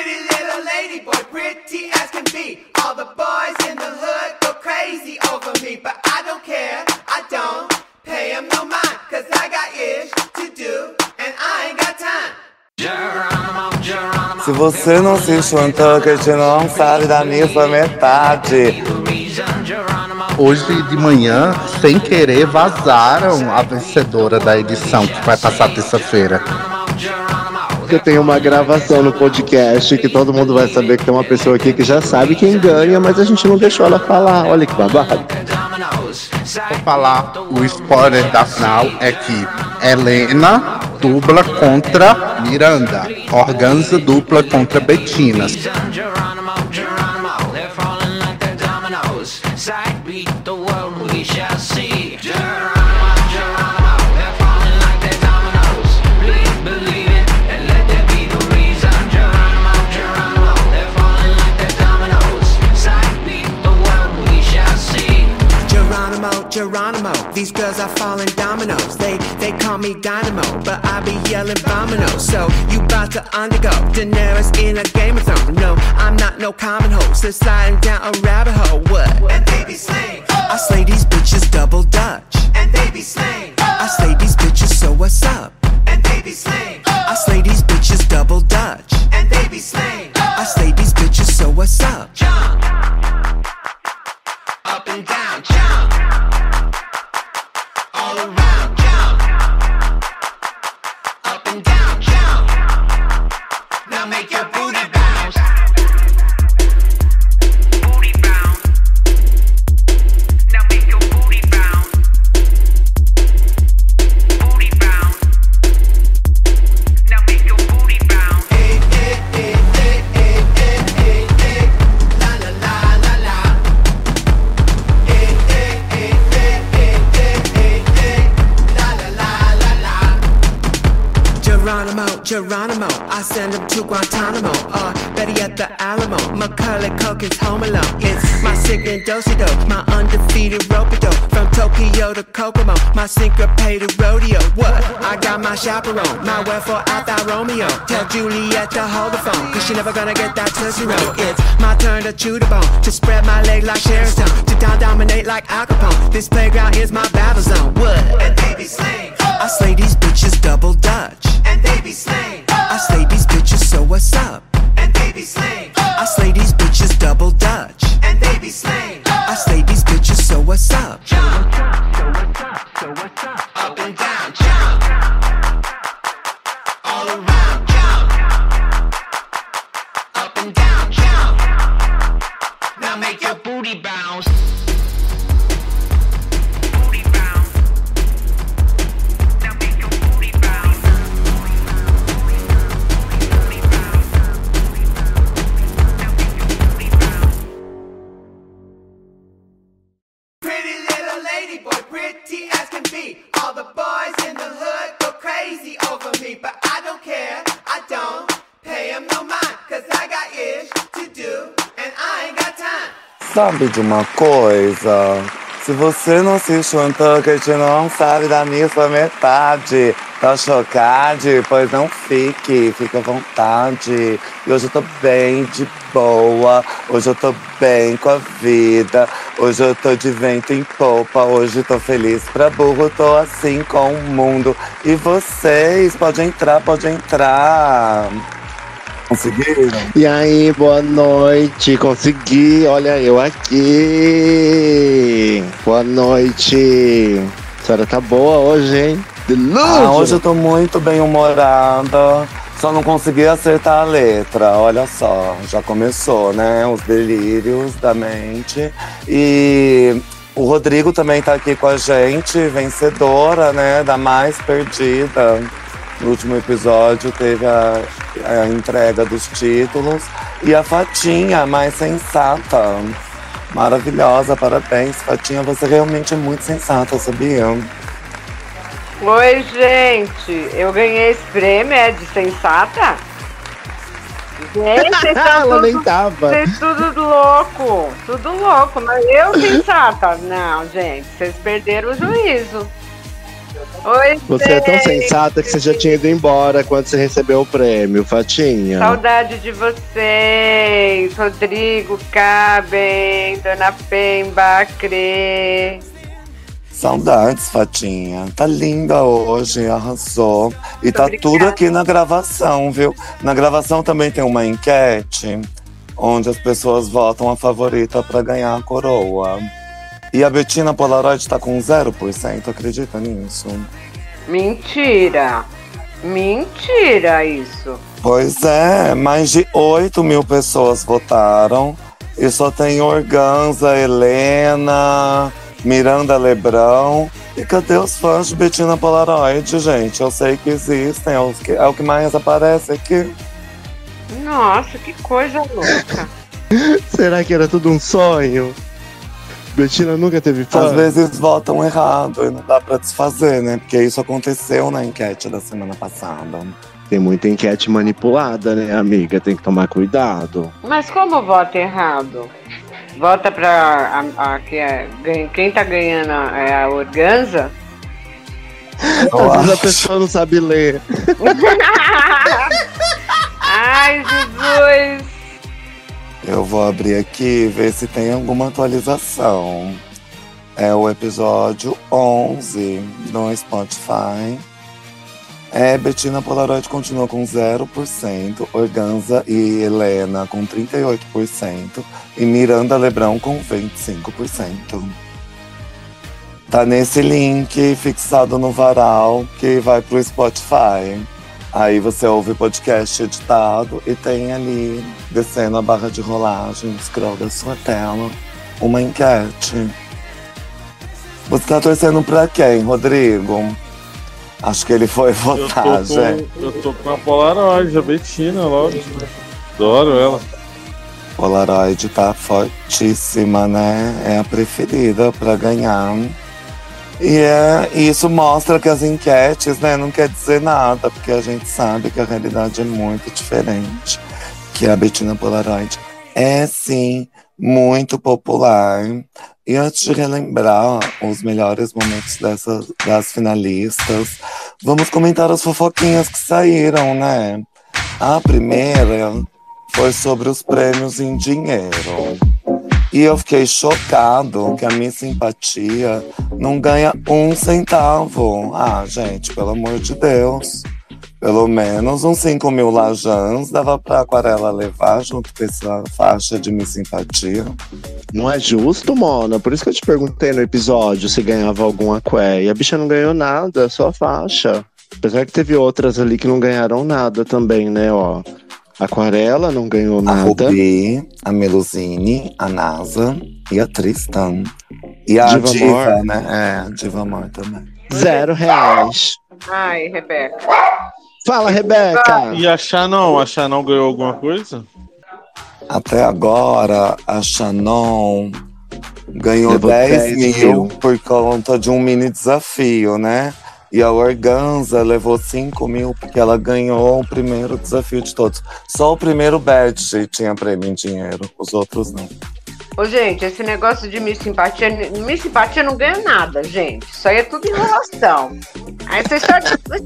Pretty little lady boy, pretty as can be. All the boys in the hood go crazy over me, but I don't care, I don't pay them no mind, cause I got ish to do, and I ain't got time. Se você não assiste One Tucket, não sabe da missa metade. Hoje de manhã, sem querer, vazaram a vencedora da edição que vai passar terça-feira. Eu tenho uma gravação no podcast que todo mundo vai saber que tem uma pessoa aqui que já sabe quem ganha, mas a gente não deixou ela falar. Olha que babado. Vou falar, o spoiler da final é que Helena dupla contra Miranda, Organza dupla contra Bettina. Geronimo, these girls are falling dominoes. They call me Dynamo, but I be yelling vomino. So you about to undergo Daenerys in a Game of Thrones. No, I'm not no common host. They're sliding down a rabbit hole. What? And they be slaying. I slay these bitches double Dutch. And they be slaying. I slay these bitches, so what's up? And they be slaying. I slay these bitches double Dutch. And they be slaying. I slay these bitches, so what's up? Jump. Up and down, jump. All around, jump. Up and down, jump. Now make your booty bounce. Booty bounce. Now make your booty bounce. Booty bounce. Now make your booty bounce. Hey, hey, hey, hey, hey, hey, hey, hey. La la la la la. Hey, hey, hey, hey, hey, hey, hey, hey. La la la la la. Geronimo, I send him to Guantanamo, or better yet the Alamo. Macaulay Culkin's Home Alone. It's my singing do-si-do, my undefeated rope-a-dope. From Tokyo to Kokomo, my syncopated rodeo. What? I got my chaperone, my wherefore Alpha Romeo. Tell Juliet to hold the phone, cause she never gonna get that Tootsie Roll. It's my turn to chew the bone, to spread my leg like Sharon Stone, to dominate like Al Capone. This playground is my battle zone. What? And they be slaying. I slay these bitches double Dutch. And they be slaying. I slay these bitches, so what's up? And they be slaying. I slay these bitches double Dutch. And they be slaying. I slay these bitches, so what's up? Jump. So what's up? Up and down, jump. All around, jump. Up and down, jump. Now make your booty bounce. Booty bounce. Now make your booty bounce. Pretty little lady boy, pretty as can be. All the boys in the hood go crazy over me, but I don't care, I don't pay them no mind, cause I got ish to do, and I ain't got time. Sabe de uma coisa? Se você não assiste One Tucket, não sabe da missa metade. Tá chocado? Pois não fique à vontade. E hoje eu tô bem de boa, hoje eu tô bem com a vida, hoje eu tô de vento em popa, hoje tô feliz pra burro, tô assim com o mundo. E vocês, pode entrar. Conseguiram? E aí, boa noite. Consegui, olha eu aqui. Boa noite. A senhora tá boa hoje, hein? Hoje eu tô muito bem-humorada. Só não consegui acertar a letra. Olha só, já começou, né? Os delírios da mente. E o Rodrigo também tá aqui com a gente, vencedora, né? Da mais perdida. No último episódio teve a entrega dos títulos. E a Fatinha, mais sensata. Maravilhosa, parabéns. Fatinha, você realmente é muito sensata, sabia? Oi, gente. Eu ganhei esse prêmio, de sensata? Gente, vocês Ela nem tava. Vocês tudo louco. Mas eu sensata. Não, gente, vocês perderam o juízo. Oi, Você é tão gente. sensata que você já tinha ido embora quando você recebeu o prêmio, Fatinha. Saudade de vocês. Rodrigo, Caben, Dona Pemba, Crê. Saudades, Fatinha. Tá linda hoje, arrasou. E tá Obrigada. tudo aqui na gravação, viu? Na gravação também tem uma enquete onde as pessoas votam a favorita pra ganhar a coroa. E a Bettina Polaroid tá com 0%, acredita nisso? Mentira. Mentira isso. Pois é, mais de 8 mil pessoas votaram. E só tem Organza, Helena, Miranda Lebrão. E cadê os fãs de Bettina Polaroid, gente? Eu sei que existem, é o que mais aparece aqui. Nossa, que coisa louca. Será que era tudo um sonho? Bettina nunca teve fã? Às vezes votam errado e não dá pra desfazer, né? Porque isso aconteceu na enquete da semana passada. Tem muita enquete manipulada, né, amiga? Tem que tomar cuidado. Mas como vota errado? Vota pra quem tá ganhando é a Organza? Às vezes a pessoa não sabe ler. Ai, Jesus! Eu vou abrir aqui e ver se tem alguma atualização. É o episódio 11 no Spotify. Bettina Polaroid continua com 0%, Organza e Helena com 38% e Miranda Lebrão com 25%. Tá nesse link fixado no varal que vai pro Spotify. Aí você ouve o podcast editado e tem ali, descendo a barra de rolagem, no scroll da sua tela, uma enquete. Você tá torcendo pra quem, Rodrigo? Acho que ele foi votar, gente. Eu tô com a Polaroid, a Bettina, logo. Adoro ela. Polaroid tá fortíssima, né? É a preferida pra ganhar. E isso mostra que as enquetes, né, não quer dizer nada, porque a gente sabe que a realidade é muito diferente. Que a Bettina Polaroid é, sim, muito popular. E antes de relembrar os melhores momentos das finalistas, vamos comentar as fofoquinhas que saíram, né? A primeira foi sobre os prêmios em dinheiro. E eu fiquei chocado que a Miss Simpatia não ganha 1 centavo. Ah, gente, pelo amor de Deus. Pelo menos uns 5 mil lajans dava pra Aquarela levar junto com essa faixa de Miss Simpatia. Não é justo, Mona? Por isso que eu te perguntei no episódio se ganhava algum aqué. E a bicha não ganhou nada, só a faixa. Apesar que teve outras ali que não ganharam nada também, né, ó. Aquarela não ganhou A nada. Rubi, a Melusine, a NASA e a Tristan. E a Diva Diva, Amor. né? A Diva Amor também. R$0. Ai, Rebeca. Fala, Rebeca! E a Shannon? A Shannon ganhou alguma coisa? Até agora, a Shannon ganhou Levou 10 10 mil mil. por conta de um mini desafio, né? E a Organza levou 5 mil porque ela ganhou o primeiro desafio de todos. Só o primeiro badge tinha prêmio em dinheiro, os outros não. Ô, gente, esse negócio de Miss Simpatia não ganha nada, gente. Isso aí é tudo enrolação. Aí você só diz, você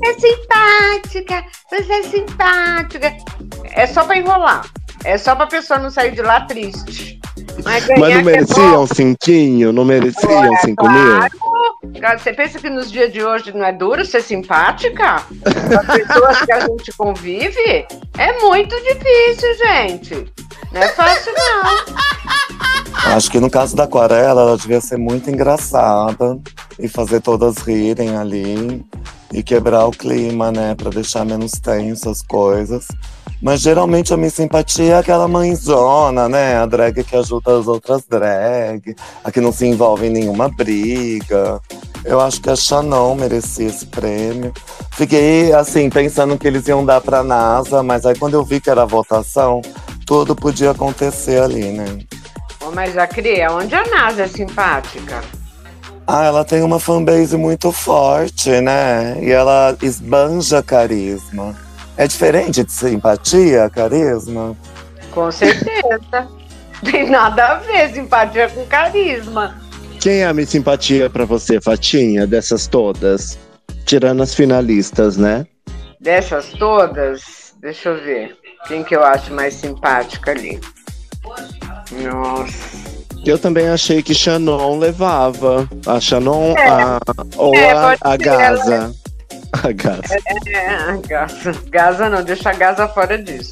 é simpática. É só pra enrolar. É só pra pessoa não sair de lá triste. Mas Mas não que é merecia bom. um cinquinho? Não merecia 5 mil? Cara, você pensa que nos dias de hoje não é duro ser simpática? As pessoas que a gente convive? É muito difícil, gente. Não é fácil, não. Acho que no caso da Aquarela, ela devia ser muito engraçada e fazer todas rirem ali e quebrar o clima, né? Pra deixar menos tenso as coisas. Mas geralmente a minha simpatia é aquela mãezona, né? A drag que ajuda as outras drag, a que não se envolve em nenhuma briga. Eu acho que a Shannon merecia esse prêmio. Fiquei, assim, pensando que eles iam dar pra NASA, mas aí quando eu vi que era a votação, tudo podia acontecer ali, né? Ô, mas a Cria, onde a NASA é simpática? Ah, ela tem uma fanbase muito forte, né? E ela esbanja carisma. É diferente de simpatia, carisma? Com certeza. Tem nada a ver simpatia com carisma. Quem é a Miss Simpatia pra você, Fatinha, dessas todas? Tirando as finalistas, né? Dessas todas, deixa eu ver. Quem que eu acho mais simpática ali? Nossa. Eu também achei que Shannon levava. A Shannon, a Gaza. A Gaza. A Gaza. Gaza não, deixa a Gaza fora disso.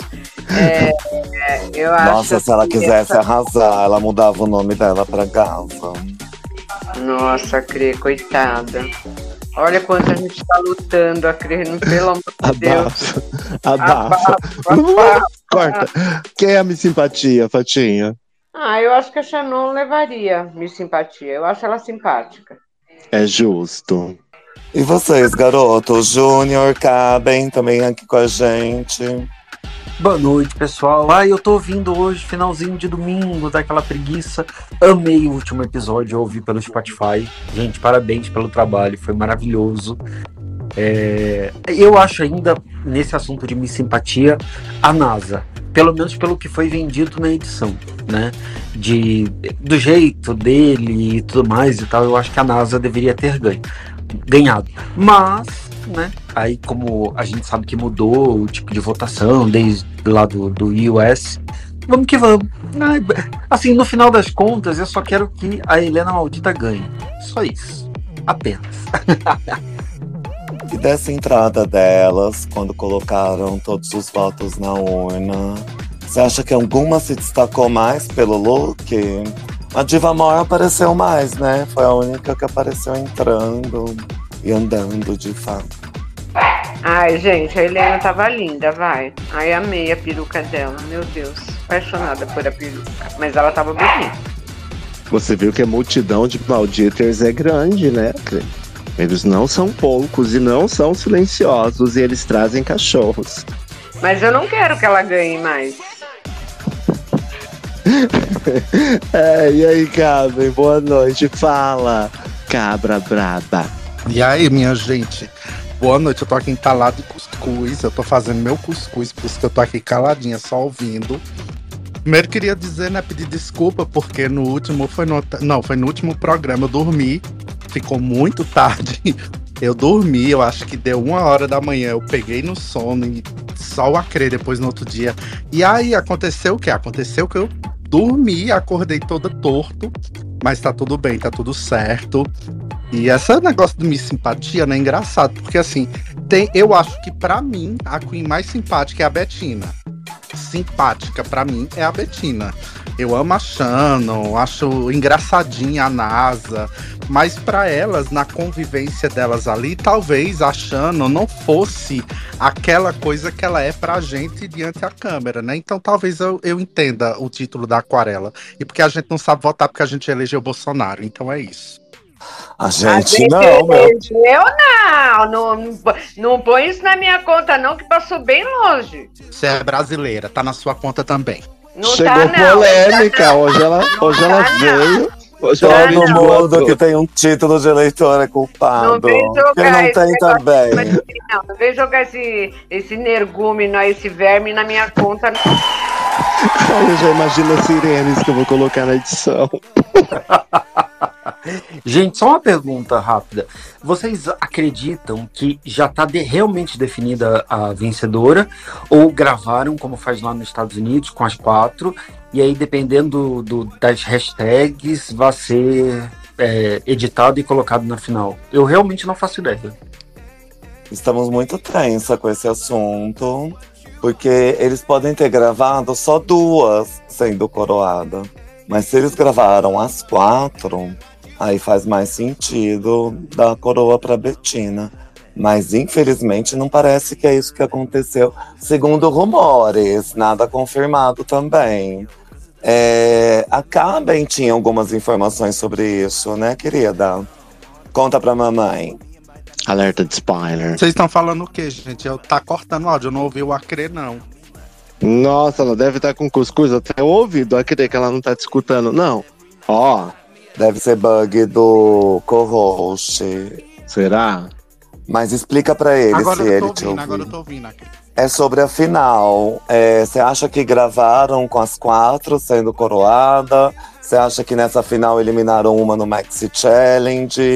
Eu acho. Nossa, se ela quisesse arrasar, ela mudava o nome dela pra Gaza. Nossa, Crê, coitada. Olha quanto a gente tá lutando, a Crê, pelo amor de Deus. Abafa. Corta. Quem é a Miss Simpatia, Fatinha? Eu acho que a Shannon levaria Miss Simpatia. Eu acho ela simpática. É justo. E vocês, garotos? Júnior, cabem também aqui com a gente. Boa noite, pessoal. Eu tô ouvindo hoje, finalzinho de domingo, daquela preguiça. Amei o último episódio, eu ouvi pelo Spotify. Gente, parabéns pelo trabalho, foi maravilhoso. Eu acho ainda, nesse assunto de Miss Simpatia, a NASA. Pelo menos pelo que foi vendido na edição, né? Do jeito dele e tudo mais e tal, eu acho que a NASA deveria ter ganhado. Mas, né? Aí, como a gente sabe que mudou o tipo de votação desde lá do US, vamos que vamos. Assim, no final das contas, eu só quero que a Helena Maldita ganhe. Só isso. Apenas. E dessa entrada delas, quando colocaram todos os votos na urna, você acha que alguma se destacou mais pelo look? A Diva Amor apareceu mais, né? Foi a única que apareceu entrando e andando de fato. Ai, gente, a Helena tava linda, vai. Ai, amei a peruca dela, meu Deus. Apaixonada por a peruca. Mas ela tava bonita. Você viu que a multidão de Malditers é grande, né? Eles não são poucos e não são silenciosos e eles trazem cachorros. Mas eu não quero que ela ganhe mais. E aí, Cabra, boa noite. Fala, cabra braba. E aí, minha gente? Boa noite, eu tô aqui entalado de cuscuz. Eu tô fazendo meu cuscuz, por isso que eu tô aqui caladinha, só ouvindo. Primeiro queria dizer, né, pedir desculpa, porque no último foi no último programa eu dormi. Ficou muito tarde. Eu dormi, eu acho que deu 1h da manhã. Eu peguei no sono e só o Acre depois no outro dia. E aí aconteceu o quê? Aconteceu que eu dormi, acordei todo torto. Mas tá tudo bem, tá tudo certo. E esse negócio de Miss Simpatia, né, é engraçado. Porque assim, eu acho que pra mim, a Queen mais simpática é a Bettina. Simpática pra mim é a Bettina. Eu amo a Shannon, acho engraçadinha a NASA, mas pra elas, na convivência delas ali, talvez a Shannon não fosse aquela coisa que ela é pra gente diante da câmera, né? Então talvez eu entenda o título da Aquarela. E porque a gente não sabe votar porque a gente elegeu o Bolsonaro, então é isso. A gente não, meu. Não põe isso na minha conta não, que passou bem longe. Você é brasileira, tá na sua conta também. Não chegou tá, não. polêmica, hoje ela veio. Todo mundo que tem um título de eleitor é culpado. Quem não tem também. Não vem jogar esse energúmeno, esse verme na minha conta. Eu já imagino as sirenes que eu vou colocar na edição. Gente, só uma pergunta rápida. Vocês acreditam que já está realmente definida a vencedora? Ou gravaram, como faz lá nos Estados Unidos, com as 4, e aí, dependendo das hashtags, vai ser editado e colocado na final? Eu realmente não faço ideia. Estamos muito tensa com esse assunto, porque eles podem ter gravado só 2 sendo coroada. Mas se eles gravaram as 4... aí faz mais sentido dar a coroa para Bettina. Mas, infelizmente, não parece que é isso que aconteceu. Segundo rumores, nada confirmado também. A Cabem tinha algumas informações sobre isso, né, querida? Conta pra mamãe. Alerta de spoiler. Vocês estão falando o quê, gente? Tá cortando o áudio, eu não ouvi o Acre, não. Nossa, ela deve estar com cuscuz até o ouvido. Acre que ela não tá te escutando, não. Deve ser bug do co-host. Será? Mas explica pra ele agora se ele te ouviu. Agora eu tô ouvindo aqui. É sobre a final. Você acha que gravaram com as 4 sendo coroada? Você acha que nessa final eliminaram uma no Maxi Challenge?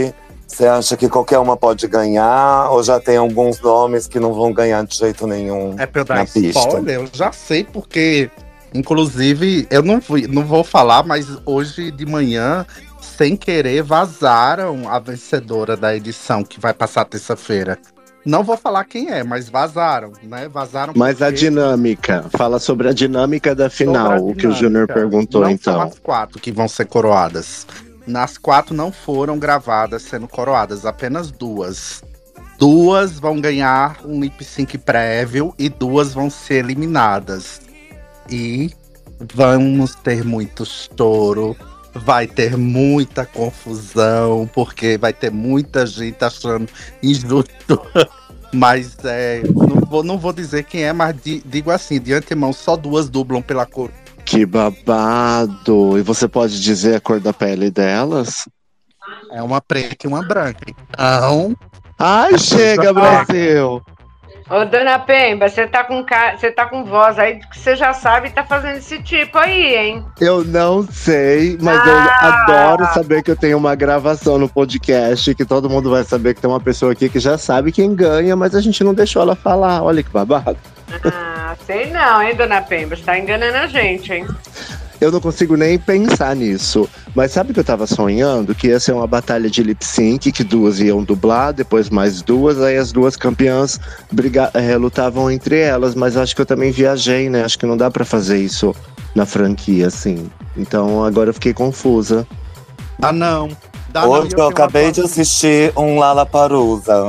Você acha que qualquer uma pode ganhar? Ou já tem alguns nomes que não vão ganhar de jeito nenhum É pra eu dar na pista? spoiler? Eu já sei porque, inclusive, eu não vou falar, mas hoje de manhã, sem querer, vazaram a vencedora da edição que vai passar terça-feira. Não vou falar quem é, mas vazaram, né? Vazaram. Mas a porque- dinâmica, fala sobre a dinâmica da sobre a final, o que o Júnior dinâmica. perguntou Não então. são as 4 que vão ser coroadas. Nas 4 não foram gravadas sendo coroadas, apenas 2. 2 vão ganhar um lip sync prévio e 2 vão ser eliminadas. E vamos ter muito choro, vai ter muita confusão, porque vai ter muita gente achando injusto. Mas não vou dizer quem é, mas digo assim, de antemão, só 2 dublam pela cor. Que babado! E você pode dizer a cor da pele delas? É uma preta e uma branca. Então, Ai, chega, Brasil! Ô, dona Pemba, você tá com voz aí que você já sabe e tá fazendo esse tipo aí, hein? Eu não sei, mas eu adoro saber que eu tenho uma gravação no podcast, que todo mundo vai saber que tem uma pessoa aqui que já sabe quem ganha, mas a gente não deixou ela falar. Olha que babado. Sei não, hein, dona Pemba? Você tá enganando a gente, hein? Eu não consigo nem pensar nisso. Mas sabe que eu tava sonhando? Que ia ser uma batalha de lip sync, que 2 iam dublar, depois mais 2, aí as 2 campeãs lutavam entre elas. Mas eu acho que eu também viajei, né? Acho que não dá pra fazer isso na franquia, assim. Então agora eu fiquei confusa. não. Hoje eu acabei de assistir um Lollapalooza.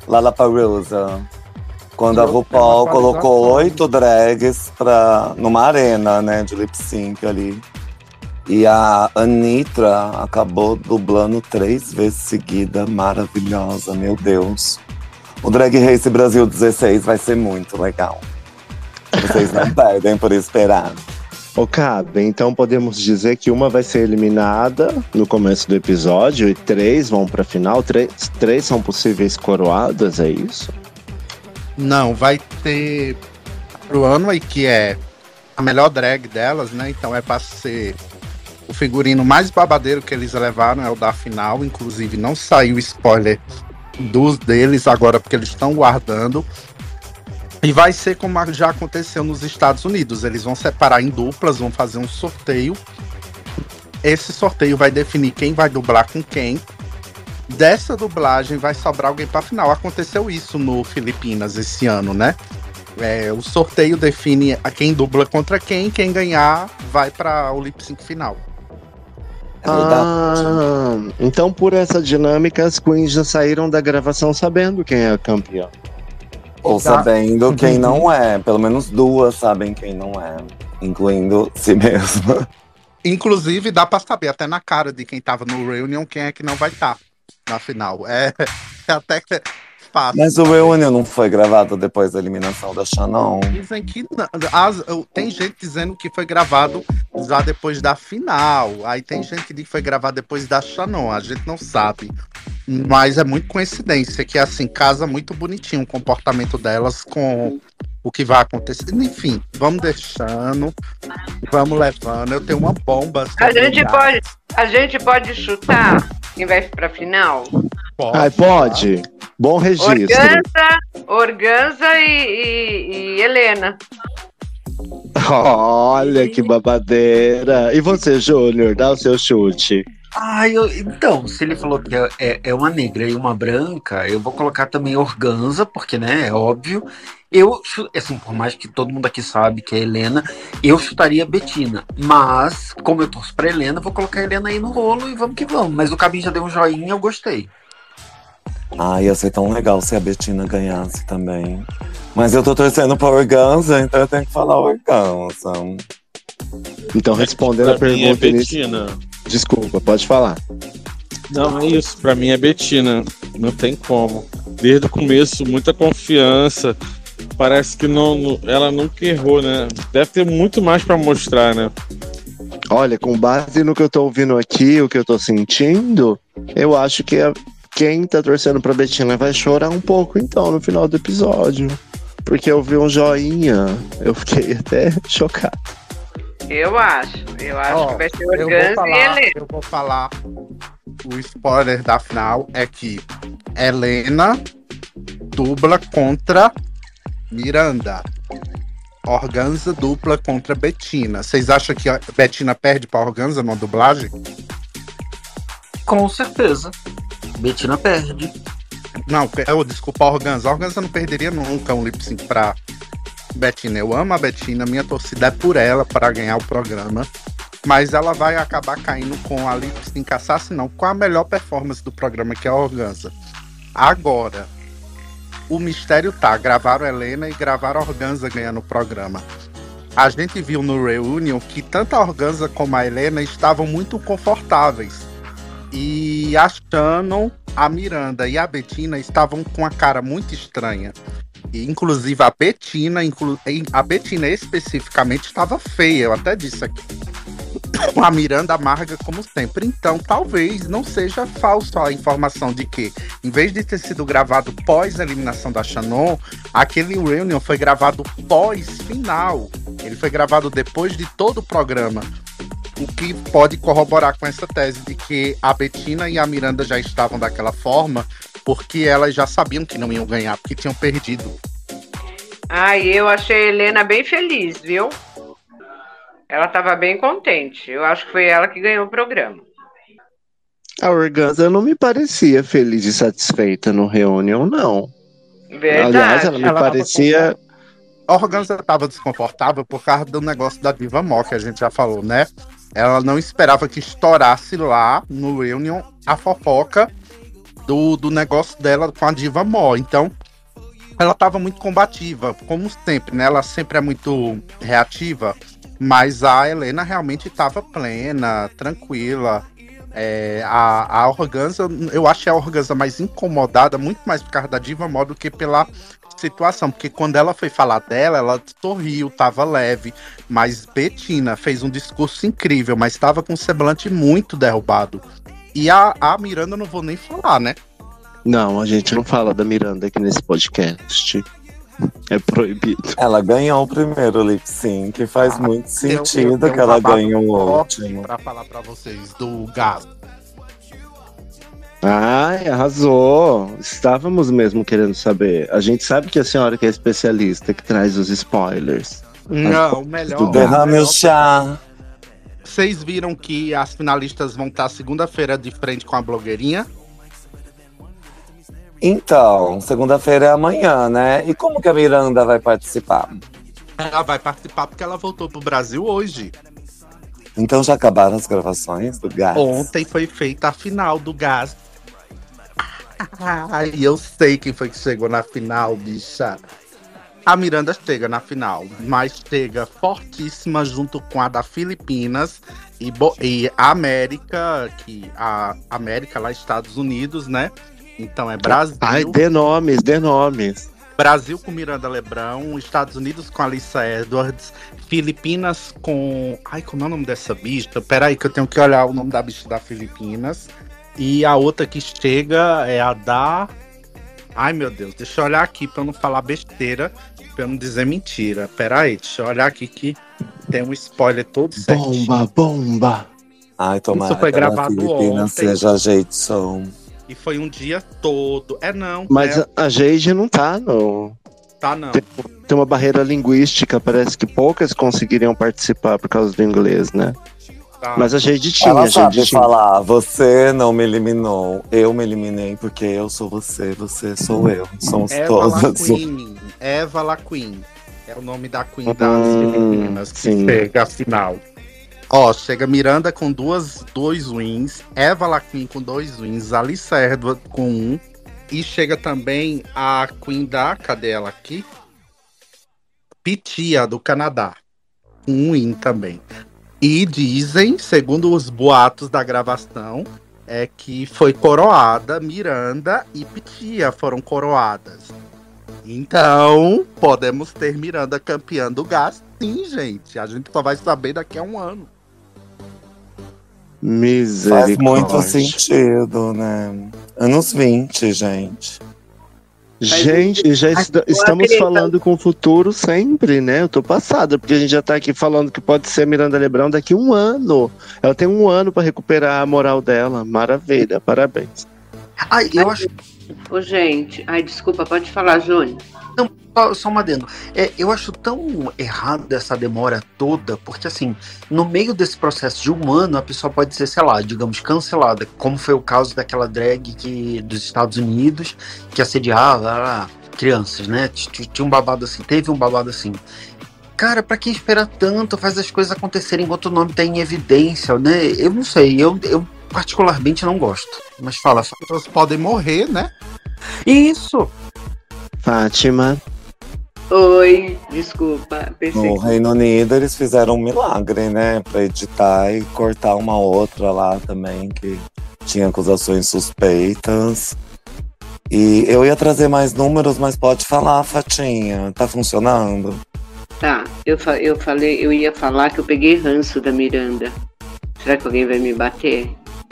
Quando a Eu tenho RuPaul uma colocou atualização. 8 drags numa arena, né, de lip sync ali. E a Anitra acabou dublando 3 vezes seguida, maravilhosa, meu Deus. O Drag Race Brasil 16 vai ser muito legal. Vocês não perdem por esperar. Ô, Cabe, então podemos dizer que uma vai ser eliminada no começo do episódio e 3 vão pra final? 3 são possíveis coroadas, é isso? Não, vai ter pro ano aí que é a melhor drag delas, né? Então é pra ser o figurino mais babadeiro que eles levaram, é o da final. Inclusive não saiu spoiler dos deles agora, porque eles estão guardando. E vai ser como já aconteceu nos Estados Unidos. Eles vão separar em duplas, vão fazer um sorteio. Esse sorteio vai definir quem vai dublar com quem. Dessa dublagem vai sobrar alguém pra final. Aconteceu isso no Filipinas esse ano, né? O sorteio define a quem dubla contra quem ganhar vai para o lip sync final. Então por essa dinâmica as queens já saíram da gravação sabendo quem é a campeã. Ou sabendo quem não é. Pelo menos 2 sabem quem não é. Incluindo si mesma. Inclusive dá pra saber até na cara de quem tava no Reunion quem é que não vai estar na final. É até fácil. Mas o Reunion não foi gravado depois da eliminação da Shannon. Dizem que não. Tem gente dizendo que foi gravado já depois da final. Aí tem gente que diz que foi gravado depois da Shannon. A gente não sabe. Mas é muito coincidência que assim casa muito bonitinho o comportamento delas com o que vai acontecer. Enfim, vamos deixando, vamos levando. Eu tenho uma bomba. A gente pode chutar quem vai pra final? Pode. Bom registro. Organza e Helena. Olha que babadeira. E você, Júnior, dá o seu chute. Então, se ele falou que é uma negra e uma branca, eu vou colocar também Organza, porque, né, é óbvio. Assim, por mais que todo mundo aqui sabe que é Helena, eu chutaria Betina. Mas, como eu torço pra Helena, vou colocar a Helena aí no rolo e vamos que vamos. Mas o Cabinho já deu um joinha, eu gostei. Ia ser tão legal se a Betina ganhasse também. Mas eu tô torcendo pra Organza, então eu tenho que falar Organza. Então, respondendo a Pra mim é pergunta Betina. Desculpa, pode falar. Não, é isso. Pra mim é Betina. Não tem como. Desde o começo, muita confiança. Parece que ela nunca errou, né? Deve ter muito mais pra mostrar, né? Olha, com base no que eu tô ouvindo aqui, o que eu tô sentindo, eu acho que quem tá torcendo pra Betina vai chorar um pouco, então, no final do episódio. Porque eu vi um joinha, eu fiquei até chocado. Eu acho que vai ser Organza e Helena. Eu vou falar o spoiler da final é que Helena dubla contra Miranda. Organza dupla contra Betina. Vocês acham que a Betina perde pra Organza numa dublagem? Com certeza. Betina perde. Não, desculpa, a Organza. A Organza não perderia nunca um lip sync pra Betina. Eu amo a Betina, minha torcida é por ela para ganhar o programa. Mas ela vai acabar caindo com a lip sync assassin, não, com a melhor performance do programa, que é a Organza. Agora, o mistério tá, gravaram a Helena e gravaram a Organza ganhando o programa. A gente viu no Reunion que tanto a Organza como a Helena estavam muito confortáveis. E a Shannon, a Miranda e a Betina estavam com a cara muito estranha. E, inclusive a Betina especificamente estava feia, eu até disse aqui. A Miranda amarga como sempre. Então talvez não seja falso a informação de que, em vez de ter sido gravado pós a eliminação da Shannon, aquele Reunion foi gravado pós-final. Ele foi gravado depois de todo o programa. O que pode corroborar com essa tese de que a Betina e a Miranda já estavam daquela forma porque elas já sabiam que não iam ganhar, porque tinham perdido. Ai, eu achei a Helena bem feliz, viu? Ela estava bem contente. Eu acho que foi ela que ganhou o programa. A Organza não me parecia feliz e satisfeita no Reunion, não. Verdade. Aliás, ela me parecia... A Organza estava desconfortável por causa do negócio da Diva Mó, que a gente já falou, né? Ela não esperava que estourasse lá no Reunion a fofoca do negócio dela com a Diva Mó. Então, ela estava muito combativa, como sempre, né? Ela sempre é muito reativa, mas a Helena realmente estava plena, tranquila. A Organza, eu achei a Organza mais incomodada, muito mais por causa da Diva Mó do que pela situação, porque quando ela foi falar dela, ela sorriu, tava leve, mas Betina fez um discurso incrível, mas estava com um semblante muito derrubado. E a Miranda eu não vou nem falar, né? Não, a gente não fala da Miranda aqui nesse podcast. É proibido. Ela ganhou o primeiro lip sync, faz muito sentido que ela ganhou o último. Pra falar pra vocês do gás. Ai, arrasou. Estávamos mesmo querendo saber. A gente sabe que a senhora que é especialista, que traz os spoilers. Não, melhor. Derrame o chá. Vocês viram que as finalistas vão estar segunda-feira de frente com a blogueirinha? Então, segunda-feira é amanhã, né? E como que a Miranda vai participar? Ela vai participar porque ela voltou pro Brasil hoje. Então já acabaram as gravações do Gás? Ontem foi feita a final do Gás. Ai, eu sei quem foi que chegou na final, bicha. A Miranda chega na final, mas chega fortíssima junto com a da Filipinas e a América, que a América lá, Estados Unidos, né? Então é Brasil. Ai, dê nomes. Brasil com Miranda Lebrão, Estados Unidos com Alyssa Edwards, Filipinas com... Ai, como é o nome dessa bicha? Peraí que eu tenho que olhar o nome da bicha da Filipinas. E a outra que chega é a da... Ai, meu Deus, deixa eu olhar aqui pra eu não falar besteira, pra eu não dizer mentira. Peraí, deixa eu olhar aqui que tem um spoiler todo certinho. Bomba! Ai, tomara Isso foi que a gravado Filipinas ontem. seja a Jadson. E foi um dia todo. Não. Mas a Jade não tá, não. Tá, não. Tem uma barreira linguística, parece que poucas conseguiriam participar por causa do inglês, né? Tá. Mas a Jade tinha. Ela a Jade sabe tinha. falar, você não me eliminou, eu me eliminei porque eu sou você, você sou eu. Somos todas. Eva LaQueen. É o nome da Queen das Filipinas que sim. chega à final. Ó, chega Miranda com dois wins, Eva LaQueen com 2 wins, Alyssa Edwards com 1. E chega também a Queen da... Cadê ela aqui? Pitya, do Canadá. Com 1 win também. E dizem, segundo os boatos da gravação, é que foi coroada, Miranda e Pitya foram coroadas. Então, podemos ter Miranda campeã do Gás, sim, gente. A gente só vai saber daqui a 1 ano. Misericórdia. Faz muito sentido, né? Anos 20, gente. Gente, estamos falando com o futuro sempre, né? Eu tô passada, porque a gente já tá aqui falando que pode ser Miranda Lebrão daqui a 1 ano. Ela tem 1 ano pra recuperar a moral dela. Maravilha, parabéns. Ai, eu acho. Ô, gente, desculpa, pode falar, Júnior. Só um adendo. Eu acho tão errado essa demora toda, porque assim, no meio desse processo de 1 ano, a pessoa pode ser, sei lá, digamos, cancelada, como foi o caso daquela drag dos Estados Unidos, que assediava crianças, né? Tinha um babado assim, teve um babado assim. Cara, pra quem espera tanto, faz as coisas acontecerem enquanto o nome tá em evidência, né? Eu não sei, eu particularmente não gosto. Mas fala. As pessoas podem morrer, né? Isso! Fátima. Oi, desculpa. No Reino Unido eles fizeram um milagre, né? Pra editar e cortar uma outra lá também, que tinha acusações suspeitas. E eu ia trazer mais números, mas pode falar, Fatinha. Tá funcionando? Tá, eu ia falar que eu peguei ranço da Miranda. Será que alguém vai me bater?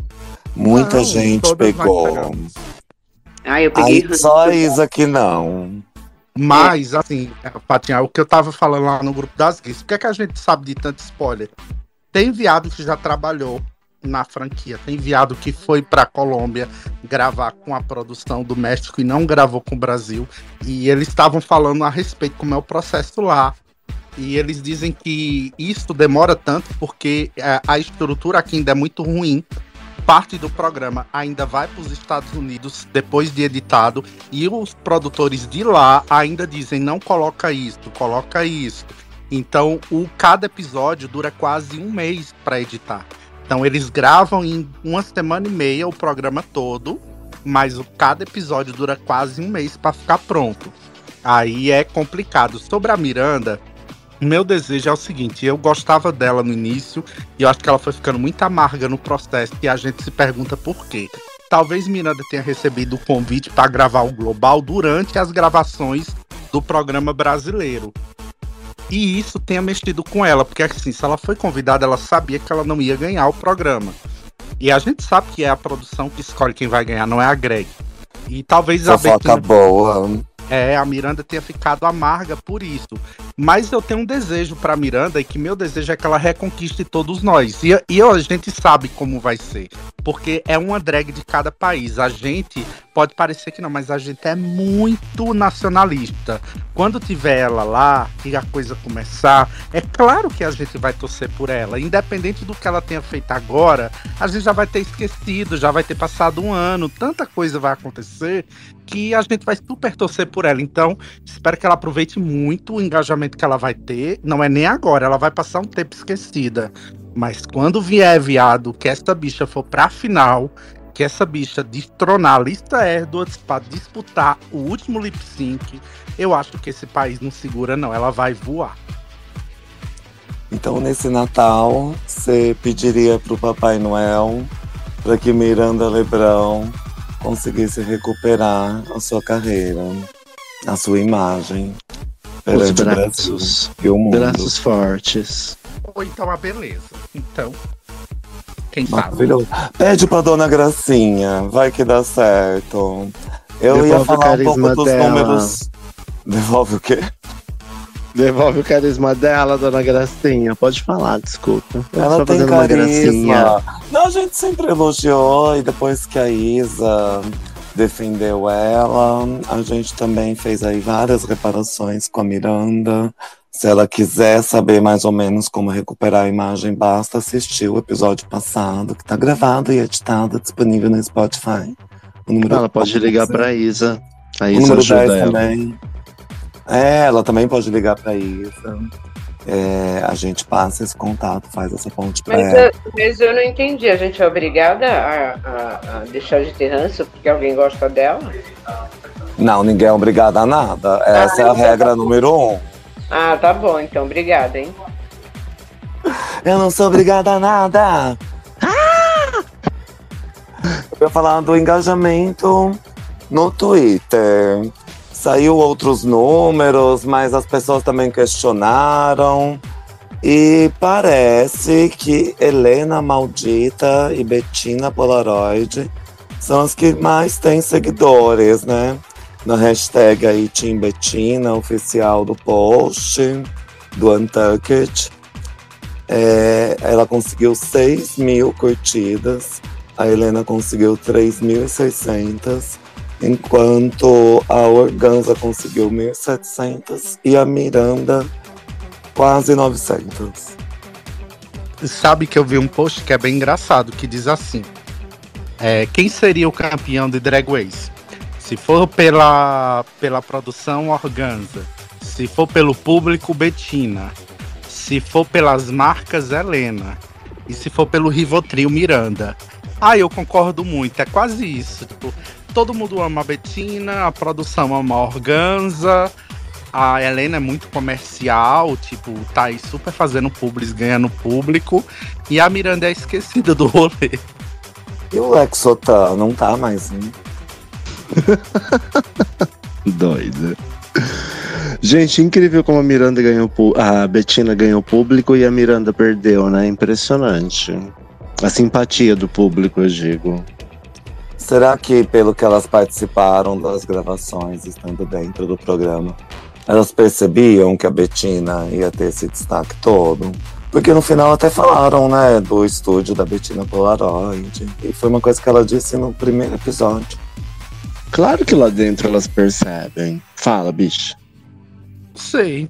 Muita Não, gente todas nós pegou. pegamos. Eu peguei Aí ranço. só a Isa que não. Mas, assim, Patinha, o que eu tava falando lá no grupo das gays, o que é que a gente sabe de tanto spoiler? Tem viado que já trabalhou na franquia, tem viado que foi pra Colômbia gravar com a produção do México e não gravou com o Brasil, e eles estavam falando a respeito como é o processo lá. E eles dizem que isso demora tanto porque a estrutura aqui ainda é muito ruim. Parte do programa ainda vai para os Estados Unidos depois de editado e os produtores de lá ainda dizem não coloca isso, coloca isso. Então cada episódio dura quase 1 mês para editar. Então eles gravam em 1,5 semana o programa todo, mas cada episódio dura quase 1 mês para ficar pronto. Aí é complicado. Sobre a Miranda, meu desejo é o seguinte, eu gostava dela no início e eu acho que ela foi ficando muito amarga no processo e a gente se pergunta por quê. Talvez Miranda tenha recebido o convite para gravar o Global durante as gravações do programa brasileiro. E isso tenha mexido com ela, porque assim, se ela foi convidada, ela sabia que ela não ia ganhar o programa. E a gente sabe que é a produção que escolhe quem vai ganhar, não é a Greg. E talvez Fofoca boa. a Miranda tenha ficado amarga por isso. Mas eu tenho um desejo pra Miranda, e que meu desejo é que ela reconquiste todos nós. E a gente sabe como vai ser. Porque é uma drag de cada país. A gente, pode parecer que não, mas a gente é muito nacionalista. Quando tiver ela lá, e a coisa começar, é claro que a gente vai torcer por ela. Independente do que ela tenha feito agora, a gente já vai ter esquecido, já vai ter passado 1 ano. Tanta coisa vai acontecer que a gente vai super torcer por ela. Então, espero que ela aproveite muito o engajamento que ela vai ter. Não é nem agora, ela vai passar um tempo esquecida. Mas quando vier viado, que essa bicha for pra final, que essa bicha destronar a Lista Edwards pra disputar o último lip sync, eu acho que esse país não segura não, ela vai voar. Então, nesse Natal, você pediria pro Papai Noel para que Miranda Lebrão conseguisse recuperar a sua carreira, a sua imagem perante Os o braços, Brasil e o mundo. braços fortes. Ou então a beleza. Então, quem sabe? Maravilhoso. Pede pra Dona Gracinha, vai que dá certo. Eu Devolve ia o falar um carisma pouco dos dela. números. Devolve o quê? Devolve o carisma dela, Dona Gracinha. Pode falar, desculpa. Eu Ela tô tem fazendo uma gracinha. carisma. Não, a gente sempre elogiou, e depois que a Isa defendeu ela, a gente também fez aí várias reparações com a Miranda. Se ela quiser saber mais ou menos como recuperar a imagem, basta assistir o episódio passado, que tá gravado e editado, disponível no Spotify. O número Ela pode ligar pra Isa. A O Isa número ajuda 10 ela. também. Ela também pode ligar pra Isa. A gente passa esse contato, faz essa ponte pra ela. Mas eu não entendi. A gente é obrigada a deixar de ter ranço porque alguém gosta dela? Não, ninguém é obrigado a nada. Essa é a regra número 1. Ah, tá bom, então. Obrigada, hein? Eu não sou obrigada a nada. Eu ia falar do engajamento no Twitter. Saiu outros números, mas as pessoas também questionaram. E parece que Helena Maldita e Bettina Polaroid são as que mais têm seguidores, né? na hashtag aí Team Betina, oficial do post, do Untucked. Ela conseguiu 6.000 curtidas, a Helena conseguiu 3.600, enquanto a Organza conseguiu 1.700 e a Miranda quase 900. Sabe que eu vi um post que é bem engraçado, que diz assim: quem seria o campeão de Drag Race? Se for pela produção, Organza. Se for pelo público, Betina. Se for pelas marcas, Helena. E se for pelo Rivotril, Miranda. Eu concordo muito, é quase isso. Tipo, todo mundo ama a Betina, a produção ama a Organza, a Helena é muito comercial, tipo, tá aí super fazendo publis, ganhando público, e a Miranda é esquecida do rolê. E o Lexotan não tá mais, hein? Doida. Gente, incrível como a Betina ganhou público e a Miranda perdeu, né? Impressionante. A simpatia do público, eu digo. Será que, pelo que elas participaram das gravações, estando dentro do programa, elas percebiam que a Betina ia ter esse destaque todo? Porque no final até falaram, né, do estúdio da Betina Polaroid. E foi uma coisa que ela disse no primeiro episódio. Claro que lá dentro elas percebem. Fala, bicho. Sei.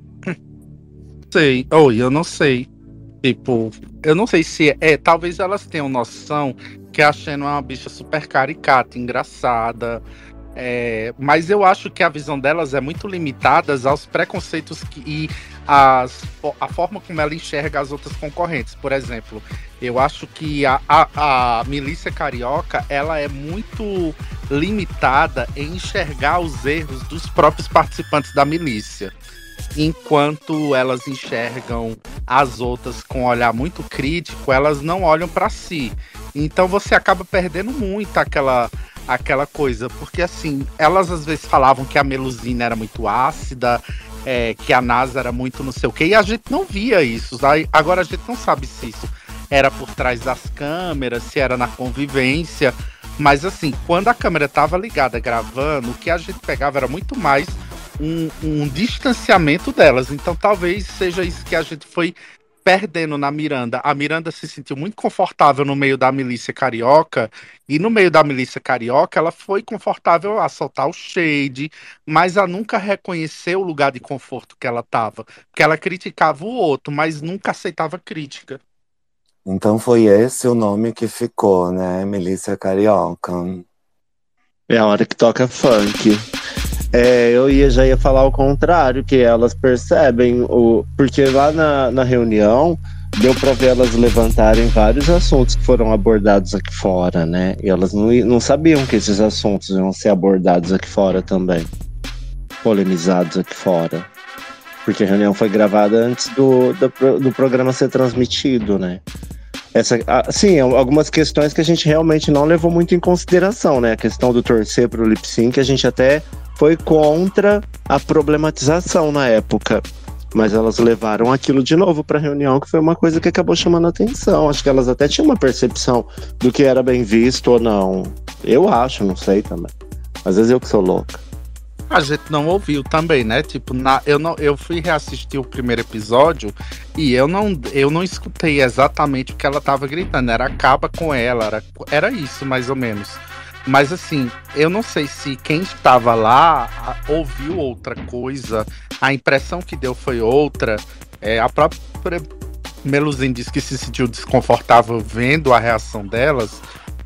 Eu não sei. Tipo, eu não sei se talvez elas tenham noção que a Shannon é uma bicha super caricata, engraçada. Mas eu acho que a visão delas é muito limitada aos preconceitos e a forma como ela enxerga as outras concorrentes. Por exemplo, eu acho que a milícia carioca, ela é muito limitada em enxergar os erros dos próprios participantes da milícia, enquanto elas enxergam as outras com um olhar muito crítico, elas não olham para si. Então você acaba perdendo muito aquela coisa, porque assim, elas às vezes falavam que a Melusina era muito ácida, que a NASA era muito não sei o que, e a gente não via isso. Agora a gente não sabe se isso era por trás das câmeras, se era na convivência, mas assim, quando a câmera estava ligada gravando, o que a gente pegava era muito mais um distanciamento delas. Então talvez seja isso que a gente foi perdendo na Miranda. A Miranda se sentiu muito confortável no meio da milícia carioca, e no meio da milícia carioca ela foi confortável a soltar o shade, mas a nunca reconhecer o lugar de conforto que ela estava, porque ela criticava o outro, mas nunca aceitava crítica. Então foi esse o nome que ficou, né? Milícia Carioca. É a hora que toca funk. Já ia falar o contrário, que elas percebem, porque lá na reunião deu pra ver elas levantarem vários assuntos que foram abordados aqui fora, né? E elas não sabiam que esses assuntos iam ser abordados aqui fora também, polemizados aqui fora. Porque a reunião foi gravada antes do programa ser transmitido, né? Sim, algumas questões que a gente realmente não levou muito em consideração, né? A questão do torcer pro lip sync, a gente até foi contra a problematização na época. Mas elas levaram aquilo de novo pra reunião, que foi uma coisa que acabou chamando a atenção. Acho que elas até tinham uma percepção do que era bem visto ou não. Eu acho, não sei também. Às vezes eu que sou louca. A gente não ouviu também, né? Tipo, eu fui reassistir o primeiro episódio e eu não escutei exatamente o que ela tava gritando. Era acaba com ela, era isso, mais ou menos. Mas assim, eu não sei se quem estava lá ouviu outra coisa, a impressão que deu foi outra. A própria Melusine disse que se sentiu desconfortável vendo a reação delas.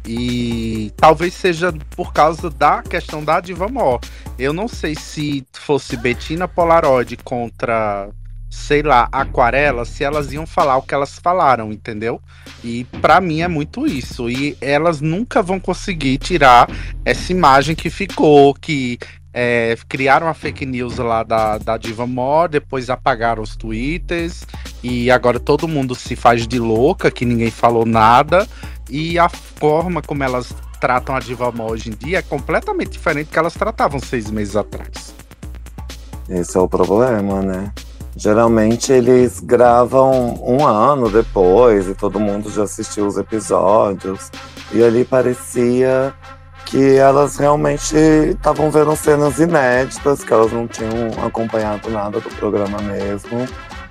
E talvez seja por causa da questão da Diva Mó. Eu não sei se fosse Betina Polaroid contra, sei lá, Aquarela, se elas iam falar o que elas falaram, entendeu? E pra mim é muito isso. E elas nunca vão conseguir tirar essa imagem que ficou, que criaram a fake news lá da Diva Mó, depois apagaram os twitters, e agora todo mundo se faz de louca, que ninguém falou nada. E a forma como elas tratam a Diva Mó hoje em dia é completamente diferente do que elas tratavam 6 meses atrás. Esse é o problema, né? Geralmente eles gravam 1 ano depois e todo mundo já assistiu os episódios. E ali parecia que elas realmente estavam vendo cenas inéditas, que elas não tinham acompanhado nada do programa mesmo.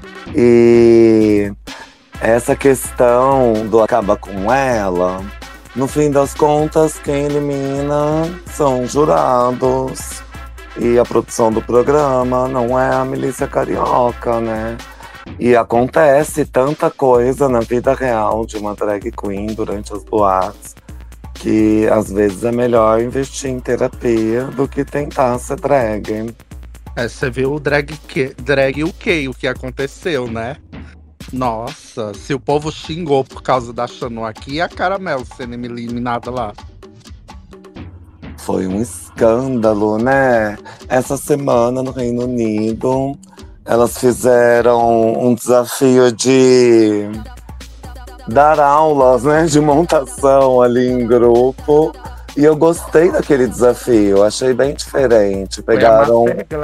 E essa questão do acaba com ela, no fim das contas, quem elimina são os jurados e a produção do programa, não é a milícia carioca, né? E acontece tanta coisa na vida real de uma drag queen durante as boates, que às vezes é melhor investir em terapia do que tentar ser drag. Você viu o drag UK, o que aconteceu, né? Nossa, se o povo xingou por causa da Xanu aqui, e a Caramel sendo eliminada lá. Foi um escândalo, né? Essa semana no Reino Unido, elas fizeram um desafio de dar aulas, né, de montação ali em grupo. E eu gostei daquele desafio, achei bem diferente. Pegaram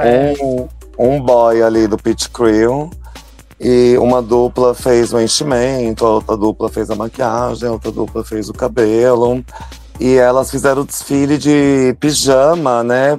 um boy ali do Pit Crew e uma dupla fez o enchimento, a outra dupla fez a maquiagem, a outra dupla fez o cabelo. E elas fizeram o desfile de pijama, né?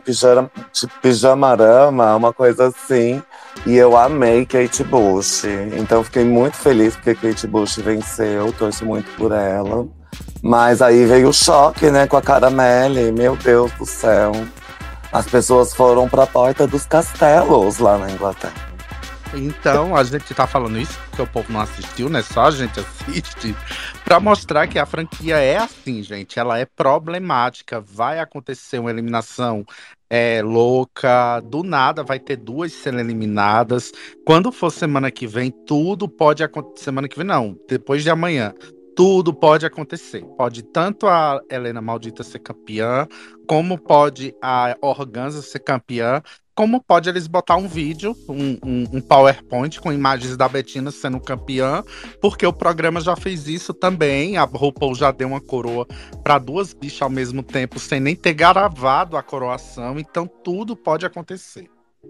Pijamarama, uma coisa assim. E eu amei Kate Bush. Então fiquei muito feliz porque Kate Bush venceu, torço muito por ela. Mas aí veio o choque, né, com a Caramelle. Meu Deus do céu. As pessoas foram pra porta dos castelos lá na Inglaterra. Então, a gente tá falando isso porque o povo não assistiu, né? Só a gente assiste. Pra mostrar que a franquia é assim, gente. Ela é problemática. Vai acontecer uma eliminação louca. Do nada vai ter duas sendo eliminadas. Quando for semana que vem, tudo pode acontecer. Semana que vem, não. Depois de amanhã. Tudo pode acontecer. Pode tanto a Helena Maldita ser campeã, como pode a Organza ser campeã, como pode eles botar um vídeo, um PowerPoint com imagens da Betina sendo campeã, porque o programa já fez isso também. A RuPaul já deu uma coroa para duas bichas ao mesmo tempo, sem nem ter gravado a coroação. Então tudo pode acontecer.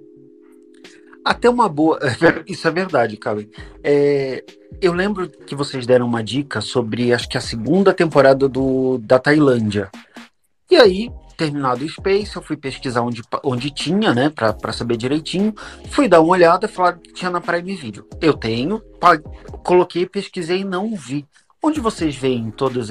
Até uma boa. Isso é verdade, Cauê. Eu lembro que vocês deram uma dica sobre, acho que a segunda temporada da Tailândia. E aí, terminado o Space, eu fui pesquisar onde tinha, né, pra saber direitinho. Fui dar uma olhada e falaram que tinha na Prime Video. Eu tenho, coloquei, pesquisei e não vi. Onde vocês veem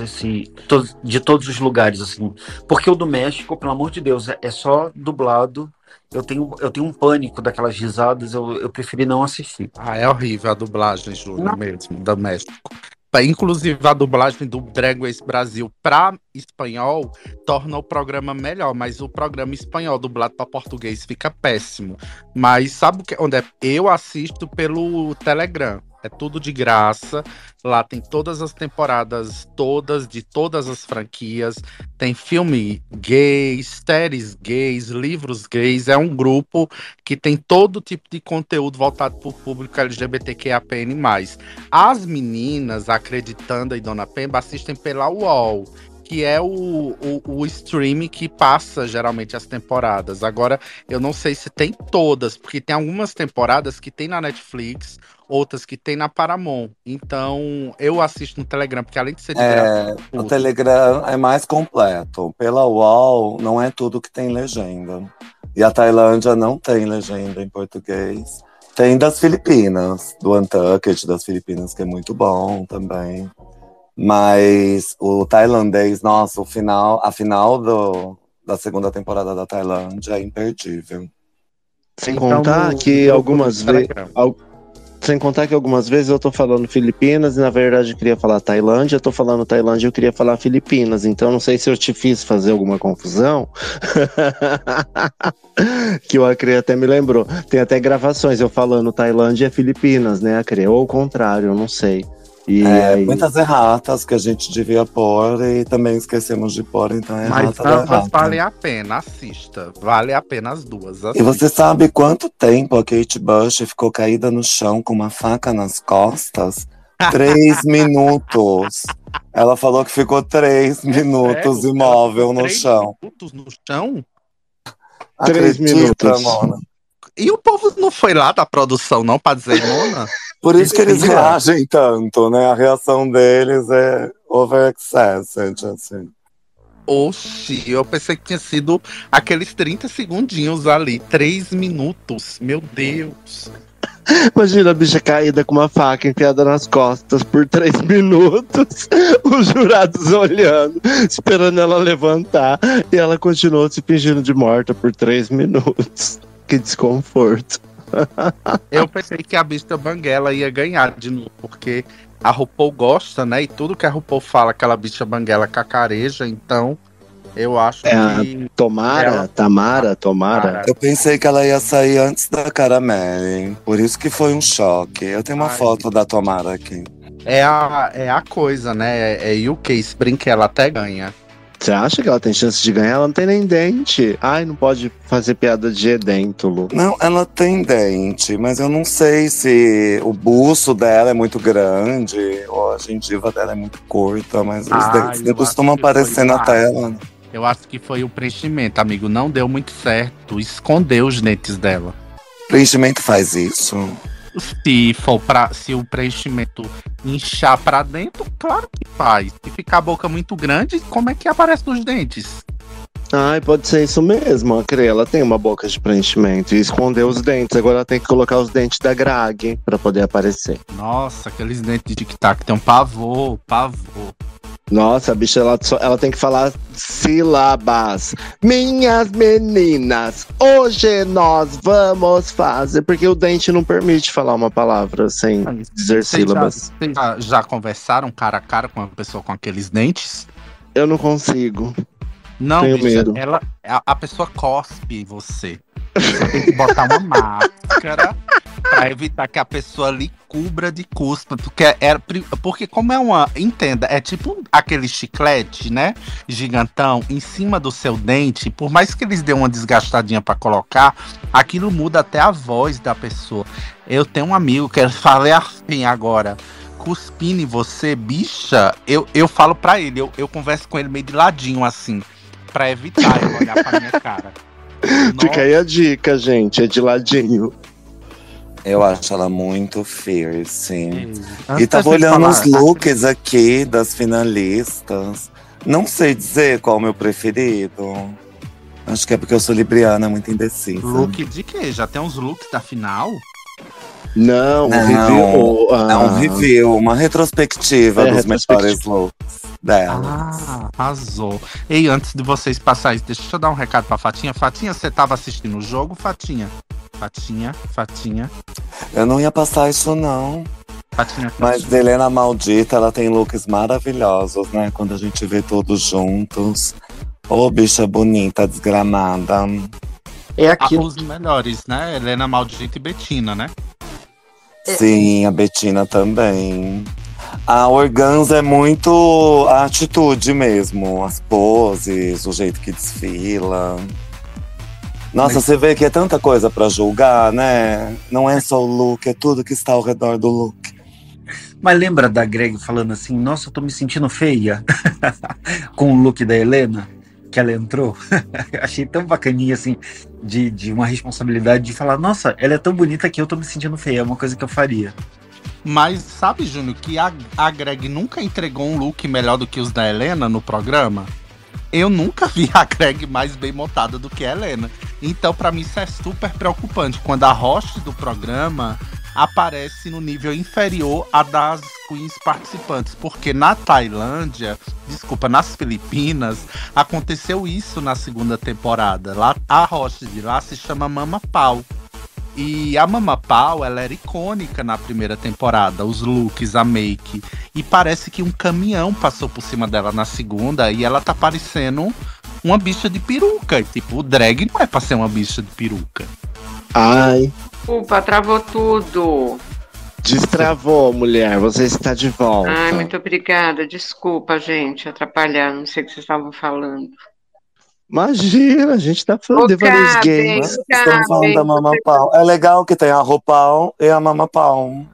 de todos os lugares, assim? Porque o do México, pelo amor de Deus, é só dublado. Eu tenho um pânico daquelas risadas, eu preferi não assistir. É horrível a dublagem, Júlio, mesmo, do México. Inclusive, a dublagem do Drag Race Brasil para espanhol torna o programa melhor, mas o programa espanhol dublado para português fica péssimo. Mas sabe onde é? Eu assisto pelo Telegram. É tudo de graça. Lá tem todas as temporadas, de todas as franquias. Tem filme gays, séries gays, livros gays. É um grupo que tem todo tipo de conteúdo voltado para o público LGBTQIAPN+. As meninas, acreditando em Dona Pemba, assistem pela UOL, que é o stream que passa geralmente as temporadas. Agora, eu não sei se tem todas, porque tem algumas temporadas que tem na Netflix, outras que tem na Paramount. Então, eu assisto no Telegram, porque além de ser de graça, o Telegram é mais completo. Pela UOL, não é tudo que tem legenda. E a Tailândia não tem legenda em português. Tem das Filipinas, do Untucked das Filipinas, que é muito bom também. Mas o tailandês, nossa, a final da segunda temporada da Tailândia é imperdível. Sem contar que algumas vezes. Sem contar que algumas vezes eu tô falando Filipinas e na verdade eu queria falar Tailândia, eu tô falando Tailândia e eu queria falar Filipinas, então não sei se eu te fiz fazer alguma confusão. Que o Acre até me lembrou. Tem até gravações eu falando Tailândia e Filipinas, né, Acre? Ou o contrário, eu não sei. Muitas erratas que a gente devia pôr e também esquecemos de pôr, então é mas errata da ambas errata. valem a pena, assista. Vale a pena as duas. E você sabe quanto tempo a Kate Bush ficou caída no chão com uma faca nas costas? 3 minutos. Ela falou que ficou 3 minutos imóvel no chão. 3 minutos no chão? 3 minutos. Mona? E o povo não foi lá da produção, não, pra dizer, Mona? Por isso que eles reagem tanto, né? A reação deles é overexcessed, assim. Oxi, eu pensei que tinha sido aqueles 30 segundinhos ali. 3 minutos. Meu Deus. Imagina a bicha caída com uma faca enfiada nas costas por 3 minutos. Os jurados olhando, esperando ela levantar. E ela continuou se fingindo de morta por 3 minutos. Que desconforto. Eu pensei que a bicha Banguela ia ganhar de novo, porque a RuPaul gosta, né? E tudo que a RuPaul fala, aquela bicha Banguela cacareja, então eu acho que. Tomara. Eu pensei que ela ia sair antes da Caramelle, por isso que foi um choque. Eu tenho uma Ai. foto da Tomara aqui. É a coisa, né? É UK, esse brinque ela até ganha. Você acha que ela tem chance de ganhar? Ela não tem nem dente. Ai, não pode fazer piada de edêntulo. Não, ela tem dente, mas eu não sei se o buço dela é muito grande ou a gengiva dela é muito curta, mas os dentes eu costumam acho que aparecer foi na mais. tela. Eu acho que foi o preenchimento, amigo. Não deu muito certo. Escondeu os dentes dela. Preenchimento faz isso. Se o preenchimento inchar pra dentro, claro que faz. Se ficar a boca muito grande, como é que aparecem os dentes? Ai, pode ser isso mesmo. A Crê, ela tem uma boca de preenchimento e escondeu os dentes. Agora ela tem que colocar os dentes da Grag pra poder aparecer. Nossa, aqueles dentes de tic-tac tem um pavor. Nossa, a bicha, ela tem que falar sílabas. Minhas meninas, hoje nós vamos fazer. Porque o dente não permite falar uma palavra sem dizer sílabas. Vocês já conversaram cara a cara com uma pessoa com aqueles dentes? Eu não consigo. Não, Tenho bicha, medo. a pessoa cospe em você. Você tem que botar uma máscara pra evitar que a pessoa lhe cubra de cuspa. Porque como é uma... Entenda, é tipo aquele chiclete, né? Gigantão, em cima do seu dente. Por mais que eles dêem uma desgastadinha pra colocar, aquilo muda até a voz da pessoa. Eu tenho um amigo que eu falei assim agora... Cuspindo em você, bicha, eu falo pra ele, eu converso com ele meio de ladinho, assim, pra evitar ele olhar pra minha cara. Fica aí a dica, gente, é de ladinho. Eu acho ela muito fierce. Antes E tava da gente olhando os falar- looks aqui das finalistas. Não sei dizer qual é o meu preferido. Acho que é porque eu sou libriana, muito indecisa. Look de quê? Já tem uns looks da final? Não, Não, review, uma retrospectiva dos melhores looks dela. Arrasou. Ei, antes de vocês passarem, deixa eu dar um recado pra Fatinha. Fatinha, você tava assistindo o jogo, Fatinha? Fatinha. Eu não ia passar isso, não. Fatinha. Mas Helena Maldita, ela tem looks maravilhosos, né? Quando a gente vê todos juntos. Ô, bicha bonita, desgramada. É aquilo. Os melhores, né? Helena Maldita e Betina, né? Sim, a Betina também. A Organza é muito a atitude mesmo, as poses, o jeito que desfila. Nossa, você vê que é tanta coisa pra julgar, né? Não é só o look, é tudo que está ao redor do look. Mas lembra da Greg falando assim, nossa, eu tô me sentindo feia com o look da Helena, que ela entrou? Achei tão bacaninha, assim, de uma responsabilidade de falar, nossa, ela é tão bonita que eu tô me sentindo feia, é uma coisa que eu faria. Mas sabe, Júnior, que a Greg nunca entregou um look melhor do que os da Helena no programa? Eu nunca vi a Greg mais bem montada do que a Helena. Então, pra mim, isso é super preocupante. Quando a host do programa aparece no nível inferior a das queens participantes. Porque na Tailândia, nas Filipinas, aconteceu isso na segunda temporada. Lá, a host de lá se chama Mama Pau. E a Mama Pau, ela era icônica na primeira temporada, os looks, a make. E parece que um caminhão passou por cima dela na segunda e ela tá parecendo uma bicha de peruca. E, tipo, o drag não é pra ser uma bicha de peruca. Ai, Desculpa, travou tudo. destravou, mulher. Você está de volta. Ai, muito obrigada. Desculpa, gente, atrapalhar. Não sei o que vocês estavam falando. Imagina, a gente tá falando de vários gays. Estamos falando da Mama Pau. É legal que tem a RuPaul e a Mama Pau.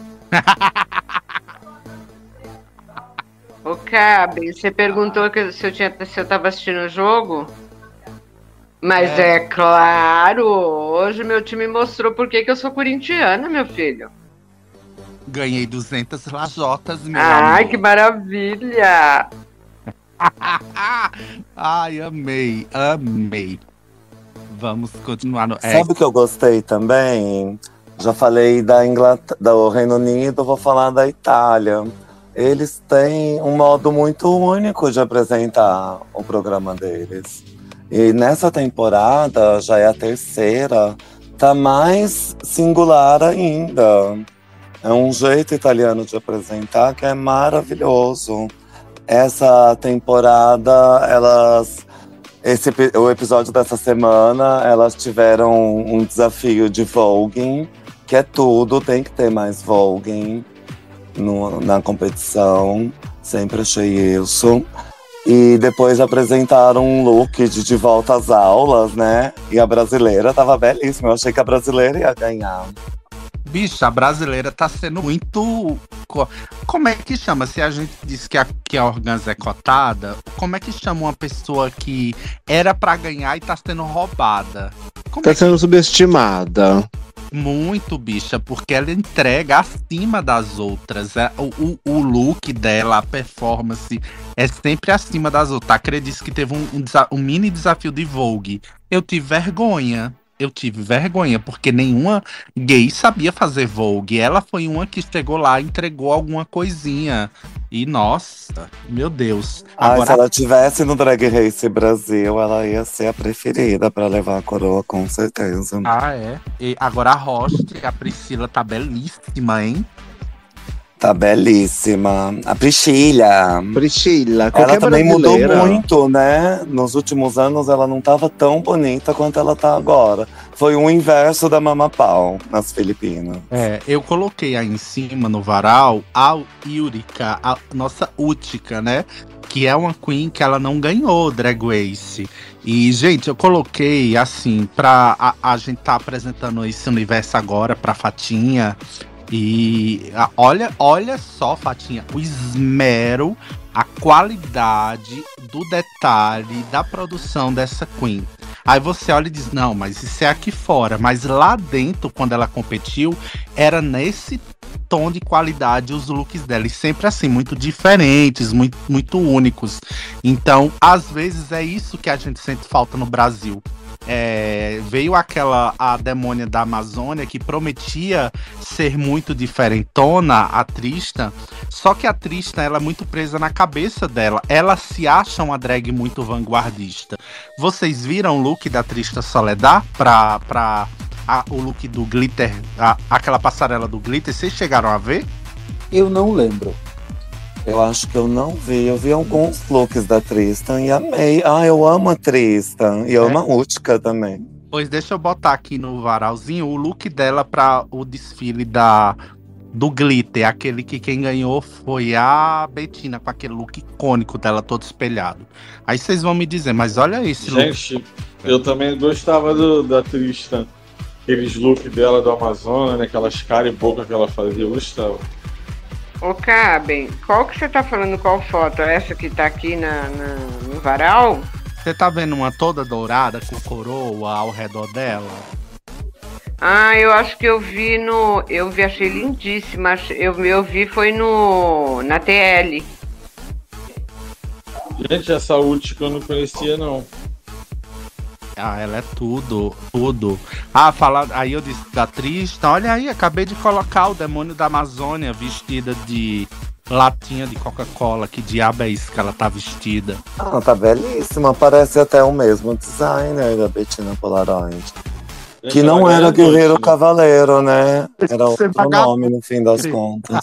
Ô, Cabe, você perguntou se eu tava assistindo o jogo? Mas é claro, hoje meu time mostrou por que eu sou corintiana, meu filho. Ganhei 200 lajotas, meu Ai, amor. que maravilha! Ai, amei. Vamos continuar no. Sabe o que eu gostei também? Já falei da do Reino Unido, vou falar da Itália. Eles têm um modo muito único de apresentar o programa deles. E nessa temporada, já é a terceira, tá mais singular ainda. É um jeito italiano de apresentar que é maravilhoso. Essa temporada, o episódio dessa semana, elas tiveram um desafio de voguing, que é tudo, tem que ter mais voguing na competição. Sempre achei isso. E depois apresentaram um look de volta às aulas, né? E a brasileira tava belíssima. Eu achei que a brasileira ia ganhar. Bicha, a brasileira tá sendo muito. Como é que chama? Se a gente diz que a organza é cotada, como é que chama uma pessoa que era pra ganhar e tá sendo roubada? Tá sendo subestimada. Muito, bicha, porque ela entrega acima das outras. O look dela, a performance é sempre acima das outras. Acredito que teve um mini desafio de Vogue. Eu tive vergonha, porque nenhuma gay sabia fazer Vogue. Ela foi uma que chegou lá e entregou alguma coisinha. E, nossa, meu Deus. Agora, se ela tivesse no Drag Race Brasil, ela ia ser a preferida pra levar a coroa, com certeza. Ah, é? E agora a host, a Priscila, tá belíssima, hein? Tá belíssima. A Priscila. Ela também mudou muito, né? Nos últimos anos ela não tava tão bonita quanto ela tá agora. Foi o inverso da Mama Pau nas Filipinas. É, eu coloquei aí em cima no varal a Yurika, a nossa Utica, né? Que é uma queen que ela não ganhou Drag Race. E, gente, eu coloquei assim, pra a gente tá apresentando esse universo agora pra Fatinha. E olha só, Fatinha, o esmero, a qualidade do detalhe da produção dessa queen. Aí você olha e diz, não, mas isso é aqui fora. Mas lá dentro, quando ela competiu, era nesse tom de qualidade os looks dela. E sempre assim, muito diferentes, muito únicos. Então, às vezes é isso que a gente sente falta no Brasil. Veio a demônia da Amazônia que prometia ser muito diferentona, a Tristan, só que a Tristan ela é muito presa na cabeça dela, ela se acha uma drag muito vanguardista. Vocês viram o look da Tristan Soledad o look do glitter, aquela passarela do glitter, vocês chegaram a ver? Eu não lembro. Eu acho que eu não vi. Eu vi alguns looks da Tristan e amei. Eu amo a Tristan. E eu amo a Utica também. Pois deixa eu botar aqui no varalzinho o look dela para o desfile do glitter. Aquele que quem ganhou foi a Bettina, com aquele look icônico dela todo espelhado. Aí vocês vão me dizer, mas olha esse look. Gente, eu também gostava da Tristan. Aqueles looks dela do Amazonas, né? Aquelas caras e boca que ela fazia, eu gostava. Ô, Caben, qual que você tá falando, qual foto? Essa que tá aqui no varal? Você tá vendo uma toda dourada com coroa ao redor dela? Eu acho que eu vi achei lindíssima. Eu vi foi na TL. Gente, essa Utica eu não conhecia, não. Ela é tudo. Aí eu disse da Tristan, olha aí, acabei de colocar o demônio da Amazônia vestida de latinha de Coca-Cola. Que diabo é isso que ela tá vestida? Tá belíssima, parece até o mesmo designer da Bettina Polaroid. Que não era Guerreiro Cavaleiro, né? Era outro nome no fim das contas.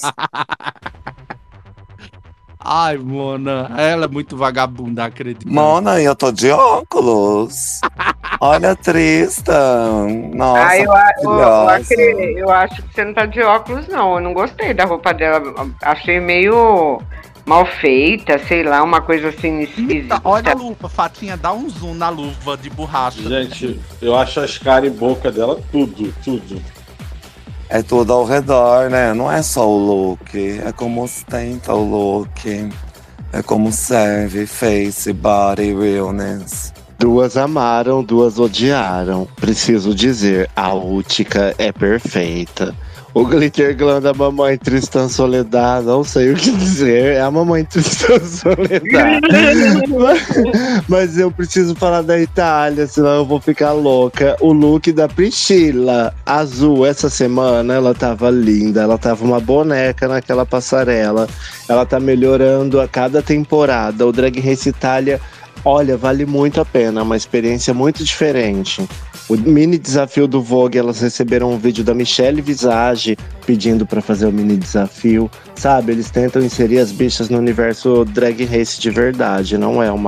Ai, Mona, ela é muito vagabunda, acredito. Mona, eu tô de óculos. Olha a Tristan. Nossa, eu acho que você não tá de óculos, não. Eu não gostei da roupa dela. Achei meio mal feita, sei lá, uma coisa assim esquisita. Olha a luva, Fatinha, dá um zoom na luva de borracha. Gente, eu acho as caras e boca dela tudo. É tudo ao redor, né? Não é só o look, é como ostenta o look, é como serve face, body, realness. Duas amaram, duas odiaram. Preciso dizer, a Utica é perfeita. O Glitter Glam da Mamãe Tristan Soledad, não sei o que dizer, é a Mamãe Tristan Soledad. Mas eu preciso falar da Itália, senão eu vou ficar louca. O look da Priscilla, azul, essa semana, ela tava linda, ela tava uma boneca naquela passarela. Ela tá melhorando a cada temporada. O Drag Race Itália, olha, vale muito a pena, é uma experiência muito diferente. O mini desafio do Vogue, elas receberam um vídeo da Michelle Visage pedindo pra fazer o mini desafio. Sabe, eles tentam inserir as bichas no universo Drag Race de verdade. Não é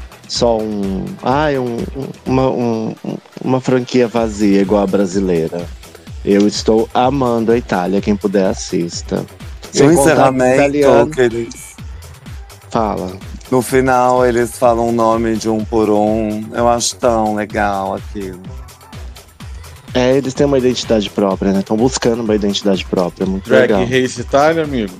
uma franquia vazia igual a brasileira. Eu estou amando a Itália, quem puder assista. No encerramento, que eles... Fala. No final, eles falam o nome de um por um. Eu acho tão legal aquilo. É, eles têm uma identidade própria, né? Estão buscando uma identidade própria, muito Drag legal. Race Itália, amigo?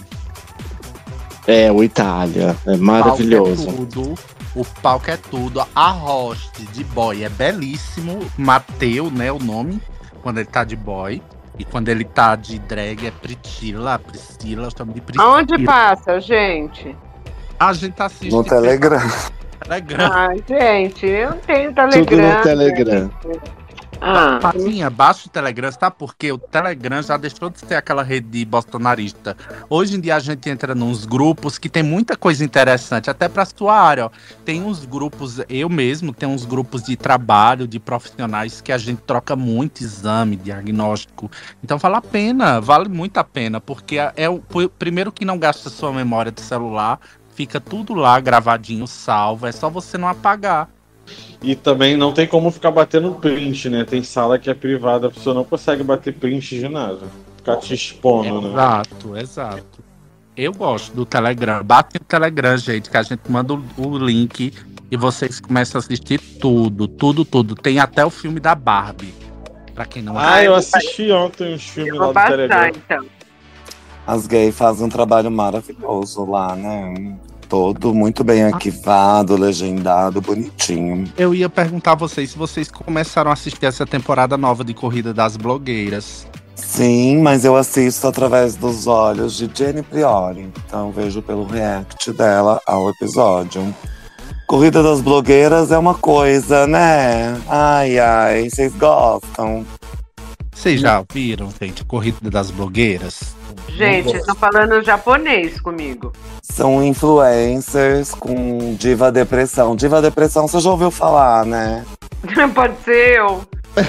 É, o Itália. É maravilhoso. O palco é tudo. A host de boy é belíssimo. Mateu, né, o nome, quando ele tá de boy. E quando ele tá de drag é Priscila, eu chamo de Priscila. Aonde passa, gente? A gente assiste No Telegram. Ai, gente, eu não tenho Telegram. Tudo no Telegram. Patinha, baixa o Telegram, sabe por quê? O Telegram já deixou de ser aquela rede bolsonarista. Hoje em dia a gente entra nos grupos que tem muita coisa interessante, até pra sua área, ó. Tem uns grupos, eu mesmo tenho uns grupos de trabalho, de profissionais que a gente troca muito exame, diagnóstico. Então vale muito a pena, porque é o primeiro que não gasta sua memória de celular, fica tudo lá gravadinho, salvo, é só você não apagar. E também não tem como ficar batendo print, né? Tem sala que é privada, a pessoa não consegue bater print de nada. Ficar te expondo, né? Exato. Eu gosto do Telegram. Bate no Telegram, gente, que a gente manda o link e vocês começam a assistir tudo. Tem até o filme da Barbie. Pra quem não eu assisti ontem os filmes lá do Telegram. Então. As gays fazem um trabalho maravilhoso lá, né? Todo muito bem arquivado, legendado, bonitinho. Eu ia perguntar a vocês se vocês começaram a assistir essa temporada nova de Corrida das Blogueiras. Sim, mas eu assisto através dos olhos de Jenny Priori. Então vejo pelo react dela ao episódio. Corrida das Blogueiras é uma coisa, né? Ai, vocês gostam? Vocês já viram, gente, Corrida das Blogueiras? Gente, estão falando japonês comigo. São influencers com diva depressão. Diva depressão, você já ouviu falar, né? Pode ser eu.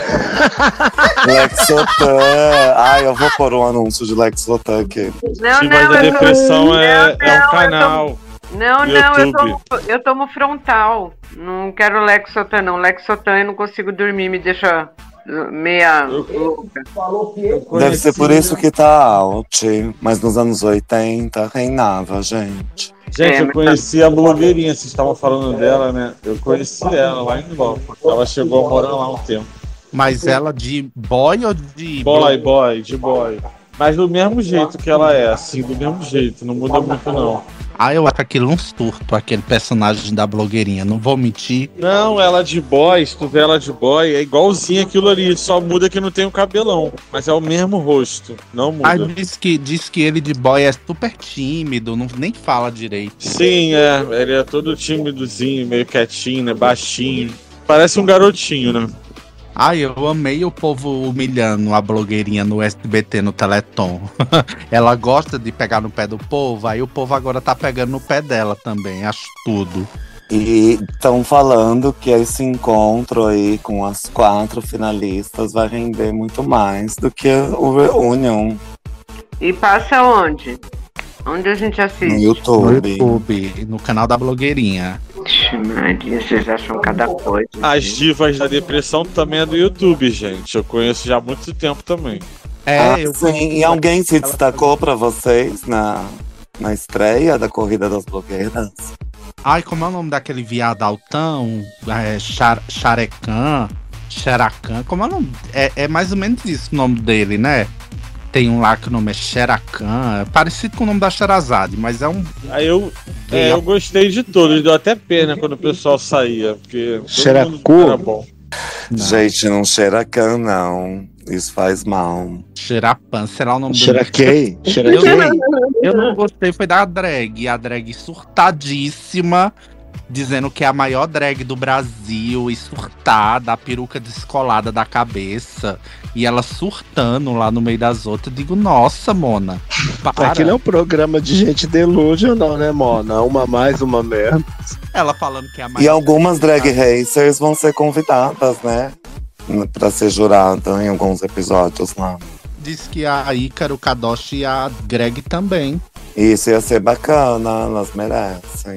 Lexotan. Eu vou pôr um anúncio de Lexotan aqui. Diva da depressão é um canal. Eu tomo frontal. Não quero Lexotan, não. Lexotan eu não consigo dormir, me deixa meia louca. Deve ser por isso que tá out. Mas nos anos 80 reinava, gente. Gente, eu conheci a blogueirinha, vocês estavam falando dela, né? Eu conheci ela lá em Ló. Ela chegou a morar lá um tempo. Mas ela de boy ou de... De boy. Mas do mesmo jeito que ela é, assim, do mesmo jeito. Não muda muito, não. Eu acho aquilo um surto, aquele personagem da blogueirinha, não vou mentir. Não, ela de boy, se tu vê ela de boy, é igualzinho aquilo ali, só muda que não tem o cabelão. Mas é o mesmo rosto, não muda. Diz que ele de boy é super tímido, nem fala direito. Sim, ele é todo tímidozinho, meio quietinho, né, baixinho. Parece um garotinho, né? Eu amei o povo humilhando a blogueirinha no SBT, no Teleton. Ela gosta de pegar no pé do povo, aí o povo agora tá pegando no pé dela também, acho tudo. E estão falando que esse encontro aí com as 4 finalistas vai render muito mais do que o Reunion. E passa onde? Onde a gente assiste? No YouTube. No canal da blogueirinha. Maria, vocês acham cada coisa. As divas da depressão também é do YouTube, gente. Eu conheço já há muito tempo também. Sim. E alguém se destacou pra vocês na estreia da Corrida das Blogueiras? Como é o nome daquele viado altão? Xaracan, como é o nome? É mais ou menos isso o nome dele, né? Tem um lá que o nome é Xeracan, parecido com o nome da Sherazade, mas é um... Eu gostei de todos, deu até pena quando o pessoal saía, porque Xeracu todo mundo era bom. Gente, não Xeracan, não. Isso faz mal. Xerapan, será o nome do Xeraquei? Eu não gostei, foi da drag. A drag surtadíssima, dizendo que é a maior drag do Brasil e surtada, a peruca descolada da cabeça. E ela surtando lá no meio das outras. Eu digo, nossa, Mona, para. Aquilo é um programa de gente delusional, né, Mona? Uma mais, uma menos. Ela falando que é a maior. E algumas drag racers vão ser convidadas, né? Pra ser jurada em alguns episódios lá. Diz que a Ícaro, Kadoshi e a Greg também. Isso ia ser bacana, elas merecem.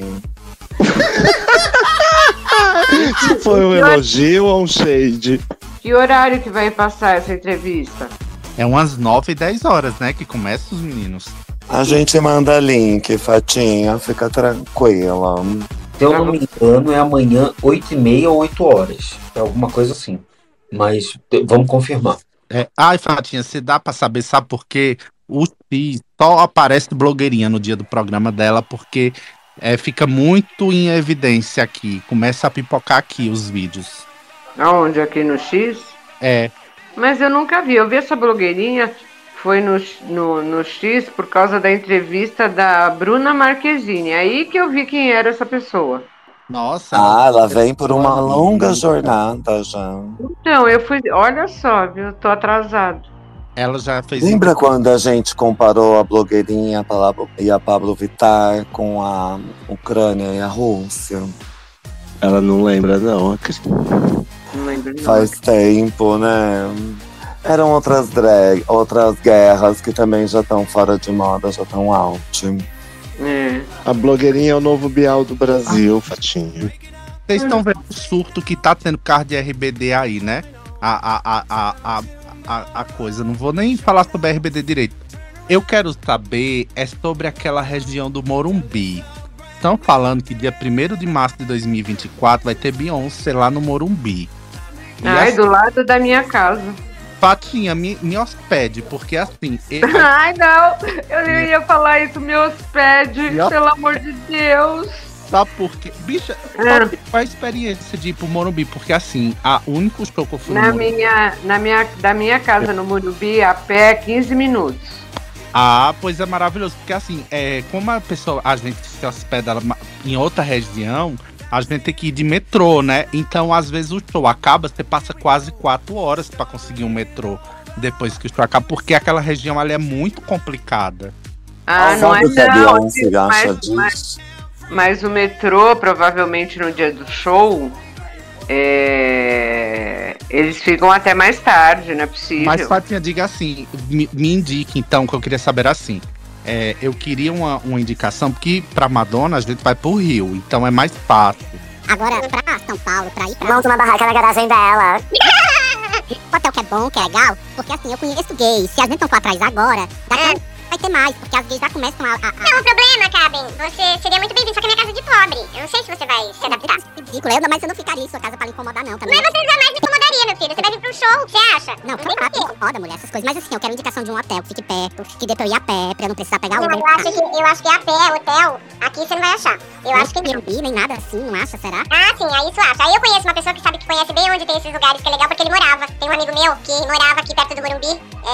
Foi um elogio ou um shade? Que horário que vai passar essa entrevista? É umas 9 e 10 horas, né? Que começam os meninos. A gente manda link, Fatinha, fica tranquila. Se eu não me engano, é amanhã 8h30 ou 8 horas. É alguma coisa assim. Mas vamos confirmar. Ai, Fatinha, se dá pra saber, sabe por quê? O X só aparece blogueirinha no dia do programa dela, porque fica muito em evidência aqui. Começa a pipocar aqui os vídeos. Aonde? Aqui no X? É. Mas eu nunca vi. Eu vi essa blogueirinha, foi no X por causa da entrevista da Bruna Marquezine. Aí que eu vi quem era essa pessoa. Nossa. Ela vem por uma longa jornada já. Então, eu fui. Olha só, viu? Tô atrasado. Ela já fez. Lembra quando a gente comparou a blogueirinha e a Pablo Vittar com a Ucrânia e a Rússia? Ela não lembra, não. Não lembro não. Faz tempo, né? Eram outras guerras que também já estão fora de moda, já estão out. A blogueirinha é o novo Bial do Brasil, Fatinho. Vocês estão vendo o surto que tá tendo carro de RBD aí, né? A coisa. Não vou nem falar sobre a RBD direito. Eu quero saber sobre aquela região do Morumbi. Estão falando que dia 1º de março de 2024 vai ter Beyoncé lá no Morumbi. Ai, do lado da minha casa. Fatinha, me hospede, porque assim... Ai, não! Eu não ia falar isso, me hospede, pelo amor de Deus! Sabe por quê? Bicha, qual a experiência de ir pro Morumbi? Porque assim, o único show que eu fui da minha casa no Morumbi, a pé, 15 minutos. Ah, pois é maravilhoso, porque assim, como a gente se hospeda em outra região, a gente tem que ir de metrô, né? Então, às vezes o show acaba, você passa quase 4 horas pra conseguir um metrô depois que o show acaba, porque aquela região ali é muito complicada. Não é não. Disso? Mas o metrô, provavelmente no dia do show, eles ficam até mais tarde, não é possível. Mas, Fatinha, diga assim, me indique então, que eu queria saber assim. Eu queria uma indicação, porque pra Madonna a gente vai pro Rio, então é mais fácil. Agora, pra São Paulo, pra ir pra... Monta uma barraca na garagem dela. Hotel que é bom, que é legal, porque assim, eu conheço gays. Se a gente não for atrás agora, vai ter mais, porque as gays já começam a... Não, o problema, Cabem, você seria muito bem-vindo, só que é minha casa de pobre. Eu não sei se você vai se adaptar. Ridículo, mas eu não ficaria em sua casa pra lhe incomodar, não, também. Mas você jamais me incomodaria, meu filho. Você vai vir pra um show, você acha? Não, claro, me incomoda, mulher, essas coisas. Mas assim, eu quero indicação de um hotel que fique perto, que dê pra eu ir a pé, pra eu não precisar pegar Uber. Eu acho que a pé, hotel, aqui você não vai achar. Eu acho que não. Nem nada assim, não acha, será? Ah, sim, aí isso acha. Aí eu conheço uma pessoa que sabe que conhece bem onde tem esses lugares, que é legal, porque ele morava. Tem um amigo meu que morava aqui perto do Morumbi,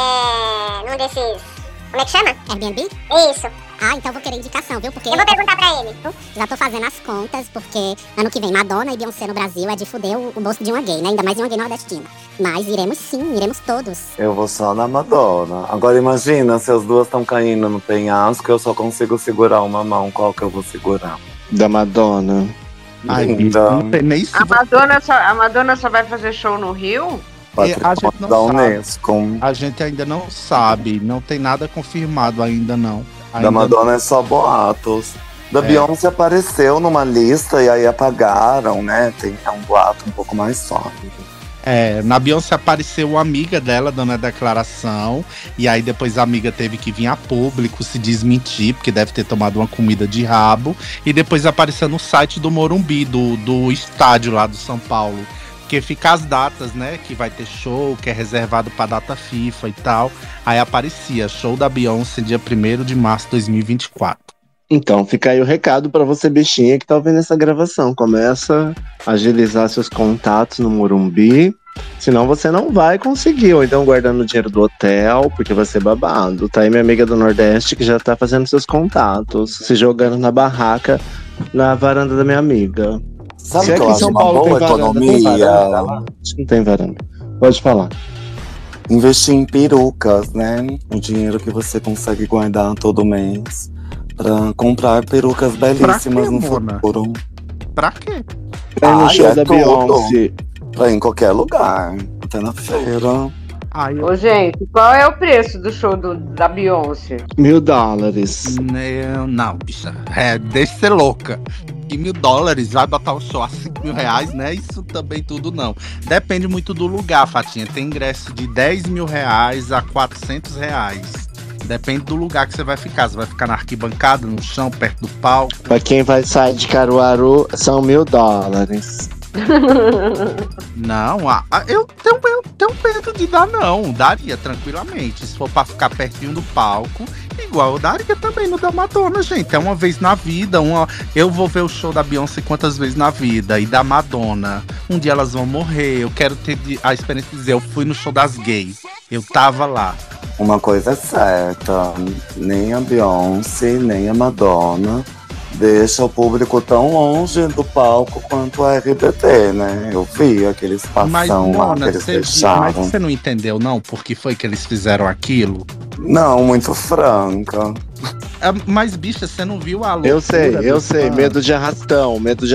num desses... Como é que chama? Airbnb? Isso. Ah, então eu vou querer indicação, viu? Porque eu vou perguntar pra ele. Já tô fazendo as contas, porque ano que vem Madonna e Beyoncé no Brasil é de fuder o bolso de uma gay, né? Ainda mais de uma gay nordestina. Mas iremos sim, iremos todos. Eu vou só na Madonna. Agora imagina, se as duas estão caindo no penhasco, eu só consigo segurar uma mão. Qual que eu vou segurar? Da Madonna. Ai, Linda. não tem nem A Madonna só vai fazer show no Rio? Patrimônio da Unesco. A gente ainda não sabe, não tem nada confirmado ainda não. Da Madonna é só boatos. Da Beyoncé apareceu numa lista e aí apagaram, né? É um boato um pouco mais sólido. Na Beyoncé apareceu uma amiga dela dando a declaração, e aí depois a amiga teve que vir a público se desmentir, porque deve ter tomado uma comida de rabo, e depois apareceu no site do Morumbi, do estádio lá do São Paulo. Porque fica as datas, né? Que vai ter show, que é reservado pra data FIFA e tal. Aí aparecia, show da Beyoncé, dia 1º de março de 2024. Então, fica aí o recado pra você, bichinha, que tá ouvindo essa gravação. Começa a agilizar seus contatos no Morumbi, Senão você não vai conseguir. Ou então guardando o dinheiro do hotel, porque vai ser babado. Tá aí minha amiga do Nordeste que já tá fazendo seus contatos, se jogando na barraca, na varanda da minha amiga. Sabe Se que eu aqui em acho São uma Paulo boa tem varanda, tem economia? varanda lá? Acho que não tem varanda. Pode falar. Investir em perucas, né? O dinheiro que você consegue guardar todo mês pra comprar perucas belíssimas quê, no Mona? futuro. Pra quê? Pra ir no show é da tudo. Beyoncé. Pra ir em qualquer lugar, até na feira. Ai, eu... Ô, gente, qual é o preço do show da Beyoncé? $1.000. Não, bicha. Deixa de ser louca. E $1.000 vai botar o show a R$5.000, né? Isso também tudo não. Depende muito do lugar, Fatinha. Tem ingresso de R$10.000 a R$400. Depende do lugar que você vai ficar. Você vai ficar na arquibancada, no chão, perto do palco. Pra quem vai sair de Caruaru, são $1.000. Não, eu tenho medo de dar, não. Daria tranquilamente. Se for pra ficar pertinho do palco, igual eu daria também no da Madonna, gente. É uma vez na vida. Eu vou ver o show da Beyoncé quantas vezes na vida. E da Madonna. Um dia elas vão morrer. Eu quero ter a experiência de dizer, eu fui no show das gays. Eu tava lá. Uma coisa é certa, nem a Beyoncé, nem a Madonna deixa o público tão longe do palco quanto a RBD, né? Eu vi aquele espação lá que eles fecharam. Mas você não entendeu, não? Por que foi que eles fizeram aquilo? Não, muito franca. Mas, bicha, você não viu a loucura? Eu sei. Medo de arrastão.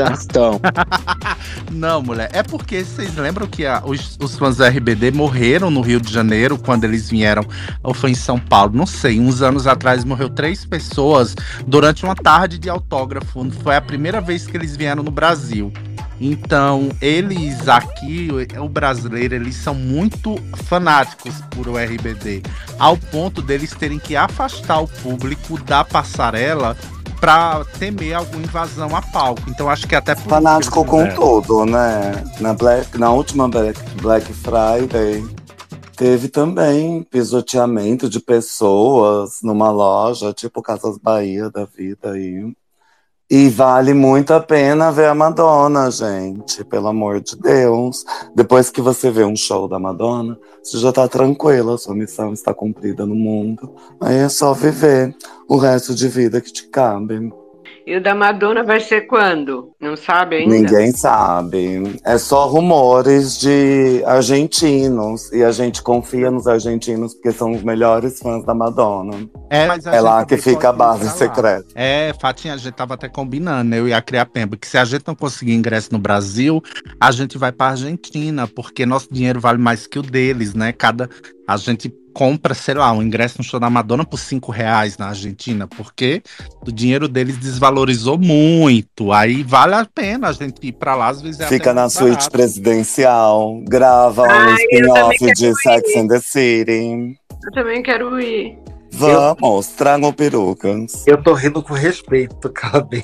Não, mulher. É porque vocês lembram que os fãs do RBD morreram no Rio de Janeiro quando eles vieram, ou foi em São Paulo? Não sei. Uns anos atrás morreu 3 pessoas durante uma tarde de autógrafo. Foi a primeira vez que eles vieram no Brasil. Então, eles aqui, o brasileiro, eles são muito fanáticos por o RBD, ao ponto deles terem que afastar o público da passarela pra temer alguma invasão a palco. Então, acho que até por fanático isso com tudo, né? Na última Black Friday, teve também pisoteamento de pessoas numa loja, tipo Casas Bahia da vida aí. E vale muito a pena ver a Madonna, gente, pelo amor de Deus. Depois que você vê um show da Madonna, você já tá tranquila, sua missão está cumprida no mundo. Aí é só viver o resto de vida que te cabe. E o da Madonna vai ser quando? Não sabe ainda? Ninguém sabe. É só rumores de argentinos. E a gente confia nos argentinos porque são os melhores fãs da Madonna. Mas é lá que fica a base secreta. Fatinha, a gente tava até combinando, eu e a Criapemba, que se a gente não conseguir ingresso no Brasil, a gente vai pra Argentina, porque nosso dinheiro vale mais que o deles, né? A gente compra, sei lá, um ingresso no show da Madonna por R$5 na Argentina, porque o dinheiro deles desvalorizou muito. Aí vale a pena a gente ir pra lá, às vezes fica na suíte presidencial, grava um spin-off de Sex and the City. Eu também quero ir. Vamos, tragam perucas. Eu tô rindo com respeito, cara, bem.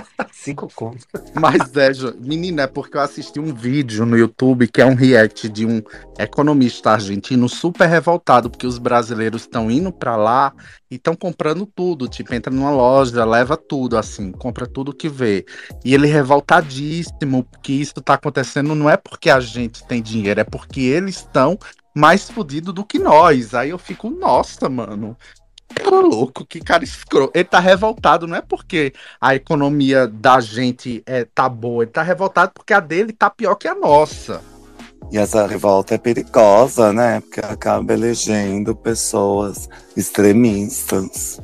5 contos. Mas menina, é porque eu assisti um vídeo no YouTube que é um react de um economista argentino super revoltado, porque os brasileiros estão indo pra lá e estão comprando tudo, tipo, entra numa loja, leva tudo, assim, compra tudo que vê. E ele revoltadíssimo, porque isso tá acontecendo não é porque a gente tem dinheiro, é porque eles estão mais fodidos do que nós. Aí eu fico, nossa, mano, cara louco, que cara escroto. Ele tá revoltado, não é porque a economia da gente tá boa, ele tá revoltado porque a dele tá pior que a nossa. E essa revolta é perigosa, né? Porque acaba elegendo pessoas extremistas.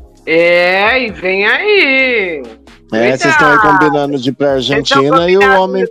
E vem aí. Vocês estão aí combinando de ir pra Argentina e o homem...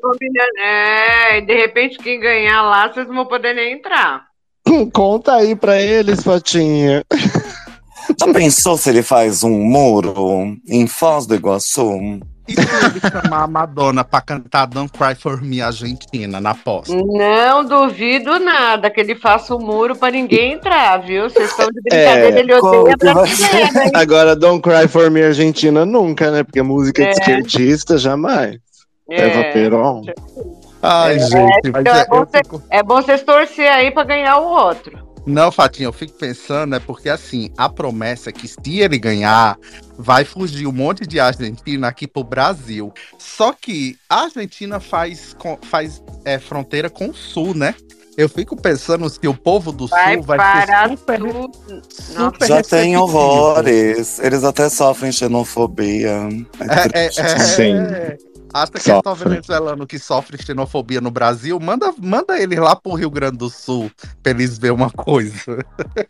e de repente quem ganhar lá, vocês não vão poder nem entrar. Conta aí pra eles, Fatinha. Já pensou se ele faz um muro em Foz do Iguaçu? E se ele chamar a Madonna pra cantar Don't Cry For Me Argentina na posta? Não duvido nada que ele faça um muro pra ninguém entrar, viu? Vocês estão de brincadeira, ele odeia brasileiro, hein? Agora, Don't Cry For Me Argentina nunca, né? Porque música de esquerdista, jamais. Eva Peron. Ai, gente. Então é bom vocês torcer aí pra ganhar o outro. Não, Fatinha, eu fico pensando, porque assim, a promessa é que se ele ganhar, vai fugir um monte de argentino aqui pro Brasil. Só que a Argentina faz fronteira com o Sul, né? Eu fico pensando se o povo do Vai Sul vai parar ser super, tudo. super Já tem receptivo. horrores. Eles até sofrem xenofobia. Sim. Acha que é só Sofre. venezuelano que sofre xenofobia no Brasil? Manda eles lá pro Rio Grande do Sul pra eles verem uma coisa.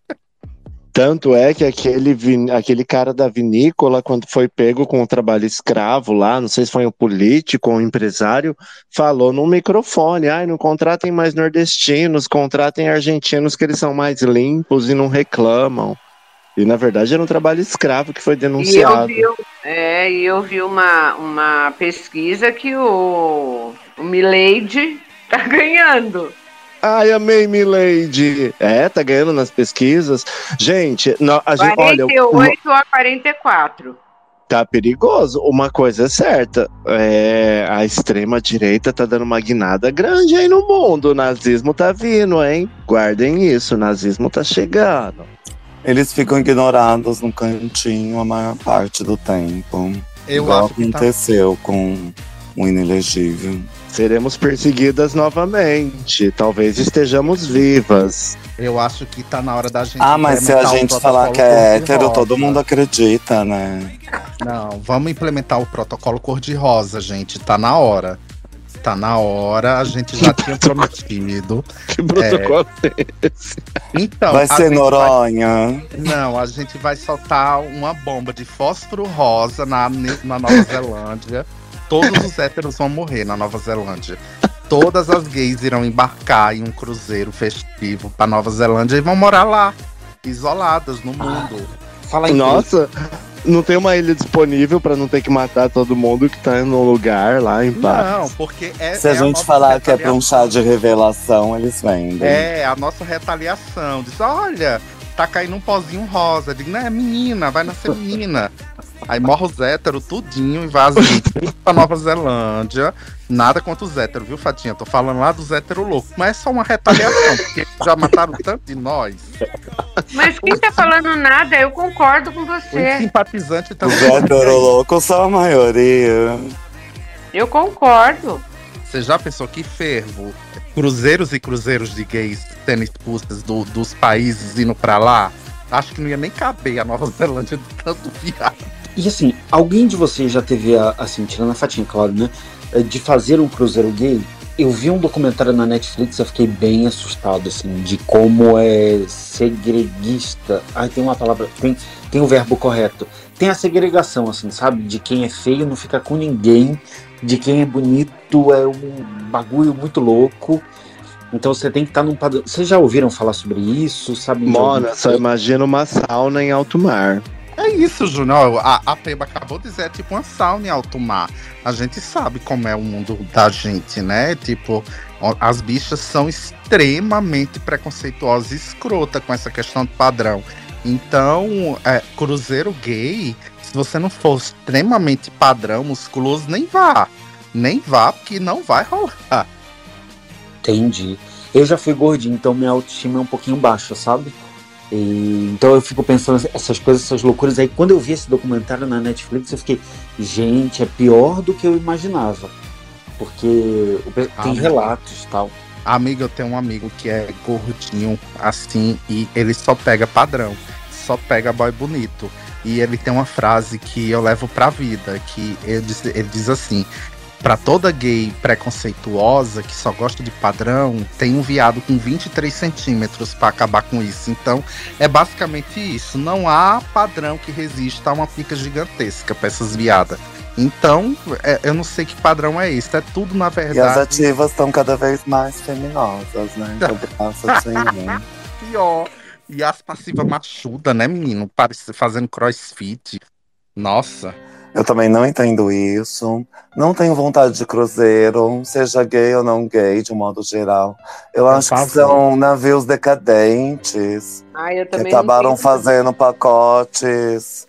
Tanto é que aquele cara da vinícola, quando foi pego com o trabalho escravo lá, não sei se foi um político ou um empresário, falou no microfone: ai, não contratem mais nordestinos, contratem argentinos que eles são mais limpos e não reclamam. E na verdade era um trabalho escravo que foi denunciado. E eu vi uma pesquisa que o Milady tá ganhando. Ai, amei, Milady. Tá ganhando nas pesquisas. Gente, olha, 48 a 44. tá perigoso. Uma coisa é certa, a extrema-direita tá dando uma guinada grande aí no mundo. O nazismo tá vindo, hein? Guardem isso, o nazismo tá chegando. Eles ficam ignorados no cantinho a maior parte do tempo. Eu Igual acho que aconteceu com o inelegível. Seremos perseguidas novamente. Talvez estejamos vivas. Eu acho que tá na hora da gente. Mas se a implementar o gente falar protocolo que é hétero, cor-de-rosa. todo mundo acredita, né? Não, vamos implementar o protocolo cor-de-rosa, gente. Tá na hora. Tá na hora, a gente já tinha prometido. Que protocolo é esse? Então, Vai a ser gente Noronha. Não, a gente vai soltar uma bomba de fósforo rosa na Nova Zelândia. Todos os héteros vão morrer na Nova Zelândia. Todas as gays irão embarcar em um cruzeiro festivo pra Nova Zelândia e vão morar lá, isoladas no mundo. Fala em Nossa, não tem uma ilha disponível pra não ter que matar todo mundo que tá num lugar lá em paz. Não, porque Se a gente falar que é pra um chá de revelação, eles vendem. É, a nossa retaliação. Diz, olha, tá caindo um pozinho rosa. Digo, não, é menina, vai nascer menina. Aí morre os héteros tudinho e vaza pra Nova Zelândia. Nada contra os héteros, viu, Fatinha? Tô falando lá dos héteros loucos. Mas é só uma retaliação, porque já mataram tanto de nós. Mas quem tá falando nada, eu concordo com Os você. simpatizantes Os também. héteros loucos são a maioria. Eu concordo. Você já pensou que fervo? Cruzeiros e cruzeiros de gays sendo expulsos dos países indo pra lá? Acho que não ia nem caber a Nova Zelândia de tanto viado. E assim, alguém de vocês já teve, assim, tirando a Fatinha, claro, né? De fazer um cruzeiro gay? Eu vi um documentário na Netflix, eu fiquei bem assustado, assim, de como é segreguista. Tem uma palavra, tem o verbo correto. Tem a segregação, assim, sabe? De quem é feio não fica com ninguém, de quem é bonito é um bagulho muito louco. Então você tem que estar num padrão. Vocês já ouviram falar sobre isso? Sabe? Mona, só imagina uma sauna em alto mar. É isso, Júnior. A Peba acabou de dizer, é tipo uma sauna em alto mar. A gente sabe como é o mundo da gente, né? Tipo, as bichas são extremamente preconceituosas e escrota com essa questão de padrão. Então, cruzeiro gay, se você não for extremamente padrão, musculoso, nem vá. Nem vá, porque não vai rolar. Entendi. Eu já fui gordinho, então minha autoestima é um pouquinho baixa, sabe? Então eu fico pensando essas coisas, essas loucuras. Aí quando eu vi esse documentário na Netflix, eu fiquei, gente, é pior do que eu imaginava. Porque tem relatos e tal. Amigo, eu tenho um amigo que é gordinho, assim, e ele só pega padrão. Só pega boy bonito. E ele tem uma frase que eu levo pra vida, que ele diz assim: pra toda gay preconceituosa que só gosta de padrão, tem um viado com 23 centímetros pra acabar com isso. Então, é basicamente isso. Não há padrão que resista a uma pica gigantesca pra essas viadas. Então, eu não sei que padrão é esse. É tudo, na verdade... E as ativas estão cada vez mais feminosas, né? Então, graças a Pior. E as passivas machudas, né, menino? Fazendo crossfit. Nossa... Eu também não entendo isso. Não tenho vontade de cruzeiro, seja gay ou não gay, de um modo geral. Eu acho que são navios decadentes. Eu que também acabaram fazendo pacotes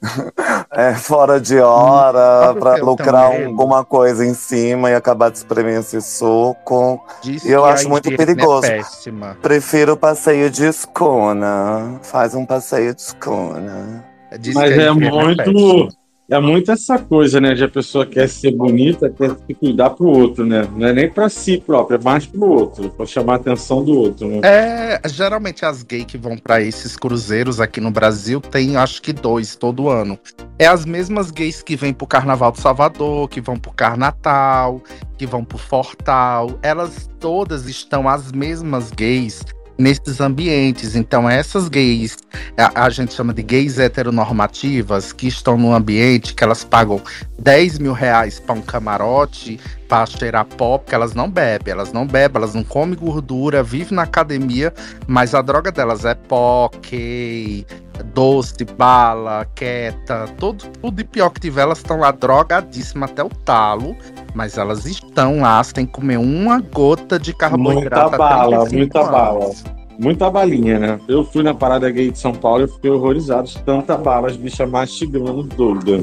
fora de hora para lucrar alguma coisa em cima e acabar de espremer esse suco. E eu acho muito perigoso. Prefiro o passeio de escuna. Faz um passeio de escuna. Mas é muito... É muito essa coisa, né? De a pessoa quer ser bonita, quer se cuidar pro outro, né? Não é nem pra si própria, é mais pro outro, pra chamar a atenção do outro, né? Geralmente as gays que vão pra esses cruzeiros aqui no Brasil tem, acho que 2 todo ano. É as mesmas gays que vêm pro Carnaval de Salvador, que vão pro Carnatal, que vão pro Fortal. Elas todas estão as mesmas gays nesses ambientes. Então essas gays, a gente chama de gays heteronormativas, que estão num ambiente que elas pagam 10 mil reais para um camarote, para cheirar pó, porque elas não bebem, elas não comem gordura, vivem na academia, mas a droga delas é pó, key, doce, bala, queta, tudo de pior que tiver, elas estão lá drogadíssimas até o talo, mas elas estão lá sem comer uma gota de carboidrato. Muita bala. Muita balinha, né? Eu fui na parada gay de São Paulo e fiquei horrorizado de tanta bala, as bichas mastigando doida.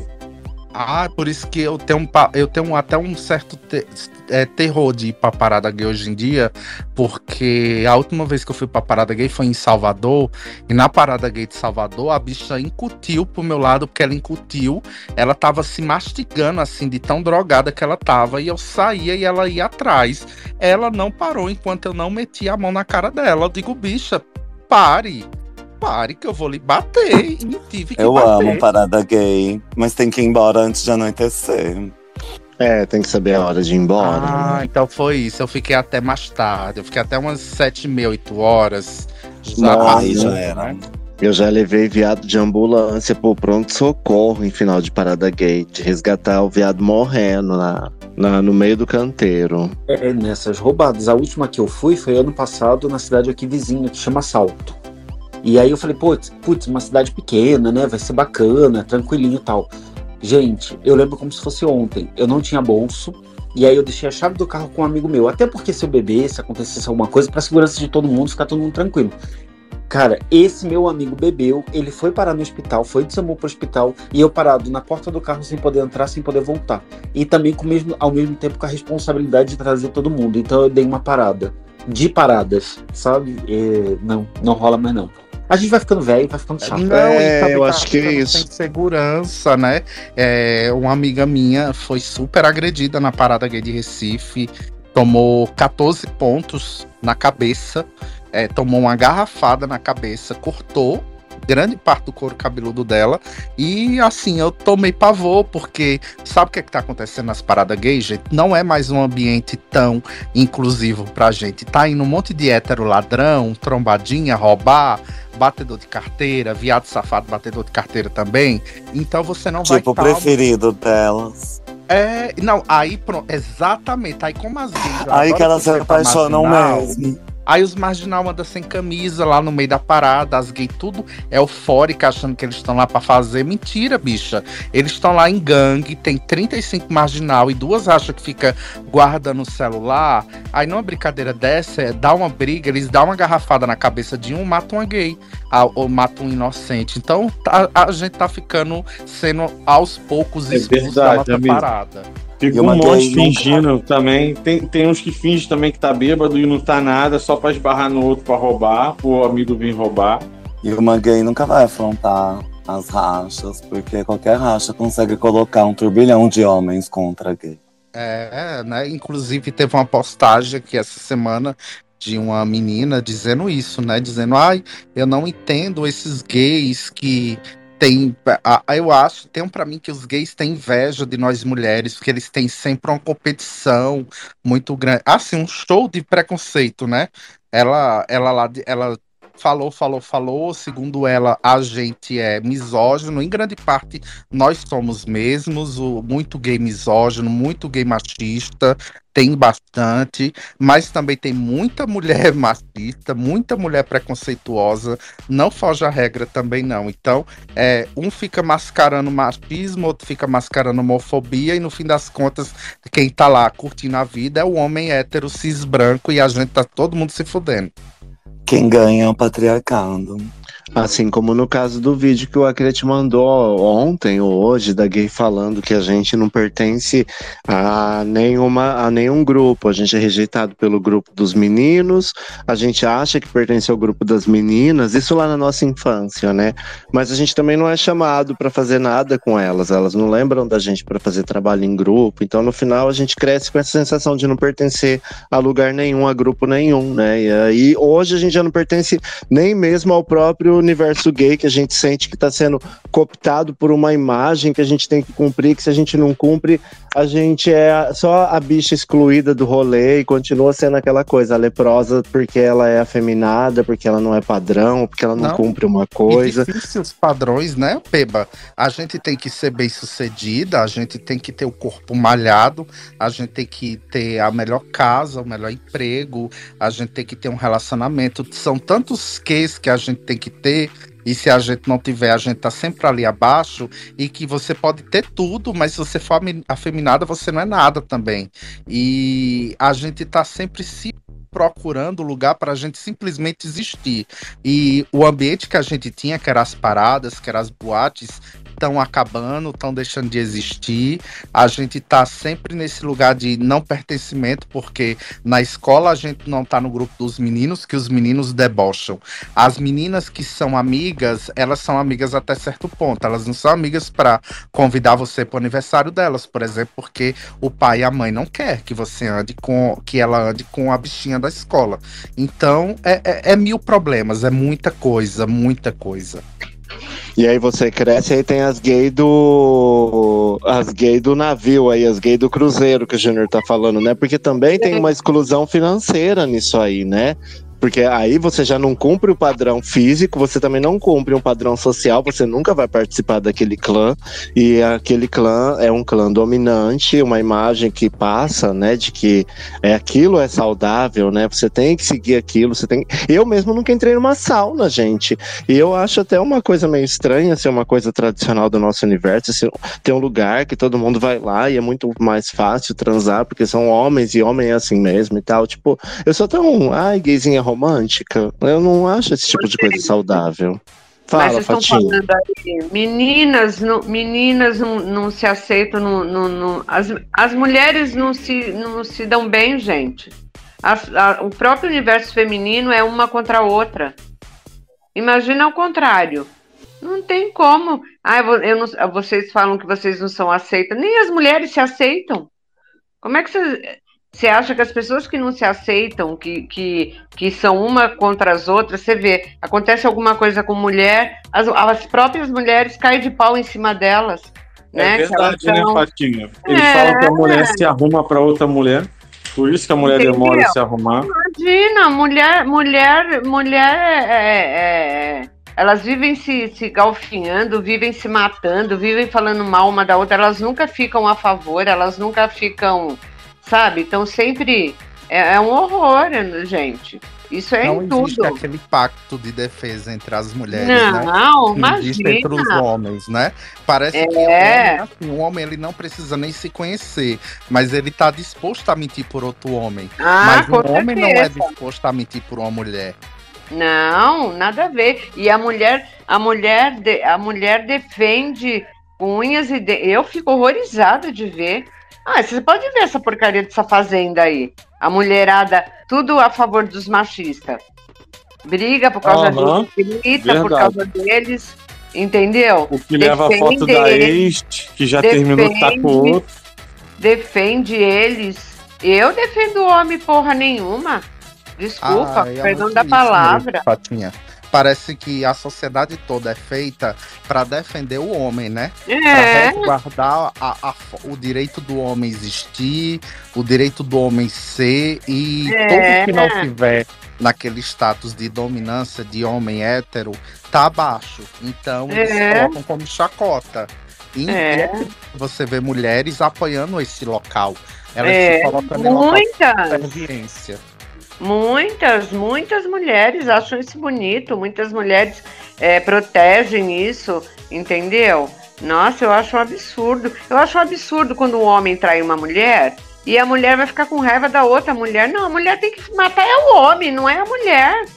Por isso que eu tenho até um certo terror de ir pra parada gay hoje em dia, porque a última vez que eu fui pra parada gay foi em Salvador, e na parada gay de Salvador a bicha incutiu pro meu lado, porque ela tava se mastigando assim, de tão drogada que ela tava, e eu saía e ela ia atrás. Ela não parou enquanto eu não meti a mão na cara dela. Eu digo, bicha, pare que eu vou lhe bater. E tive que Eu bater. amo parada gay, mas tem que ir embora antes de anoitecer. Tem que saber a hora de ir embora. Então foi isso. Eu fiquei até mais tarde. Eu fiquei até umas 7h30, 8 horas. Aí já era. Eu já levei viado de ambulância pro pronto-socorro em final de parada gay, de resgatar o viado morrendo no meio do canteiro. Nessas roubadas. A última que eu fui foi ano passado na cidade aqui vizinha, que chama Salto. E aí eu falei, putz, uma cidade pequena, né? Vai ser bacana, tranquilinho e tal. Gente, eu lembro como se fosse ontem. Eu não tinha bolso. E aí eu deixei a chave do carro com um amigo meu. Até porque se eu bebesse, acontecesse alguma coisa, pra segurança de todo mundo, ficar todo mundo tranquilo. Cara, esse meu amigo bebeu, ele foi parar no hospital, foi de SAMU pro hospital, e eu parado na porta do carro sem poder entrar, sem poder voltar. E também ao mesmo tempo com a responsabilidade de trazer todo mundo. Então eu dei uma parada. De paradas, sabe? Não rola mais não. A gente vai ficando velho, vai ficando chato. Eu acho que é isso. Sem segurança, né? Uma amiga minha foi super agredida na parada gay de Recife, tomou 14 pontos na cabeça, tomou uma garrafada na cabeça, cortou grande parte do couro cabeludo dela. E assim, eu tomei pavor, porque sabe o que tá acontecendo nas paradas gays, gente? Não é mais um ambiente tão inclusivo pra gente. Tá indo um monte de hétero ladrão, trombadinha, roubar, batedor de carteira, viado safado, batedor de carteira também. Então você não vai... Tipo, o preferido delas. Aí pronto, exatamente. Aí como as gays... Aí que elas se apaixonam mesmo. Aí os marginal andam sem camisa lá no meio da parada, as gays tudo eufórica, achando que eles estão lá pra fazer. Mentira, bicha. Eles estão lá em gangue, tem 35 marginal e 2 acham que fica guardando o celular. Aí numa brincadeira dessa, dá uma briga, eles dão uma garrafada na cabeça de um, matam uma gay, ou matam um inocente. Então a gente tá sendo aos poucos expulso da nossa parada. Fica um monte fingindo também. Tem uns que fingem também que tá bêbado e não tá nada, só pra esbarrar no outro pra roubar, pro amigo vir roubar. E uma gay nunca vai afrontar as rachas, porque qualquer racha consegue colocar um turbilhão de homens contra a gay. Né? Inclusive teve uma postagem aqui essa semana de uma menina dizendo isso, né? Dizendo, eu não entendo esses gays que... Tenho pra mim que os gays têm inveja de nós mulheres, porque eles têm sempre uma competição muito grande. Assim, um show de preconceito, né? Ela falou, segundo ela, a gente é misógino, em grande parte nós somos mesmos, muito gay misógino, muito gay machista, tem bastante, mas também tem muita mulher machista, muita mulher preconceituosa, não foge à regra também não. Então, um fica mascarando machismo, outro fica mascarando homofobia, e no fim das contas, quem tá lá curtindo a vida é o homem hétero, cis branco, e a gente tá todo mundo se fudendo. Quem ganha é o patriarcado. Assim como no caso do vídeo que o Acre te mandou ontem ou hoje, da gay falando que a gente não pertence a nenhum grupo. A gente é rejeitado pelo grupo dos meninos, a gente acha que pertence ao grupo das meninas, isso lá na nossa infância, né? Mas a gente também não é chamado para fazer nada com elas não lembram da gente para fazer trabalho em grupo. Então, no final, a gente cresce com essa sensação de não pertencer a lugar nenhum, a grupo nenhum, né? E aí, hoje, a gente já não pertence nem mesmo ao próprio universo gay, que a gente sente que está sendo cooptado por uma imagem que a gente tem que cumprir, que se a gente não cumpre, a gente é só a bicha excluída do rolê e continua sendo aquela coisa, a leprosa porque ela é afeminada, porque ela não é padrão, porque ela não cumpre uma coisa. E difícil os padrões, né, Peba? A gente tem que ser bem sucedida, a gente tem que ter o corpo malhado, a gente tem que ter a melhor casa, o melhor emprego, a gente tem que ter um relacionamento. São tantos quês que a gente tem que ter. E se a gente não tiver, a gente tá sempre ali abaixo, e que você pode ter tudo, mas se você for afeminada, você não é nada também. E a gente tá sempre se procurando lugar para a gente simplesmente existir. E o ambiente que a gente tinha, que eram as paradas, que eram as boates, estão acabando, estão deixando de existir. A gente tá sempre nesse lugar de não pertencimento, porque na escola a gente não tá no grupo dos meninos, que os meninos debocham. As meninas que são amigas, elas são amigas até certo ponto. Elas não são amigas para convidar você para o aniversário delas, por exemplo, porque o pai e a mãe não quer que você que ela ande com a bichinha da escola. Então, é mil problemas, é muita coisa, muita coisa. E aí você cresce e aí tem as gays do navio aí, as gays do cruzeiro que o Júnior tá falando, né? Porque também tem uma exclusão financeira nisso aí, né? Porque aí você já não cumpre o padrão físico, você também não cumpre um padrão social, você nunca vai participar daquele clã, e aquele clã é um clã dominante, uma imagem que passa, né, de que aquilo é saudável, né, você tem que seguir aquilo, Eu mesmo nunca entrei numa sauna, gente, e eu acho até uma coisa meio estranha ser uma coisa tradicional do nosso universo, assim, ter um lugar que todo mundo vai lá e é muito mais fácil transar, porque são homens, e homem é assim mesmo e tal, tipo, eu sou tão, gayzinha romântica, eu não acho esse tipo de coisa saudável. Fala, mas vocês Fatinha. estão falando aí, meninas não se aceitam, as mulheres não se dão bem, gente. O próprio universo feminino é uma contra a outra. Imagina ao contrário. Não tem como. Vocês falam que vocês não são aceitas, nem as mulheres se aceitam. Como é que você acha que as pessoas que não se aceitam, que são uma contra as outras, você vê, acontece alguma coisa com mulher, as próprias mulheres caem de pau em cima delas. É verdade, né, Fatinha? Eles falam que a mulher se arruma para outra mulher, por isso que a mulher demora a se arrumar. Imagina, mulher elas vivem se galfinhando, vivem se matando, vivem falando mal uma da outra, elas nunca ficam a favor, elas nunca ficam... Sabe? Então sempre é um horror, gente. Isso é não em tudo. Não existe aquele pacto de defesa entre as mulheres, né? Não, imagina. Existe entre os homens, né? Parece que o homem ele não precisa nem se conhecer, mas ele tá disposto a mentir por outro homem. Mas o homem não é disposto a mentir por uma mulher. Não, nada a ver. E a mulher defende com unhas e dentes. Eu fico horrorizada de ver. Você pode ver essa porcaria dessa fazenda aí. A mulherada, tudo a favor dos machistas. Briga por causa deles, grita por causa deles, entendeu? O que leva a foto da ex, que já terminou, tá com outro. Defende eles. Eu defendo o homem porra nenhuma. Desculpa, perdão da palavra. Fatinha. Parece que a sociedade toda é feita para defender o homem, né? Para resguardar o direito do homem existir, o direito do homem ser, e todo que não tiver naquele status de dominância de homem hétero tá abaixo. Então eles colocam como chacota. E você vê mulheres apoiando esse local. Elas se colocam no local de subserviência. Muitas mulheres acham isso bonito, muitas mulheres protegem isso, entendeu? Nossa, eu acho um absurdo. Eu acho um absurdo quando um homem trai uma mulher e a mulher vai ficar com raiva da outra mulher. Não, a mulher tem que matar o homem, não é a mulher.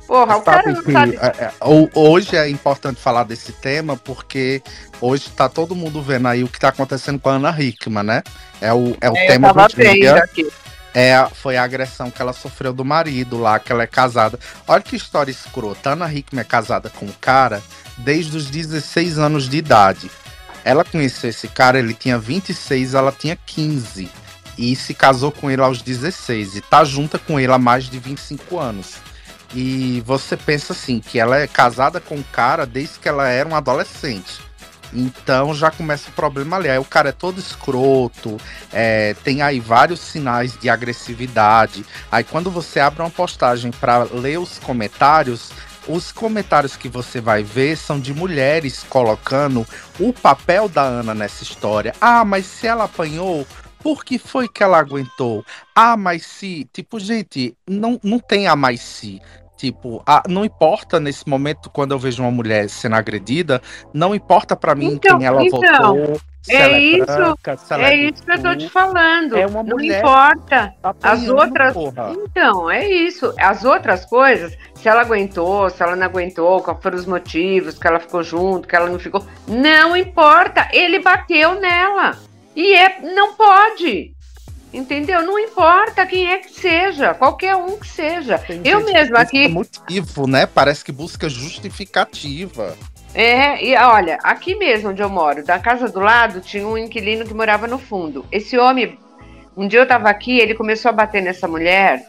Porra, o cara não sabe. Hoje é importante falar desse tema porque hoje tá todo mundo vendo aí o que tá acontecendo com a Ana Hickman, né? É o tema eu tava do dia. vendo aqui. Foi a agressão que ela sofreu do marido lá, que ela é casada. Olha que história escrota. A Ana Hickman é casada com um cara desde os 16 anos de idade. Ela conheceu esse cara, ele tinha 26, ela tinha 15. E se casou com ele aos 16. E tá junta com ele há mais de 25 anos. E você pensa assim, que ela é casada com um cara desde que ela era uma adolescente. Então já começa o problema ali. Aí o cara é todo escroto, tem aí vários sinais de agressividade. Aí quando você abre uma postagem para ler os comentários que você vai ver são de mulheres colocando o papel da Ana nessa história. Ah, mas se ela apanhou, por que foi que ela aguentou? Ah, mas se... Tipo, gente, não tem a mais se. Tipo, não importa nesse momento, quando eu vejo uma mulher sendo agredida, não importa pra mim quem ela votou, se ela é branca, se ela é isso que eu tô te falando. É uma não mulher importa. As outras. Porra. Então, é isso. As outras coisas, se ela aguentou, se ela não aguentou, quais foram os motivos, que ela ficou junto, que ela não ficou. Não importa. Ele bateu nela. E não pode. Entendeu? Não importa quem é que seja, qualquer um que seja. Tem eu gente mesma que busca aqui. motivo, né? Parece que busca justificativa. E olha, aqui mesmo onde eu moro, da casa do lado, tinha um inquilino que morava no fundo. Esse homem, um dia eu tava aqui, ele começou a bater nessa mulher.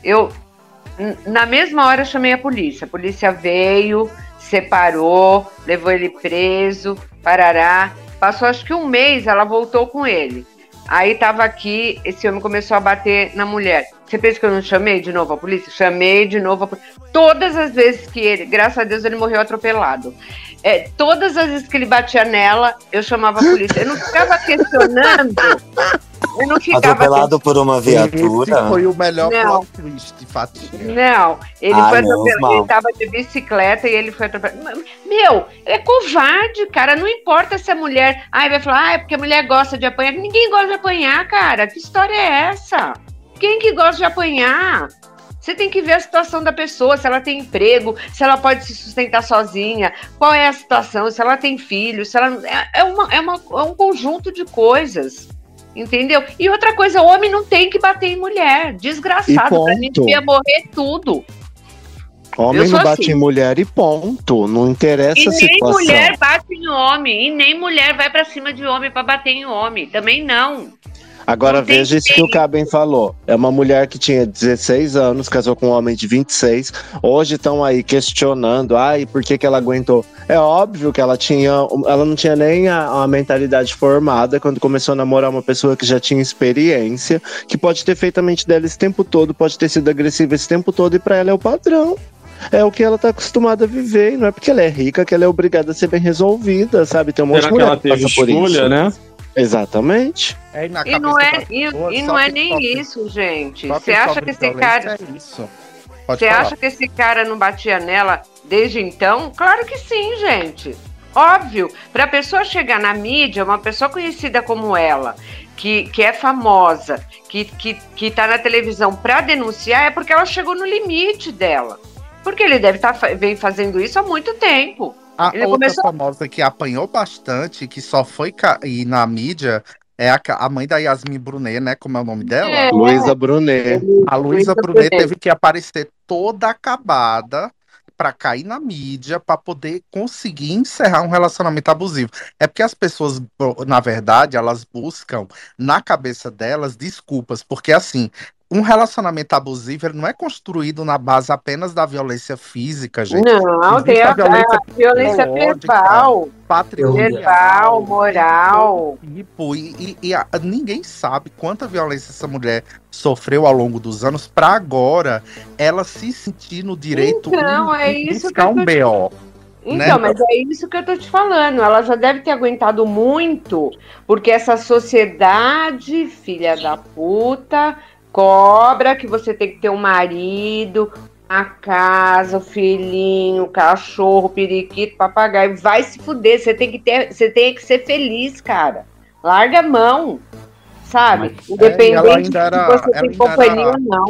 Na mesma hora, eu chamei a polícia. A polícia veio, separou, levou ele preso, parará. Passou acho que um mês, ela voltou com ele. Aí tava aqui, esse homem começou a bater na mulher. Você pensa que eu não chamei de novo a polícia? Chamei de novo a polícia. Todas as vezes que ele, graças a Deus, ele morreu atropelado. Todas as vezes que ele batia nela, eu chamava a polícia. Eu não ficava questionando. Atropelado por uma viatura. Esse foi o melhor plot twist, Fatinha. Não, ele foi atropelado. Ele tava de bicicleta e ele foi atropelado. Meu, é covarde, cara. Não importa se a mulher. Vai falar, é porque a mulher gosta de apanhar. Ninguém gosta de apanhar, cara. Que história é essa? Quem que gosta de apanhar? Você tem que ver a situação da pessoa, se ela tem emprego, se ela pode se sustentar sozinha, qual é a situação, se ela tem filhos, se ela... é um conjunto de coisas, entendeu? E outra coisa, o homem não tem que bater em mulher, desgraçado, pra mim devia morrer tudo. Homem não bate em mulher e ponto, não interessa a situação. E nem mulher bate em homem, e nem mulher vai pra cima de homem pra bater em homem, também não. Agora veja isso que o Caben falou. É uma mulher que tinha 16 anos, casou com um homem de 26. Hoje estão aí questionando, por que ela aguentou? É óbvio que ela não tinha nem a mentalidade formada quando começou a namorar uma pessoa que já tinha experiência, que pode ter feito a mente dela esse tempo todo, pode ter sido agressiva esse tempo todo, e pra ela é o padrão. É o que ela tá acostumada a viver, e não é porque ela é rica que ela é obrigada a ser bem resolvida, sabe? Tem um monte de mulher que passa por isso. Né? Exatamente. E não é nem isso, gente. Você acha que esse cara. Você acha que esse cara não batia nela desde então? Claro que sim, gente. Óbvio. Pra pessoa chegar na mídia, uma pessoa conhecida como ela, que é famosa, que tá na televisão pra denunciar, é porque ela chegou no limite dela. Porque ele vem fazendo isso há muito tempo. Ele outra famosa que apanhou bastante, que só foi cair na mídia, é a mãe da Yasmin Brunet, né? Como é o nome dela? Luísa Brunet. A Luísa Brunet teve que aparecer toda acabada pra cair na mídia, pra poder conseguir encerrar um relacionamento abusivo. É porque as pessoas, na verdade, elas buscam na cabeça delas desculpas, porque assim... Um relacionamento abusivo ele não é construído na base apenas da violência física, gente. Não, tem a violência verbal, patrimonial, moral. Tipo, ninguém sabe quanta violência essa mulher sofreu ao longo dos anos para agora ela se sentir no direito de buscar um BO. Então, mas é isso que eu tô te falando. Ela já deve ter aguentado muito, porque essa sociedade, filha da puta... Cobra que você tem que ter um marido, a casa, o filhinho, o cachorro, o periquito, papagaio. Vai se fuder, você tem que ser feliz, cara. Larga a mão, sabe? Independente se você tem companhia ou não.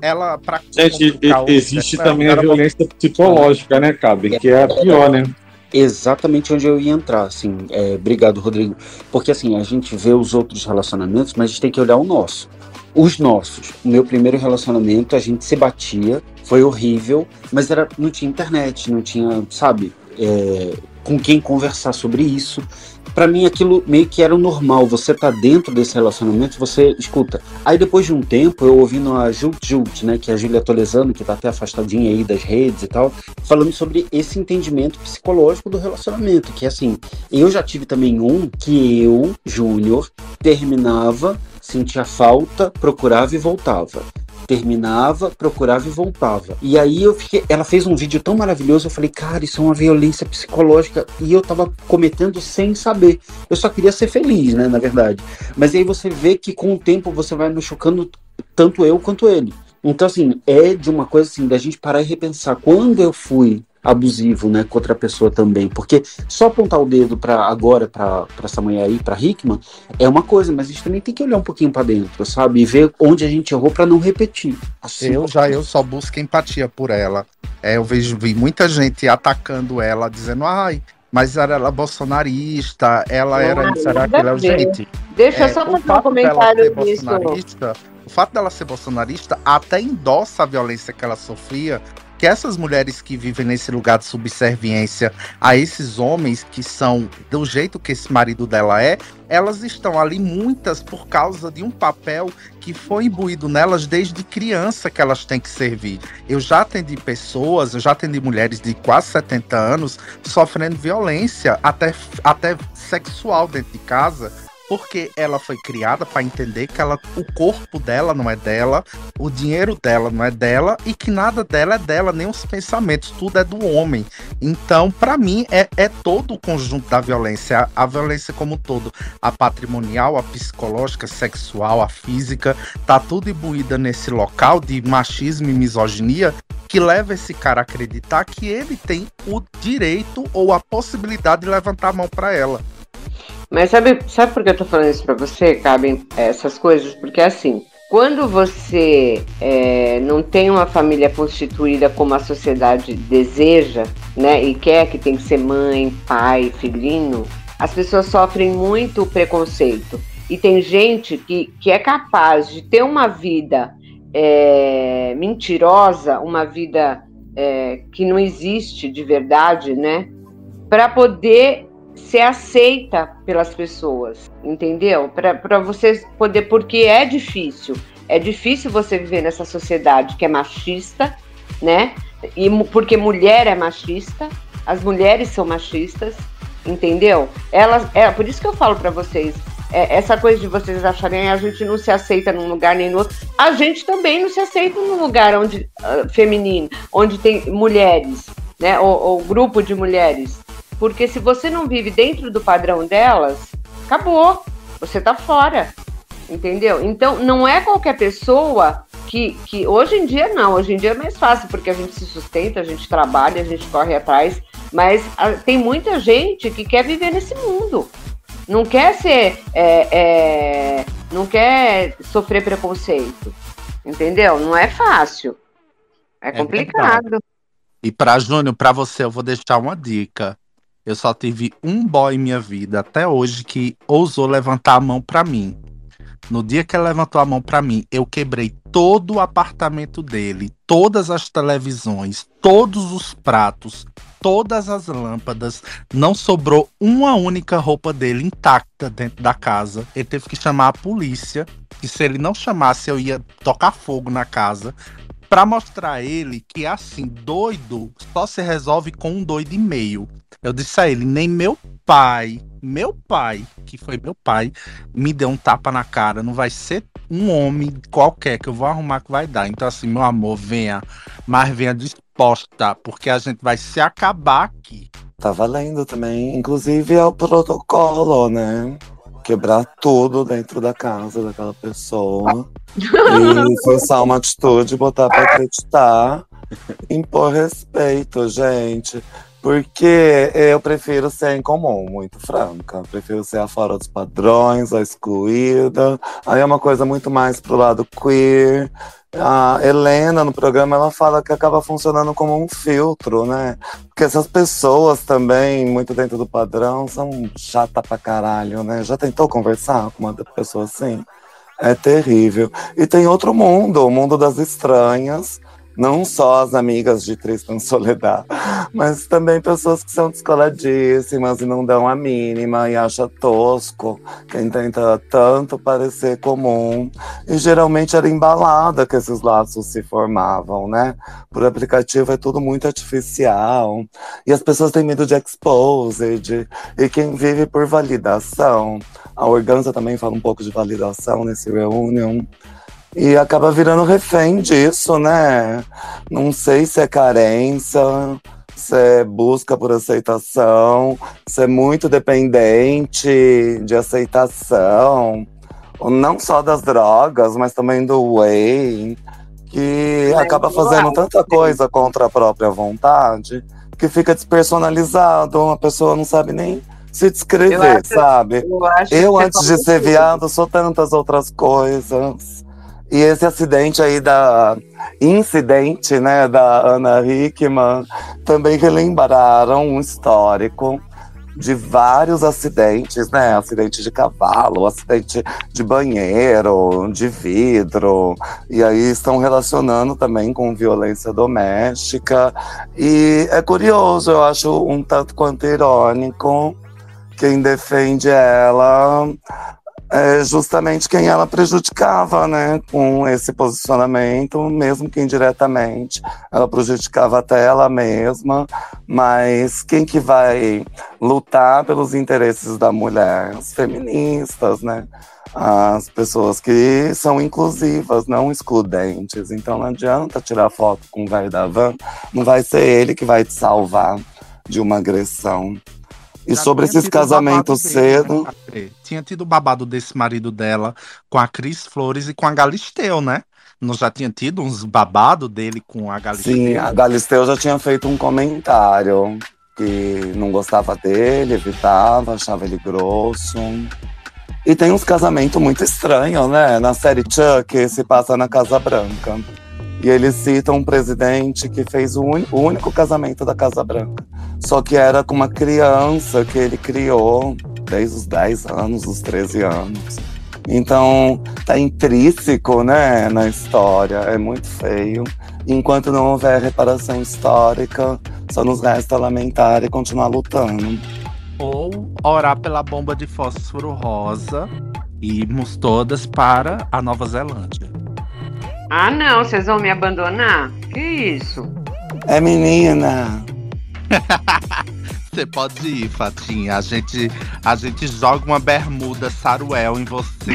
ela pra Gente, complicar existe ela também a era violência psicológica, né, Cabe? Que é a pior, né? Exatamente onde eu ia entrar, assim. Obrigado, Rodrigo. Porque, assim, a gente vê os outros relacionamentos, mas a gente tem que olhar o nosso. Os nossos. O meu primeiro relacionamento, a gente se batia, foi horrível, mas não tinha internet, não tinha, sabe, com quem conversar sobre isso. Pra mim, aquilo meio que era o normal. Você tá dentro desse relacionamento, você escuta. Aí, depois de um tempo, eu ouvindo a Jult, né, que é a Júlia Tolesano, que tá até afastadinha aí das redes e tal, falando sobre esse entendimento psicológico do relacionamento, que assim, eu já tive também um que eu, Júnior, terminava, sentia falta, procurava e voltava. Terminava, procurava e voltava. E aí ela fez um vídeo tão maravilhoso, eu falei, cara, isso é uma violência psicológica, e eu tava cometendo sem saber. Eu só queria ser feliz, né, na verdade. Mas aí você vê que com o tempo você vai machucando tanto eu quanto ele. Então, assim, é de uma coisa assim, da gente parar e repensar. Quando eu fui abusivo, né, com outra pessoa também, porque só apontar o dedo para essa mulher aí, para Hickman, é uma coisa, mas a gente também tem que olhar um pouquinho para dentro, sabe, e ver onde a gente errou para não repetir. Assim, eu só busco empatia por ela. Eu vi muita gente atacando ela, dizendo, ai, mas ela bolsonarista, ela era isso, era aquilo. Gente, deixa eu só fazer um comentário disso. O fato dela ser bolsonarista até endossa a violência que ela sofria, que essas mulheres que vivem nesse lugar de subserviência a esses homens que são do jeito que esse marido dela elas estão ali muitas por causa de um papel que foi imbuído nelas desde criança que elas têm que servir. Eu já atendi mulheres de quase 70 anos sofrendo violência, até sexual dentro de casa, porque ela foi criada para entender que o corpo dela não é dela, o dinheiro dela não é dela e que nada dela é dela, nem os pensamentos, tudo é do homem. Então, para mim, é todo o conjunto da violência, a violência como um todo, a patrimonial, a psicológica, a sexual, a física, tá tudo imbuída nesse local de machismo e misoginia que leva esse cara a acreditar que ele tem o direito ou a possibilidade de levantar a mão para ela. Mas sabe por que eu tô falando isso pra você, Cabem, essas coisas? Porque assim, quando você não tem uma família constituída como a sociedade deseja, né, e quer que tem que ser mãe, pai, filhinho, as pessoas sofrem muito preconceito. E tem gente que é capaz de ter uma vida mentirosa, uma vida que não existe de verdade, né, para poder ser aceita pelas pessoas, entendeu? Para você poder, porque é difícil você viver nessa sociedade que é machista, né? E porque mulher é machista, as mulheres são machistas, entendeu? Por isso que eu falo para vocês, essa coisa de vocês acharem a gente não se aceita num lugar nem no outro, a gente também não se aceita num lugar onde feminino, onde tem mulheres, né? Ou grupo de mulheres. Porque se você não vive dentro do padrão delas, acabou, você tá fora, entendeu? Então, não é qualquer pessoa que hoje em dia não, hoje em dia é mais fácil, porque a gente se sustenta, a gente trabalha, a gente corre atrás, mas tem muita gente que quer viver nesse mundo, não quer não quer sofrer preconceito, entendeu? Não é fácil, é complicado. E Júnior, pra você, eu vou deixar uma dica. Eu só tive um boy em minha vida até hoje que ousou levantar a mão pra mim. No dia que ele levantou a mão pra mim, eu quebrei todo o apartamento dele, todas as televisões, todos os pratos, todas as lâmpadas. Não sobrou uma única roupa dele intacta dentro da casa. Ele teve que chamar a polícia, e se ele não chamasse, eu ia tocar fogo na casa. Pra mostrar a ele que, assim, doido só se resolve com um doido e meio. Eu disse a ele, nem meu pai, que foi meu pai, me deu um tapa na cara. Não vai ser um homem qualquer que eu vou arrumar que vai dar. Então, assim, meu amor, venha, mas venha disposta, porque a gente vai se acabar aqui. Tá valendo também. Inclusive, é o protocolo, né? Quebrar tudo dentro da casa daquela pessoa. E foi só uma atitude, botar pra acreditar, impor respeito, gente. Porque eu prefiro ser incomum, muito franca. Eu prefiro ser a fora dos padrões, a excluída. Aí é uma coisa muito mais pro lado queer. A Helena, no programa, ela fala que acaba funcionando como um filtro, né? Porque essas pessoas também, muito dentro do padrão, são chata pra caralho, né? Já tentou conversar com uma pessoa assim? É terrível. E tem outro mundo, o mundo das estranhas. Não só as amigas de Tristan Soledad, mas também pessoas que são descoladíssimas e não dão a mínima e acha tosco quem tenta tanto parecer comum. E geralmente era embalada que esses laços se formavam, né? Por aplicativo é tudo muito artificial. E as pessoas têm medo de exposed. E quem vive por validação. A Organza também fala um pouco de validação nesse Reunion. E acaba virando refém disso, né? Não sei se é carência, se é busca por aceitação, se é muito dependente de aceitação, ou não só das drogas, mas também do whey, que acaba fazendo tanta coisa contra a própria vontade, que fica despersonalizado, a pessoa não sabe nem se descrever, sabe? Eu antes de ser viado, sou tantas outras coisas. E esse acidente aí incidente, né, da Ana Hickman, também relembraram um histórico de vários acidentes, né? Acidente de cavalo, acidente de banheiro, de vidro. E aí estão relacionando também com violência doméstica. E é curioso, eu acho um tanto quanto irônico quem defende ela. É justamente quem ela prejudicava, né, com esse posicionamento, mesmo que indiretamente. Ela prejudicava até ela mesma, mas quem que vai lutar pelos interesses da mulher? As feministas, né? As pessoas que são inclusivas, não excludentes. Então não adianta tirar foto com o velho da van, não vai ser ele que vai te salvar de uma agressão. E Já sobre tinha esses tido o babado casamentos dele, cedo... né? Tinha tido o babado desse marido dela com a Cris Flores e com a Galisteu, né? Não já tinha tido uns babados dele com a Galisteu? Sim, a Galisteu já tinha feito um comentário que não gostava dele, evitava, achava ele grosso. E tem uns casamentos muito estranhos, né? Na série Chuck, se passa na Casa Branca. E eles citam um presidente que fez o único casamento da Casa Branca. Só que era com uma criança que ele criou desde os 10 anos, os 13 anos. Então, tá intrínseco, né, na história. É muito feio. Enquanto não houver reparação histórica, só nos resta lamentar e continuar lutando. Ou orar pela bomba de fósforo rosa e irmos todas para a Nova Zelândia. Ah, não, vocês vão me abandonar? Que isso? É menina. Você pode ir, Fatinha. A gente joga uma bermuda saruel em você.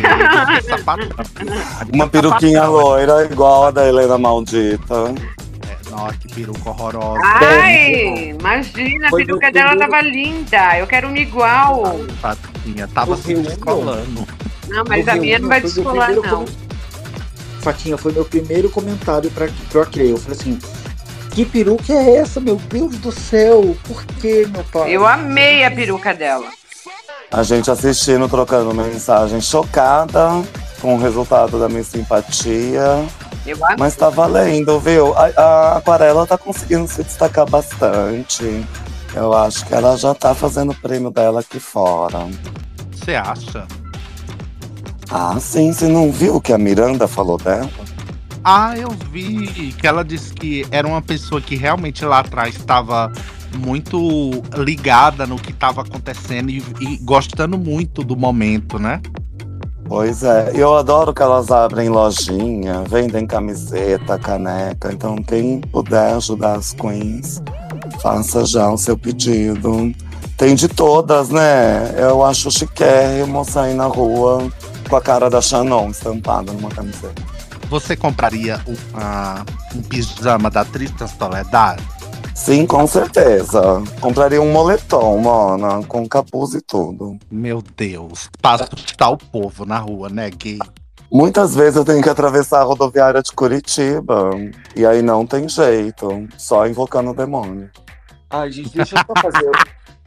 Uma peruquinha loira igual a da Helena Maldita. Nossa, que peruca horrorosa. Ai, imagina, a peruca dela tava linda. Eu quero uma igual. Fatinha, tava se descolando. Não, mas a minha não vai descolar, não. Fatinha, foi meu primeiro comentário pro Acre. Eu falei assim, que peruca é essa, meu Deus do céu? Por que, meu pai? Eu amei a peruca dela. A gente assistindo, trocando mensagem, chocada com o resultado da minha simpatia. Mas tá valendo, viu? A Aquarela tá conseguindo se destacar bastante. Eu acho que ela já tá fazendo o prêmio dela aqui fora. Você acha? Ah, sim, você não viu o que a Miranda falou dela? Ah, eu vi que ela disse que era uma pessoa que realmente lá atrás estava muito ligada no que estava acontecendo e gostando muito do momento, né? Pois é, eu adoro que elas abrem lojinha, vendem camiseta, caneca. Então quem puder ajudar as queens, faça já o seu pedido. Tem de todas, né? Eu acho chiquérrimo sair na rua com a cara da Shannon estampada numa camiseta. Você compraria um pijama da Tristan Soledad? Sim, com certeza. Compraria um moletom, mona, com capuz e tudo. Meu Deus, para assustar o povo na rua, né, gay? Muitas vezes eu tenho que atravessar a rodoviária de Curitiba. E aí não tem jeito, só invocando o demônio. Ai, gente, deixa eu só fazer...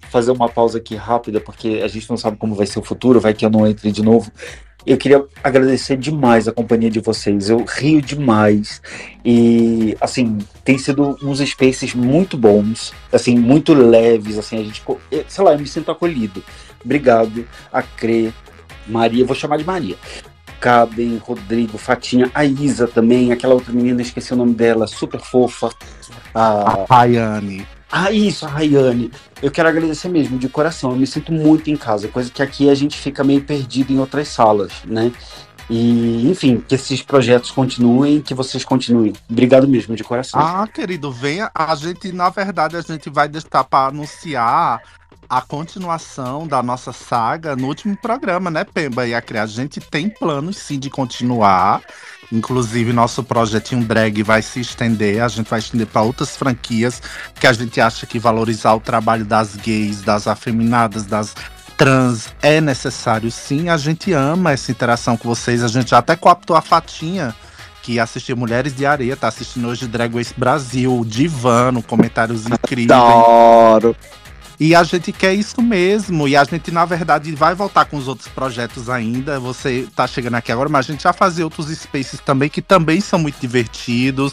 fazer uma pausa aqui rápida, porque a gente não sabe como vai ser o futuro, vai que eu não entre de novo. Eu queria agradecer demais a companhia de vocês. Eu rio demais. E, assim, tem sido uns spaces muito bons, assim, muito leves, assim, a gente, sei lá, eu me sinto acolhido. Obrigado, Acre, Maria, vou chamar de Maria. Caben, Rodrigo, Fatinha, a Isa também, aquela outra menina, esqueci o nome dela, super fofa. A Rayane. Isso, a Rayane. Eu quero agradecer mesmo, de coração. Eu me sinto muito em casa, coisa que aqui a gente fica meio perdido em outras salas, né? E, enfim, que esses projetos continuem, que vocês continuem. Obrigado mesmo, de coração. Querido, venha. A gente, na verdade, a gente vai deixar para anunciar a continuação da nossa saga no último programa, né, Pemba e Acre? A gente tem planos, sim, de continuar. Inclusive, nosso projetinho drag vai se estender. A gente vai estender para outras franquias, porque a gente acha que valorizar o trabalho das gays, das afeminadas, das trans é necessário, sim. A gente ama essa interação com vocês. A gente já até cooptou a Fatinha, que assistiu Mulheres de Areia, tá assistindo hoje Drag Race Brasil, Divano, comentários incríveis. Adoro! E a gente quer isso mesmo. E a gente, na verdade, vai voltar com os outros projetos ainda. Você tá chegando aqui agora, mas a gente já fazia outros spaces também, que também são muito divertidos.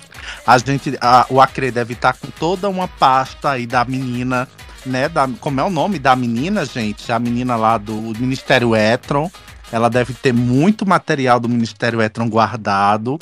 O Acre deve estar com toda uma pasta aí da menina, né? Como é o nome da menina, gente? A menina lá do Ministério Hétron. Ela deve ter muito material do Ministério Hétron guardado.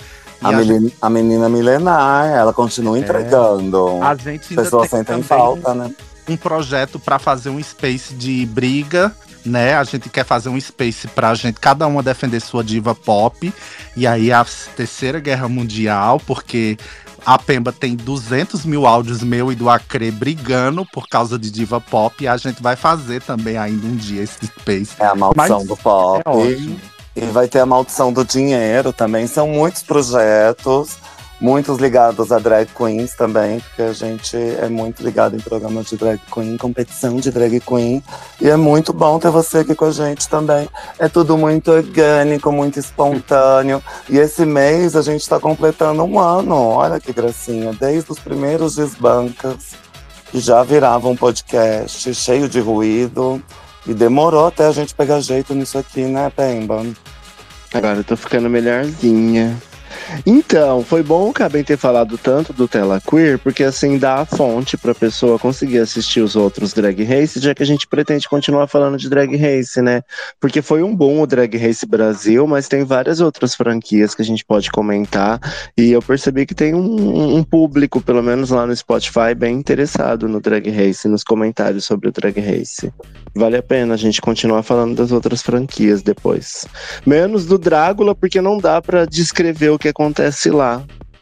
A menina milenar, ela continua entregando. A gente As pessoas sentem falta, né? Um projeto para fazer um space de briga, né? A gente quer fazer um space pra gente, cada uma defender sua diva pop. E aí a Terceira Guerra Mundial, porque a Pemba tem 200 mil áudios meu e do Acre brigando por causa de diva pop. E a gente vai fazer também ainda um dia esse space. É a maldição do pop. É ótimo. E vai ter a maldição do dinheiro também. São muitos projetos. Muitos ligados a drag queens também, porque a gente é muito ligado em programas de drag queen, competição de drag queen. E é muito bom ter você aqui com a gente também. É tudo muito orgânico, muito espontâneo. E esse mês a gente está completando um ano. Olha que gracinha. Desde os primeiros desbancas, que já viravam um podcast cheio de ruído. E demorou até a gente pegar jeito nisso aqui, né, Pemba? Agora eu tô ficando melhorzinha. Então, foi bom o Caben ter falado tanto do Tela Queer, porque assim dá a fonte pra pessoa conseguir assistir os outros Drag Race, já que a gente pretende continuar falando de Drag Race, né? Porque foi um boom o Drag Race Brasil, mas tem várias outras franquias que a gente pode comentar, e eu percebi que tem um público, pelo menos lá no Spotify, bem interessado no Drag Race, nos comentários sobre o Drag Race. Vale a pena a gente continuar falando das outras franquias depois. Menos do Drácula, porque não dá pra descrever o que acontece lá.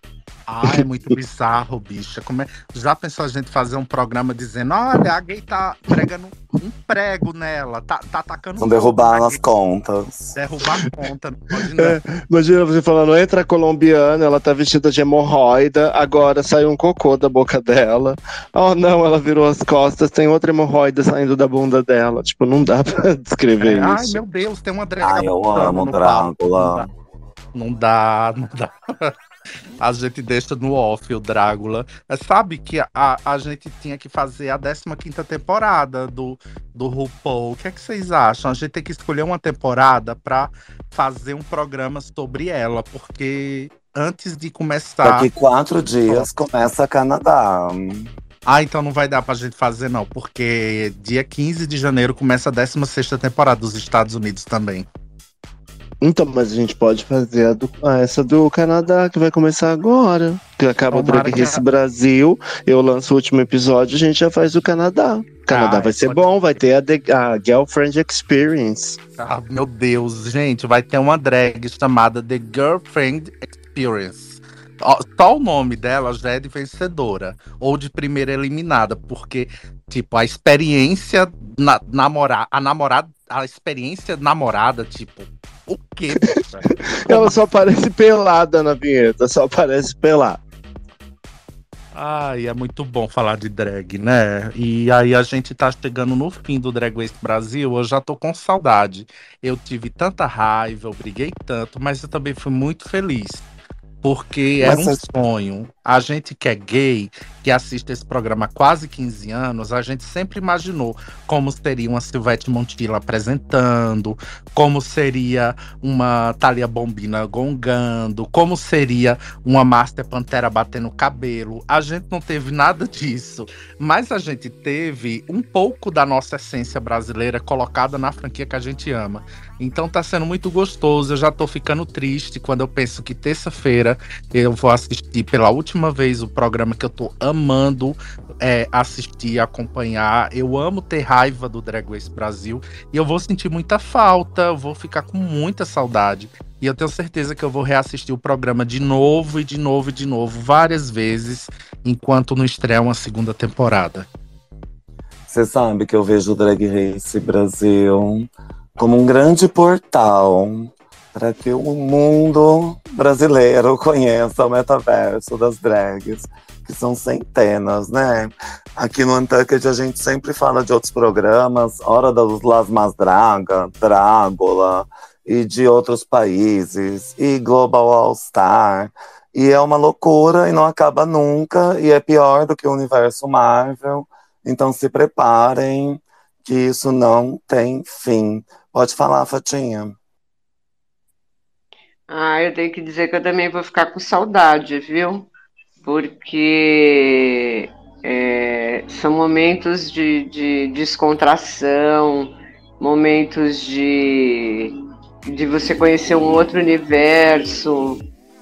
É muito bizarro, bicha. Já pensou a gente fazer um programa dizendo: olha, a gay tá pregando um prego nela, tá atacando. Vão derrubar nas contas. Derrubar a conta, não pode não. Imagina você falando: entra a colombiana, ela tá vestida de hemorroida, agora saiu um cocô da boca dela. Oh não, ela virou as costas, tem outra hemorroida saindo da bunda dela. Tipo, não dá pra descrever isso. Ai, meu Deus, tem uma drag. Eu amo Drácula. Não dá. A gente deixa no off o Drácula. Sabe que a gente tinha que fazer a 15ª temporada do RuPaul. O que é que vocês acham? A gente tem que escolher uma temporada pra fazer um programa sobre ela, porque antes de começar... Daqui 4 dias começa Canadá. Então não vai dar pra gente fazer não, porque dia 15 de janeiro começa a 16ª temporada dos Estados Unidos também. Então, mas a gente pode fazer essa do Canadá, que vai começar agora. Que acaba o Drag Race Brasil, eu lanço o último episódio, a gente já faz o Canadá. Canadá vai ser bom, vai ter a Girlfriend Experience. Meu Deus, gente, vai ter uma drag chamada The Girlfriend Experience. Só o nome dela já é de vencedora, ou de primeira eliminada, porque, tipo, a experiência a experiência namorada, tipo, o quê, bicha? Ela só aparece pelada na vinheta, só aparece pelada. É muito bom falar de drag, né? E aí a gente tá chegando no fim do Drag Race Brasil, eu já tô com saudade. Eu tive tanta raiva, eu briguei tanto, mas eu também fui muito feliz. Porque Mas era um sonho. A gente que é gay, que assiste esse programa há quase 15 anos, a gente sempre imaginou como seria uma Silvete Montilla apresentando, como seria uma Thalia Bombina gongando, como seria uma Márcia Pantera batendo cabelo. A gente não teve nada disso, mas a gente teve um pouco da nossa essência brasileira colocada na franquia que a gente ama. Então tá sendo muito gostoso. Eu já tô ficando triste quando eu penso que terça-feira eu vou assistir pela última vez o programa que eu tô amando assistir, acompanhar. Eu amo ter raiva do Drag Race Brasil e eu vou sentir muita falta, eu vou ficar com muita saudade. E eu tenho certeza que eu vou reassistir o programa de novo e de novo e de novo, várias vezes, enquanto não estreia uma segunda temporada. Você sabe que eu vejo o Drag Race Brasil como um grande portal para que o mundo brasileiro conheça o metaverso das drags, que são centenas, né? Aqui no Untucked a gente sempre fala de outros programas, Hora das Las Mas Draga, Drácula, e de outros países, e Global All Star. E é uma loucura e não acaba nunca, e é pior do que o universo Marvel. Então se preparem, que isso não tem fim. Pode falar, Fatinha. Eu tenho que dizer que eu também vou ficar com saudade, viu? Porque são momentos de descontração, momentos de você conhecer um outro universo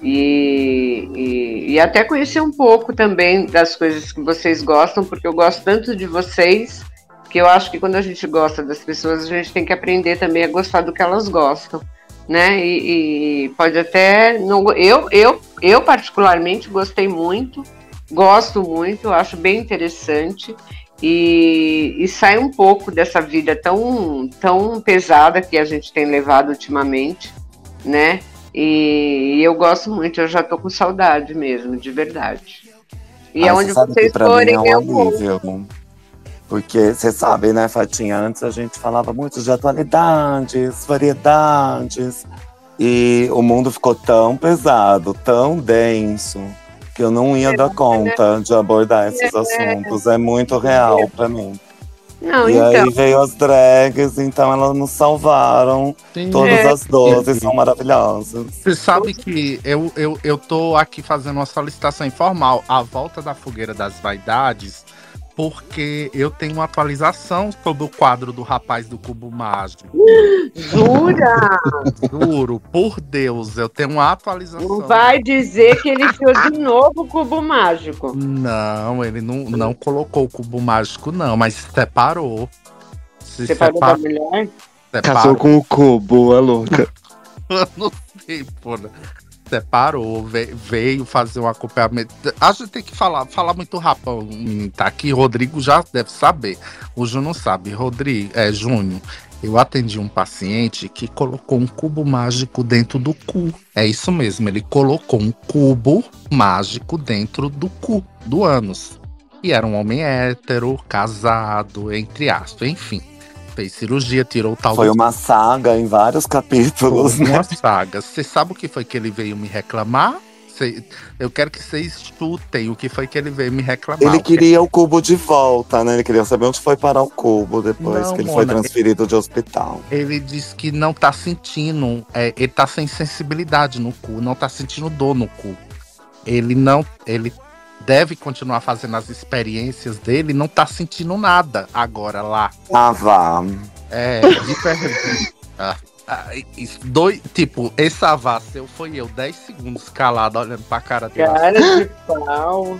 e até conhecer um pouco também das coisas que vocês gostam, porque eu gosto tanto de vocês que eu acho que quando a gente gosta das pessoas, a gente tem que aprender também a gostar do que elas gostam, né? E pode até... Não, eu particularmente gostei muito, gosto muito, acho bem interessante e sai um pouco dessa vida tão pesada que a gente tem levado ultimamente, né? E eu gosto muito, eu já tô com saudade mesmo, de verdade. E aonde vocês forem, eu vou. Porque você sabe, né, Fatinha? Antes a gente falava muito de atualidades, variedades. E o mundo ficou tão pesado, tão denso, que eu não ia dar conta de abordar esses assuntos. É muito real pra mim. Não, e aí veio as drags, então elas nos salvaram. Sim, todas as 12 são maravilhosas. Você sabe que eu tô aqui fazendo uma solicitação informal à volta da Fogueira das Vaidades, porque eu tenho uma atualização sobre o quadro do rapaz do Cubo Mágico. Jura? Juro, por Deus, eu tenho uma atualização. Não vai dizer que ele criou de novo o Cubo Mágico. Não, ele não colocou o Cubo Mágico, não, mas separou. Separou da mulher? Casou com o Cubo, a louca. Eu não sei, porra. Separou, veio fazer um acompanhamento. A gente tem que falar muito rápido. Tá aqui, Rodrigo já deve saber. O Júnior não sabe. Júnior, eu atendi um paciente que colocou um cubo mágico dentro do cu. É isso mesmo, ele colocou um cubo mágico dentro do cu, do ânus. E era um homem hétero, casado, entre aspas, enfim. Fez cirurgia, tirou o tal... Foi uma saga em vários capítulos, né? Uma né? saga. Você sabe o que foi que ele veio me reclamar? Eu quero que vocês escutem o que foi que ele veio me reclamar. Ele queria o cubo de volta, né? Ele queria saber onde foi parar o cubo depois que ele foi transferido de hospital. Ele disse que não tá sentindo... ele tá sem sensibilidade no cu, não tá sentindo dor no cu. Ele deve continuar fazendo as experiências dele, não tá sentindo nada agora lá. Ah, vá. Tipo, esse avá seu foi eu, 10 segundos calado, olhando pra cara dele. Cara de pau.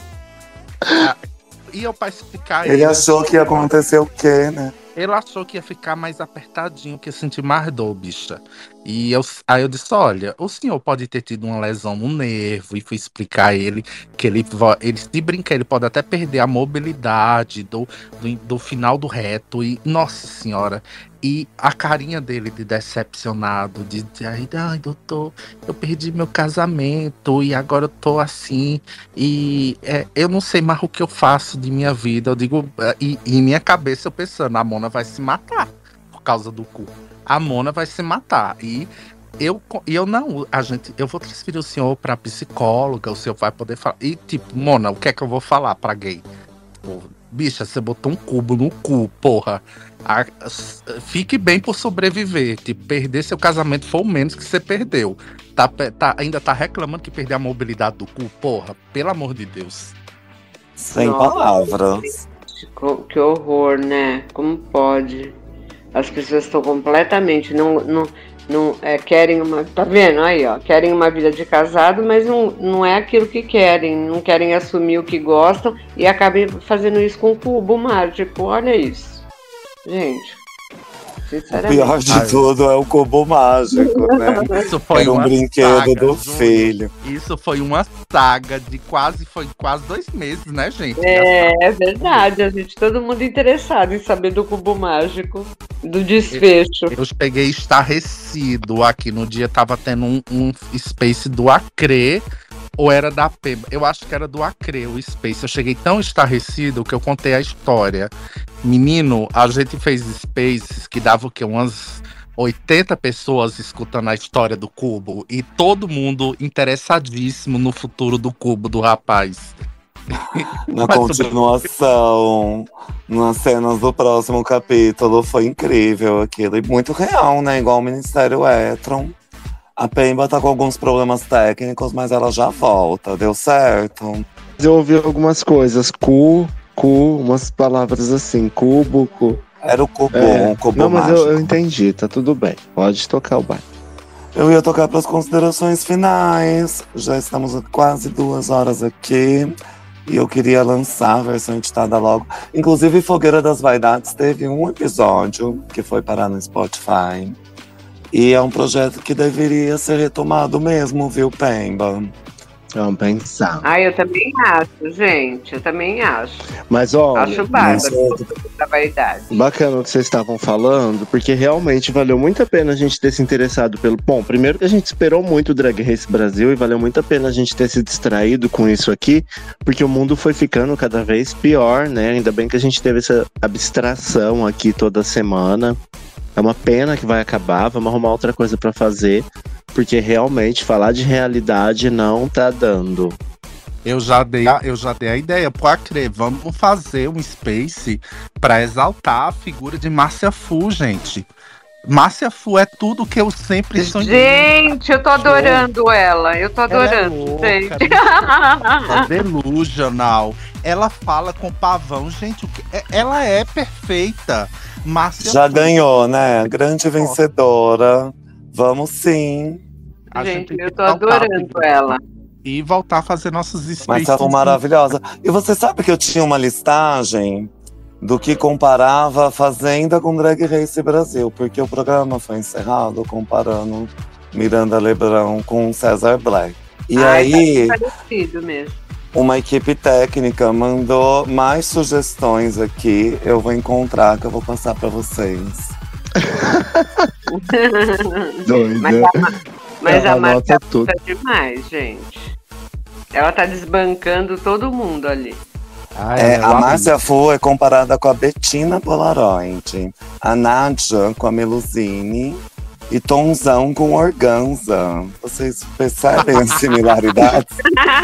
E eu pra explicar ele achou que ia acontecer o quê, né? Ele achou que ia ficar mais apertadinho, que ia sentir mais dor, bicha. Aí eu disse, olha, o senhor pode ter tido uma lesão no nervo. E fui explicar a ele que ele se brincar, ele pode até perder a mobilidade do final do reto. E, nossa senhora, e a carinha dele de decepcionado, ai, doutor, eu perdi meu casamento e agora eu tô assim. E eu não sei mais o que eu faço de minha vida. Eu digo, e em minha cabeça eu pensando, a Mona vai se matar por causa do cu. A Mona vai se matar. E Eu vou transferir o senhor pra psicóloga, o senhor vai poder falar. E tipo, Mona, o que é que eu vou falar pra gay? Tipo, bicha, você botou um cubo no cu, porra. Fique bem por sobreviver. Tipo, perder seu casamento foi o menos que você perdeu. Ainda tá reclamando que perdeu a mobilidade do cu, porra. Pelo amor de Deus. Sem Nossa, palavras. Que horror, né? Como pode? As pessoas estão completamente. Não querem uma. Tá vendo aí, ó? Querem uma vida de casado, mas não é aquilo que querem. Não querem assumir o que gostam e acabam fazendo isso com o cubo mágico. Olha isso. Gente. O pior de tudo é o cubo mágico, né? Isso foi Era um brinquedo saga, do Júlio. filho. Isso foi uma saga de quase 2 meses, né, gente? É verdade, a gente, todo mundo interessado em saber do cubo mágico, do desfecho. Eu peguei estarrecido aqui no dia, tava tendo um Space do Acre, ou era da Pemba? Eu acho que era do Acre, o Space. Eu cheguei tão estarrecido que eu contei a história. Menino, a gente fez Spaces que dava o quê? Umas 80 pessoas escutando a história do cubo e todo mundo interessadíssimo no futuro do cubo do rapaz. Na continuação, nas cenas do próximo capítulo, foi incrível aquilo. E muito real, né? Igual o Ministério Etron. A Pemba tá com alguns problemas técnicos, mas ela já volta. Deu certo? Eu ouvi algumas coisas. Umas palavras assim. Cubo. Era o cubo, um cubo não, mas mágico. eu entendi. Tá tudo bem. Pode tocar o baile. Eu ia tocar para as considerações finais. Já estamos há quase 2 horas aqui. E eu queria lançar a versão editada logo. Inclusive, Fogueira das Vaidades teve um episódio que foi parar no Spotify. E é um projeto que deveria ser retomado mesmo, viu, Pemba? Vamos pensar. Eu também acho, gente. Eu também acho. Mas, olha, Acho bárbaro da vaidade. Bacana o que vocês estavam falando, porque realmente valeu muito a pena a gente ter se interessado pelo... Bom, primeiro que a gente esperou muito o Drag Race Brasil e valeu muito a pena a gente ter se distraído com isso aqui, porque o mundo foi ficando cada vez pior, né? Ainda bem que a gente teve essa abstração aqui toda semana. É uma pena que vai acabar, vamos arrumar outra coisa pra fazer, porque realmente falar de realidade não tá dando. Eu já dei a ideia pro Acre. Vamos fazer um Space pra exaltar a figura de Márcia Fu, gente. Márcia Fu é tudo que eu sempre sonhei. Gente, eu tô adorando ela. Eu tô adorando, ela é louca, gente. Delusional. Ela fala com pavão, gente. Ela é perfeita. Márcia Já Fu. ganhou, né? Grande vencedora. Vamos sim. Gente, eu tô adorando ela. E voltar a fazer nossos Spaces. Mas ela maravilhosa. E você sabe que eu tinha uma listagem do que comparava a Fazenda com Drag Race Brasil, porque o programa foi encerrado comparando Miranda Lebrão com César Black. E aí, tá parecido mesmo. uma equipe técnica mandou mais sugestões aqui. Eu vou encontrar, que eu vou passar para vocês. Doida. Mas Ela a Márcia anota tudo. tá demais, gente. Ela tá desbancando todo mundo ali. A Márcia Fu é comparada com a Bettina Polaroid, a Nádia com a Melusine e Tonzão com Organza. Vocês percebem as similaridades?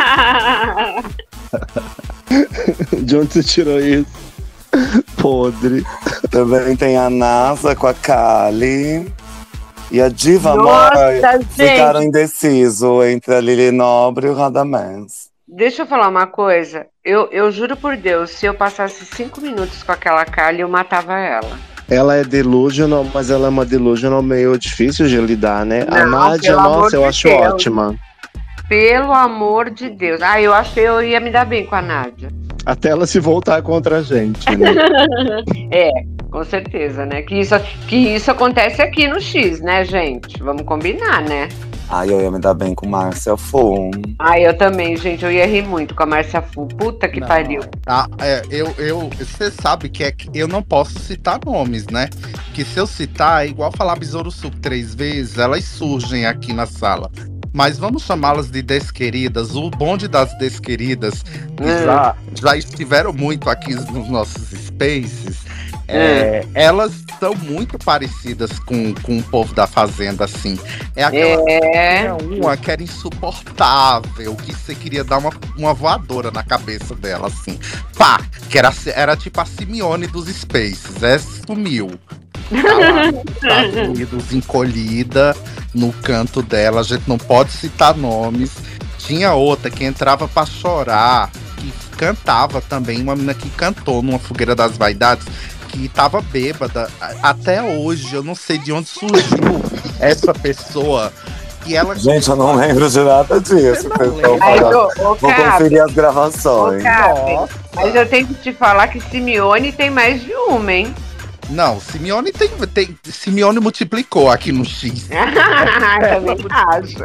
De onde você tirou isso? Podre. Também tem a NASA com a Kali. E a Diva Nossa, Amor gente. ficaram indecisos entre a Lili Nobre e o Radamés. Deixa eu falar uma coisa. Eu juro por Deus, se eu passasse 5 minutos com aquela Kali, eu matava ela. Ela é delusional, mas ela é uma delusional meio difícil de lidar, né? A Não, Nádia, pelo amor nossa, eu de acho Deus. ótima. Pelo amor de Deus. Eu achei que eu ia me dar bem com a Nádia. Até ela se voltar contra a gente, né? Com certeza, né? Que isso acontece aqui no X, né, gente? Vamos combinar, né? Eu ia me dar bem com Márcia Fu. Eu também, gente. Eu ia rir muito com a Márcia Fu. Puta que pariu. Você sabe que eu não posso citar nomes, né? Que se eu citar, é igual falar Besouro Suco 3 vezes, elas surgem aqui na sala. Mas vamos chamá-las de desqueridas. O bonde das desqueridas, que já estiveram muito aqui nos nossos spaces, Elas são muito parecidas com o povo da Fazenda, assim. É aquela uma que era insuportável, que você queria dar uma voadora na cabeça dela, assim. Pá! Que era tipo a Simeone dos Spaces. Sumiu. Tá lá nos Estados Unidos, encolhida no canto dela. A gente não pode citar nomes. Tinha outra que entrava pra chorar, que cantava também, uma menina que cantou numa Fogueira das Vaidades, que tava bêbada. Até hoje, eu não sei de onde surgiu essa pessoa. Que ela... Gente, eu não lembro de nada disso. Vou conferir as gravações. Mas eu tenho que te falar que Simeone tem mais de uma, hein? Não, Simeone Simeone multiplicou aqui no X. Também acho.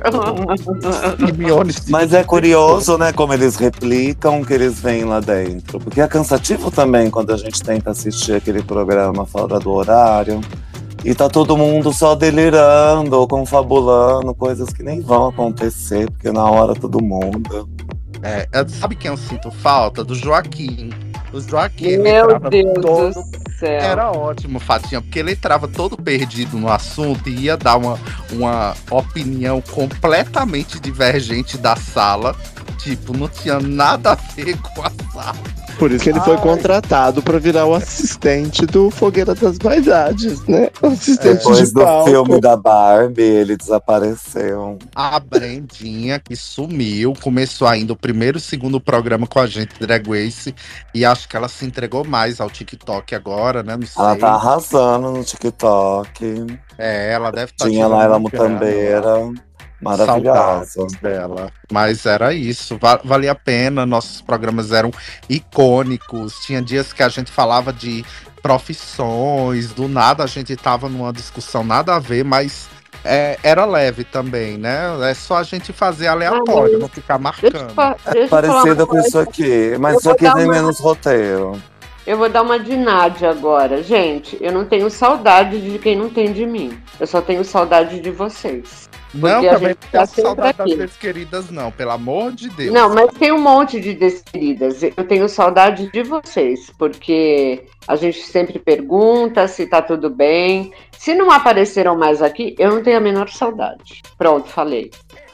Mas é curioso, né, como eles replicam que eles vêm lá dentro. Porque é cansativo também quando a gente tenta assistir aquele programa fora do horário. E tá todo mundo só delirando ou confabulando coisas que nem vão acontecer, porque na hora todo mundo. Sabe quem eu sinto falta? Do Joaquim. O Joaquim, meu Deus do céu. Era ótimo, Fatinha, porque ele entrava todo perdido no assunto e ia dar uma opinião completamente divergente da sala. Tipo, não tinha nada a ver com a sala. Por isso que ele foi contratado pra virar o assistente do Fogueira das Vaidades, né? O assistente depois de palco. do filme da Barbie, ele desapareceu. A Brendinha, que sumiu, começou ainda o primeiro e segundo programa com a gente, Drag Race, e acho que ela se entregou mais ao TikTok agora, né? Não sei. Ela tá arrasando no TikTok. Ela deve estar. Tinha lá ela Mutambeira. Maravilhosa dela. Mas era isso, valia a pena. Nossos programas eram icônicos. Tinha dias que a gente falava de profissões, do nada a gente tava numa discussão nada a ver, mas era leve também, né? É só a gente fazer aleatório, não ficar marcando. É parecido com isso aqui, mas isso aqui tem menos roteiro. Eu vou dar uma de Nádia agora. Gente, eu não tenho saudade de quem não tem de mim. Eu só tenho saudade de vocês. Não, também não tenho saudade das desqueridas, não, pelo amor de Deus. Não, mas tem um monte de desqueridas. Eu tenho saudade de vocês, porque a gente sempre pergunta se tá tudo bem. Se não apareceram mais aqui, eu não tenho a menor saudade. Pronto, falei.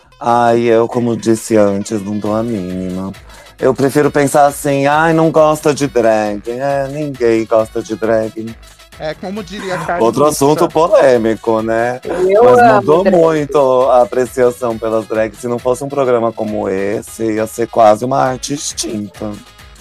Eu, como disse antes, não dou a mínima. Eu prefiro pensar assim, não gosta de drag. Ninguém gosta de drag. Como diria a Carissa. Outro assunto polêmico, né? Mas mudou muito a apreciação pelas drags. Se não fosse um programa como esse, ia ser quase uma arte extinta.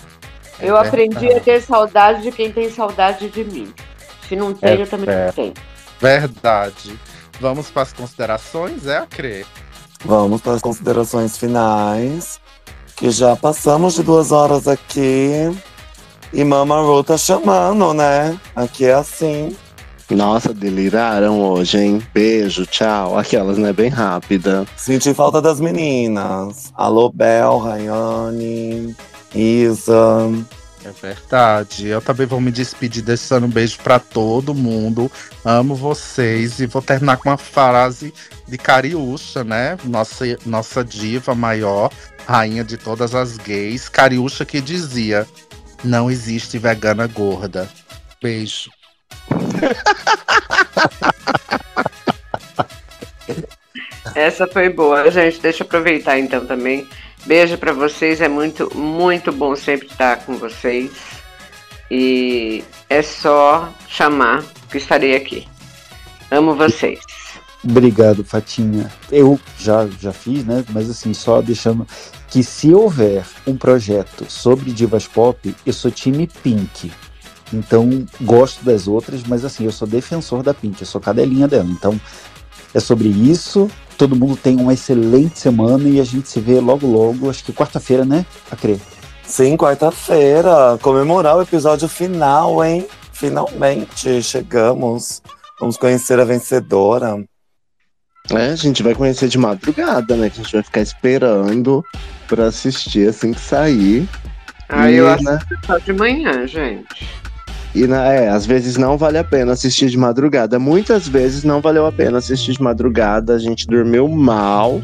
Eu aprendi a ter saudade de quem tem saudade de mim. Se não tem, eu também não tenho. Verdade. Vamos para as considerações, Acre? Vamos para as considerações finais. Que já passamos de 2 horas aqui. E Mama Ru tá chamando, né? Aqui é assim. Nossa, deliraram hoje, hein? Beijo, tchau. Aquelas, né? Bem rápida. Senti falta das meninas. Alô, Bel, Rayane, Isa. É verdade. Eu também vou me despedir deixando um beijo pra todo mundo. Amo vocês. E vou terminar com uma frase de Cariúcha, né? Nossa diva maior, rainha de todas as gays. Cariúcha que dizia: não existe vegana gorda. Beijo. Essa foi boa, gente. Deixa eu aproveitar então também. Beijo pra vocês. É muito, muito bom sempre estar com vocês. E é só chamar que estarei aqui. Amo vocês. Obrigado, Fatinha. Eu já fiz, né? Mas assim, só deixando que se houver um projeto sobre divas pop, eu sou time Pink. Então, gosto das outras, mas assim, eu sou defensor da Pink, eu sou cadelinha dela. Então, é sobre isso. Todo mundo tem uma excelente semana e a gente se vê logo, acho que quarta-feira, né, Acre? Sim, quarta-feira. Comemorar o episódio final, hein? Finalmente, chegamos. Vamos conhecer a vencedora. A gente vai conhecer de madrugada, né? Que a gente vai ficar esperando pra assistir assim que sair. Eu acho que só de manhã, gente. E às vezes não vale a pena assistir de madrugada. Muitas vezes não valeu a pena assistir de madrugada. A gente dormiu mal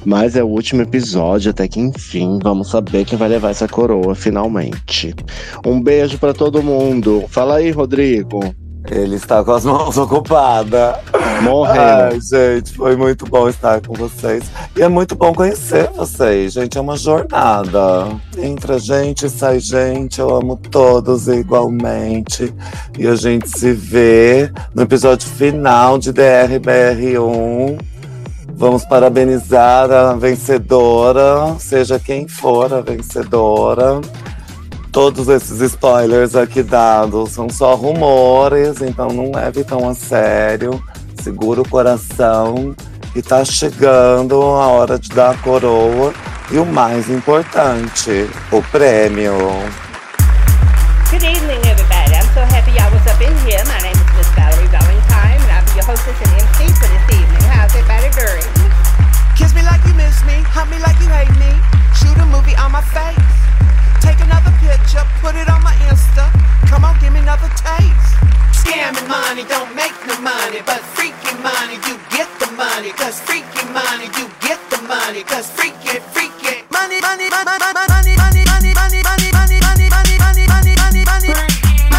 Mas é o último episódio, até que enfim, vamos saber quem vai levar essa coroa finalmente. Um beijo pra todo mundo. Fala aí, Rodrigo. Ele está com as mãos ocupadas. Morrendo. Ai, gente, foi muito bom estar com vocês. E é muito bom conhecer vocês, gente. É uma jornada. Entra gente, sai gente. Eu amo todos igualmente. E a gente se vê no episódio final de DRBR1. Vamos parabenizar a vencedora, seja quem for a vencedora. Todos esses spoilers aqui dados são só rumores, então não leve tão a sério. Segura o coração, que tá chegando a hora de dar a coroa. E o mais importante, o prêmio. Good evening, everybody. I'm so happy y'all was up in here. My name is Miss Valerie Valentine, and I'll be your hostess and MC for this evening. How's everybody doing? Kiss me like you miss me, hug me like you hate me. Shoot a movie on my face. Take another picture, put it on my Insta. Come on, give me another taste. Scamming money don't make no money, but freaking money, you get the money. Cause freaking money, you get the money. Cause freaking money, money, money, money, money, money, money, money, money, money, money, money, money, money, money, money, money.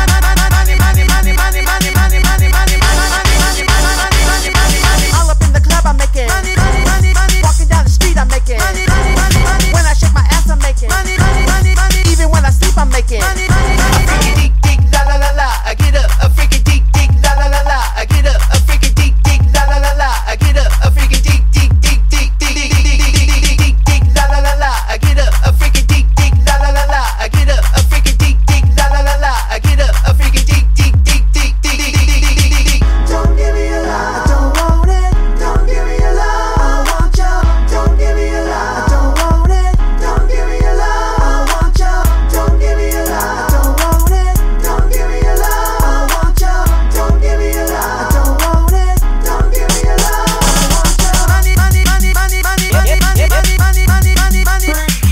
All up in the club, I'm making money, money, money, money. Walking down the street, I'm making money, money, money, money. When I shake my ass, I'm making money, money, money, money. Even when I sleep, I'm making money, money, money. A freaky deek deek la la la la. I get up. A freaky deek deek la la la la. I get up. A freaky deek deek la la la la. I get up. A freaky deek deek deek deek deek deek deek deek deek la la la la. I get up. A freaky deek deek la la la la. I get up. A freaky deek deek la la la la. I get up. A freaky deek deek deek deek deek deek deek. Don't give me a lie. I don't want it. Don't give me a lie. I want you. Don't give me a lie. I don't want it. Don't give me a lie. I want you. Don't give me a lie. I don't want it. Don't give me a lie. I want you. Don't give me a lie. I don't want it. Don't give me a lie. I want you. Money, money, money, money, money, money, money, money, money, money, money, money.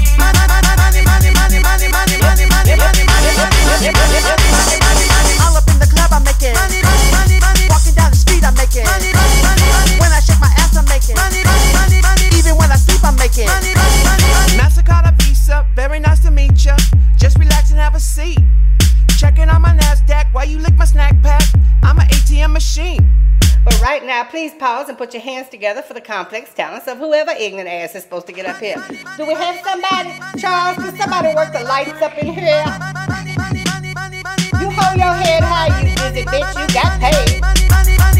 All up in the club, I'm making money, money, money, money. Walking down the street, I'm making money, money, money, money. When I shake my ass, I'm making money, money, money, money. Even when I sleep, I'm making money, money, money, money. Mastercard Visa, very nice to meet ya. Just relax and have a seat. Checking on my NASDAQ while you lick my snack pack. I'm an ATM machine. But right now, please pause and put your hands together for the complex talents of whoever ignorant ass is supposed to get up here. Do we have somebody? Charles, can somebody work the lights up in here? You hold your head high, you busy bitch, you got paid.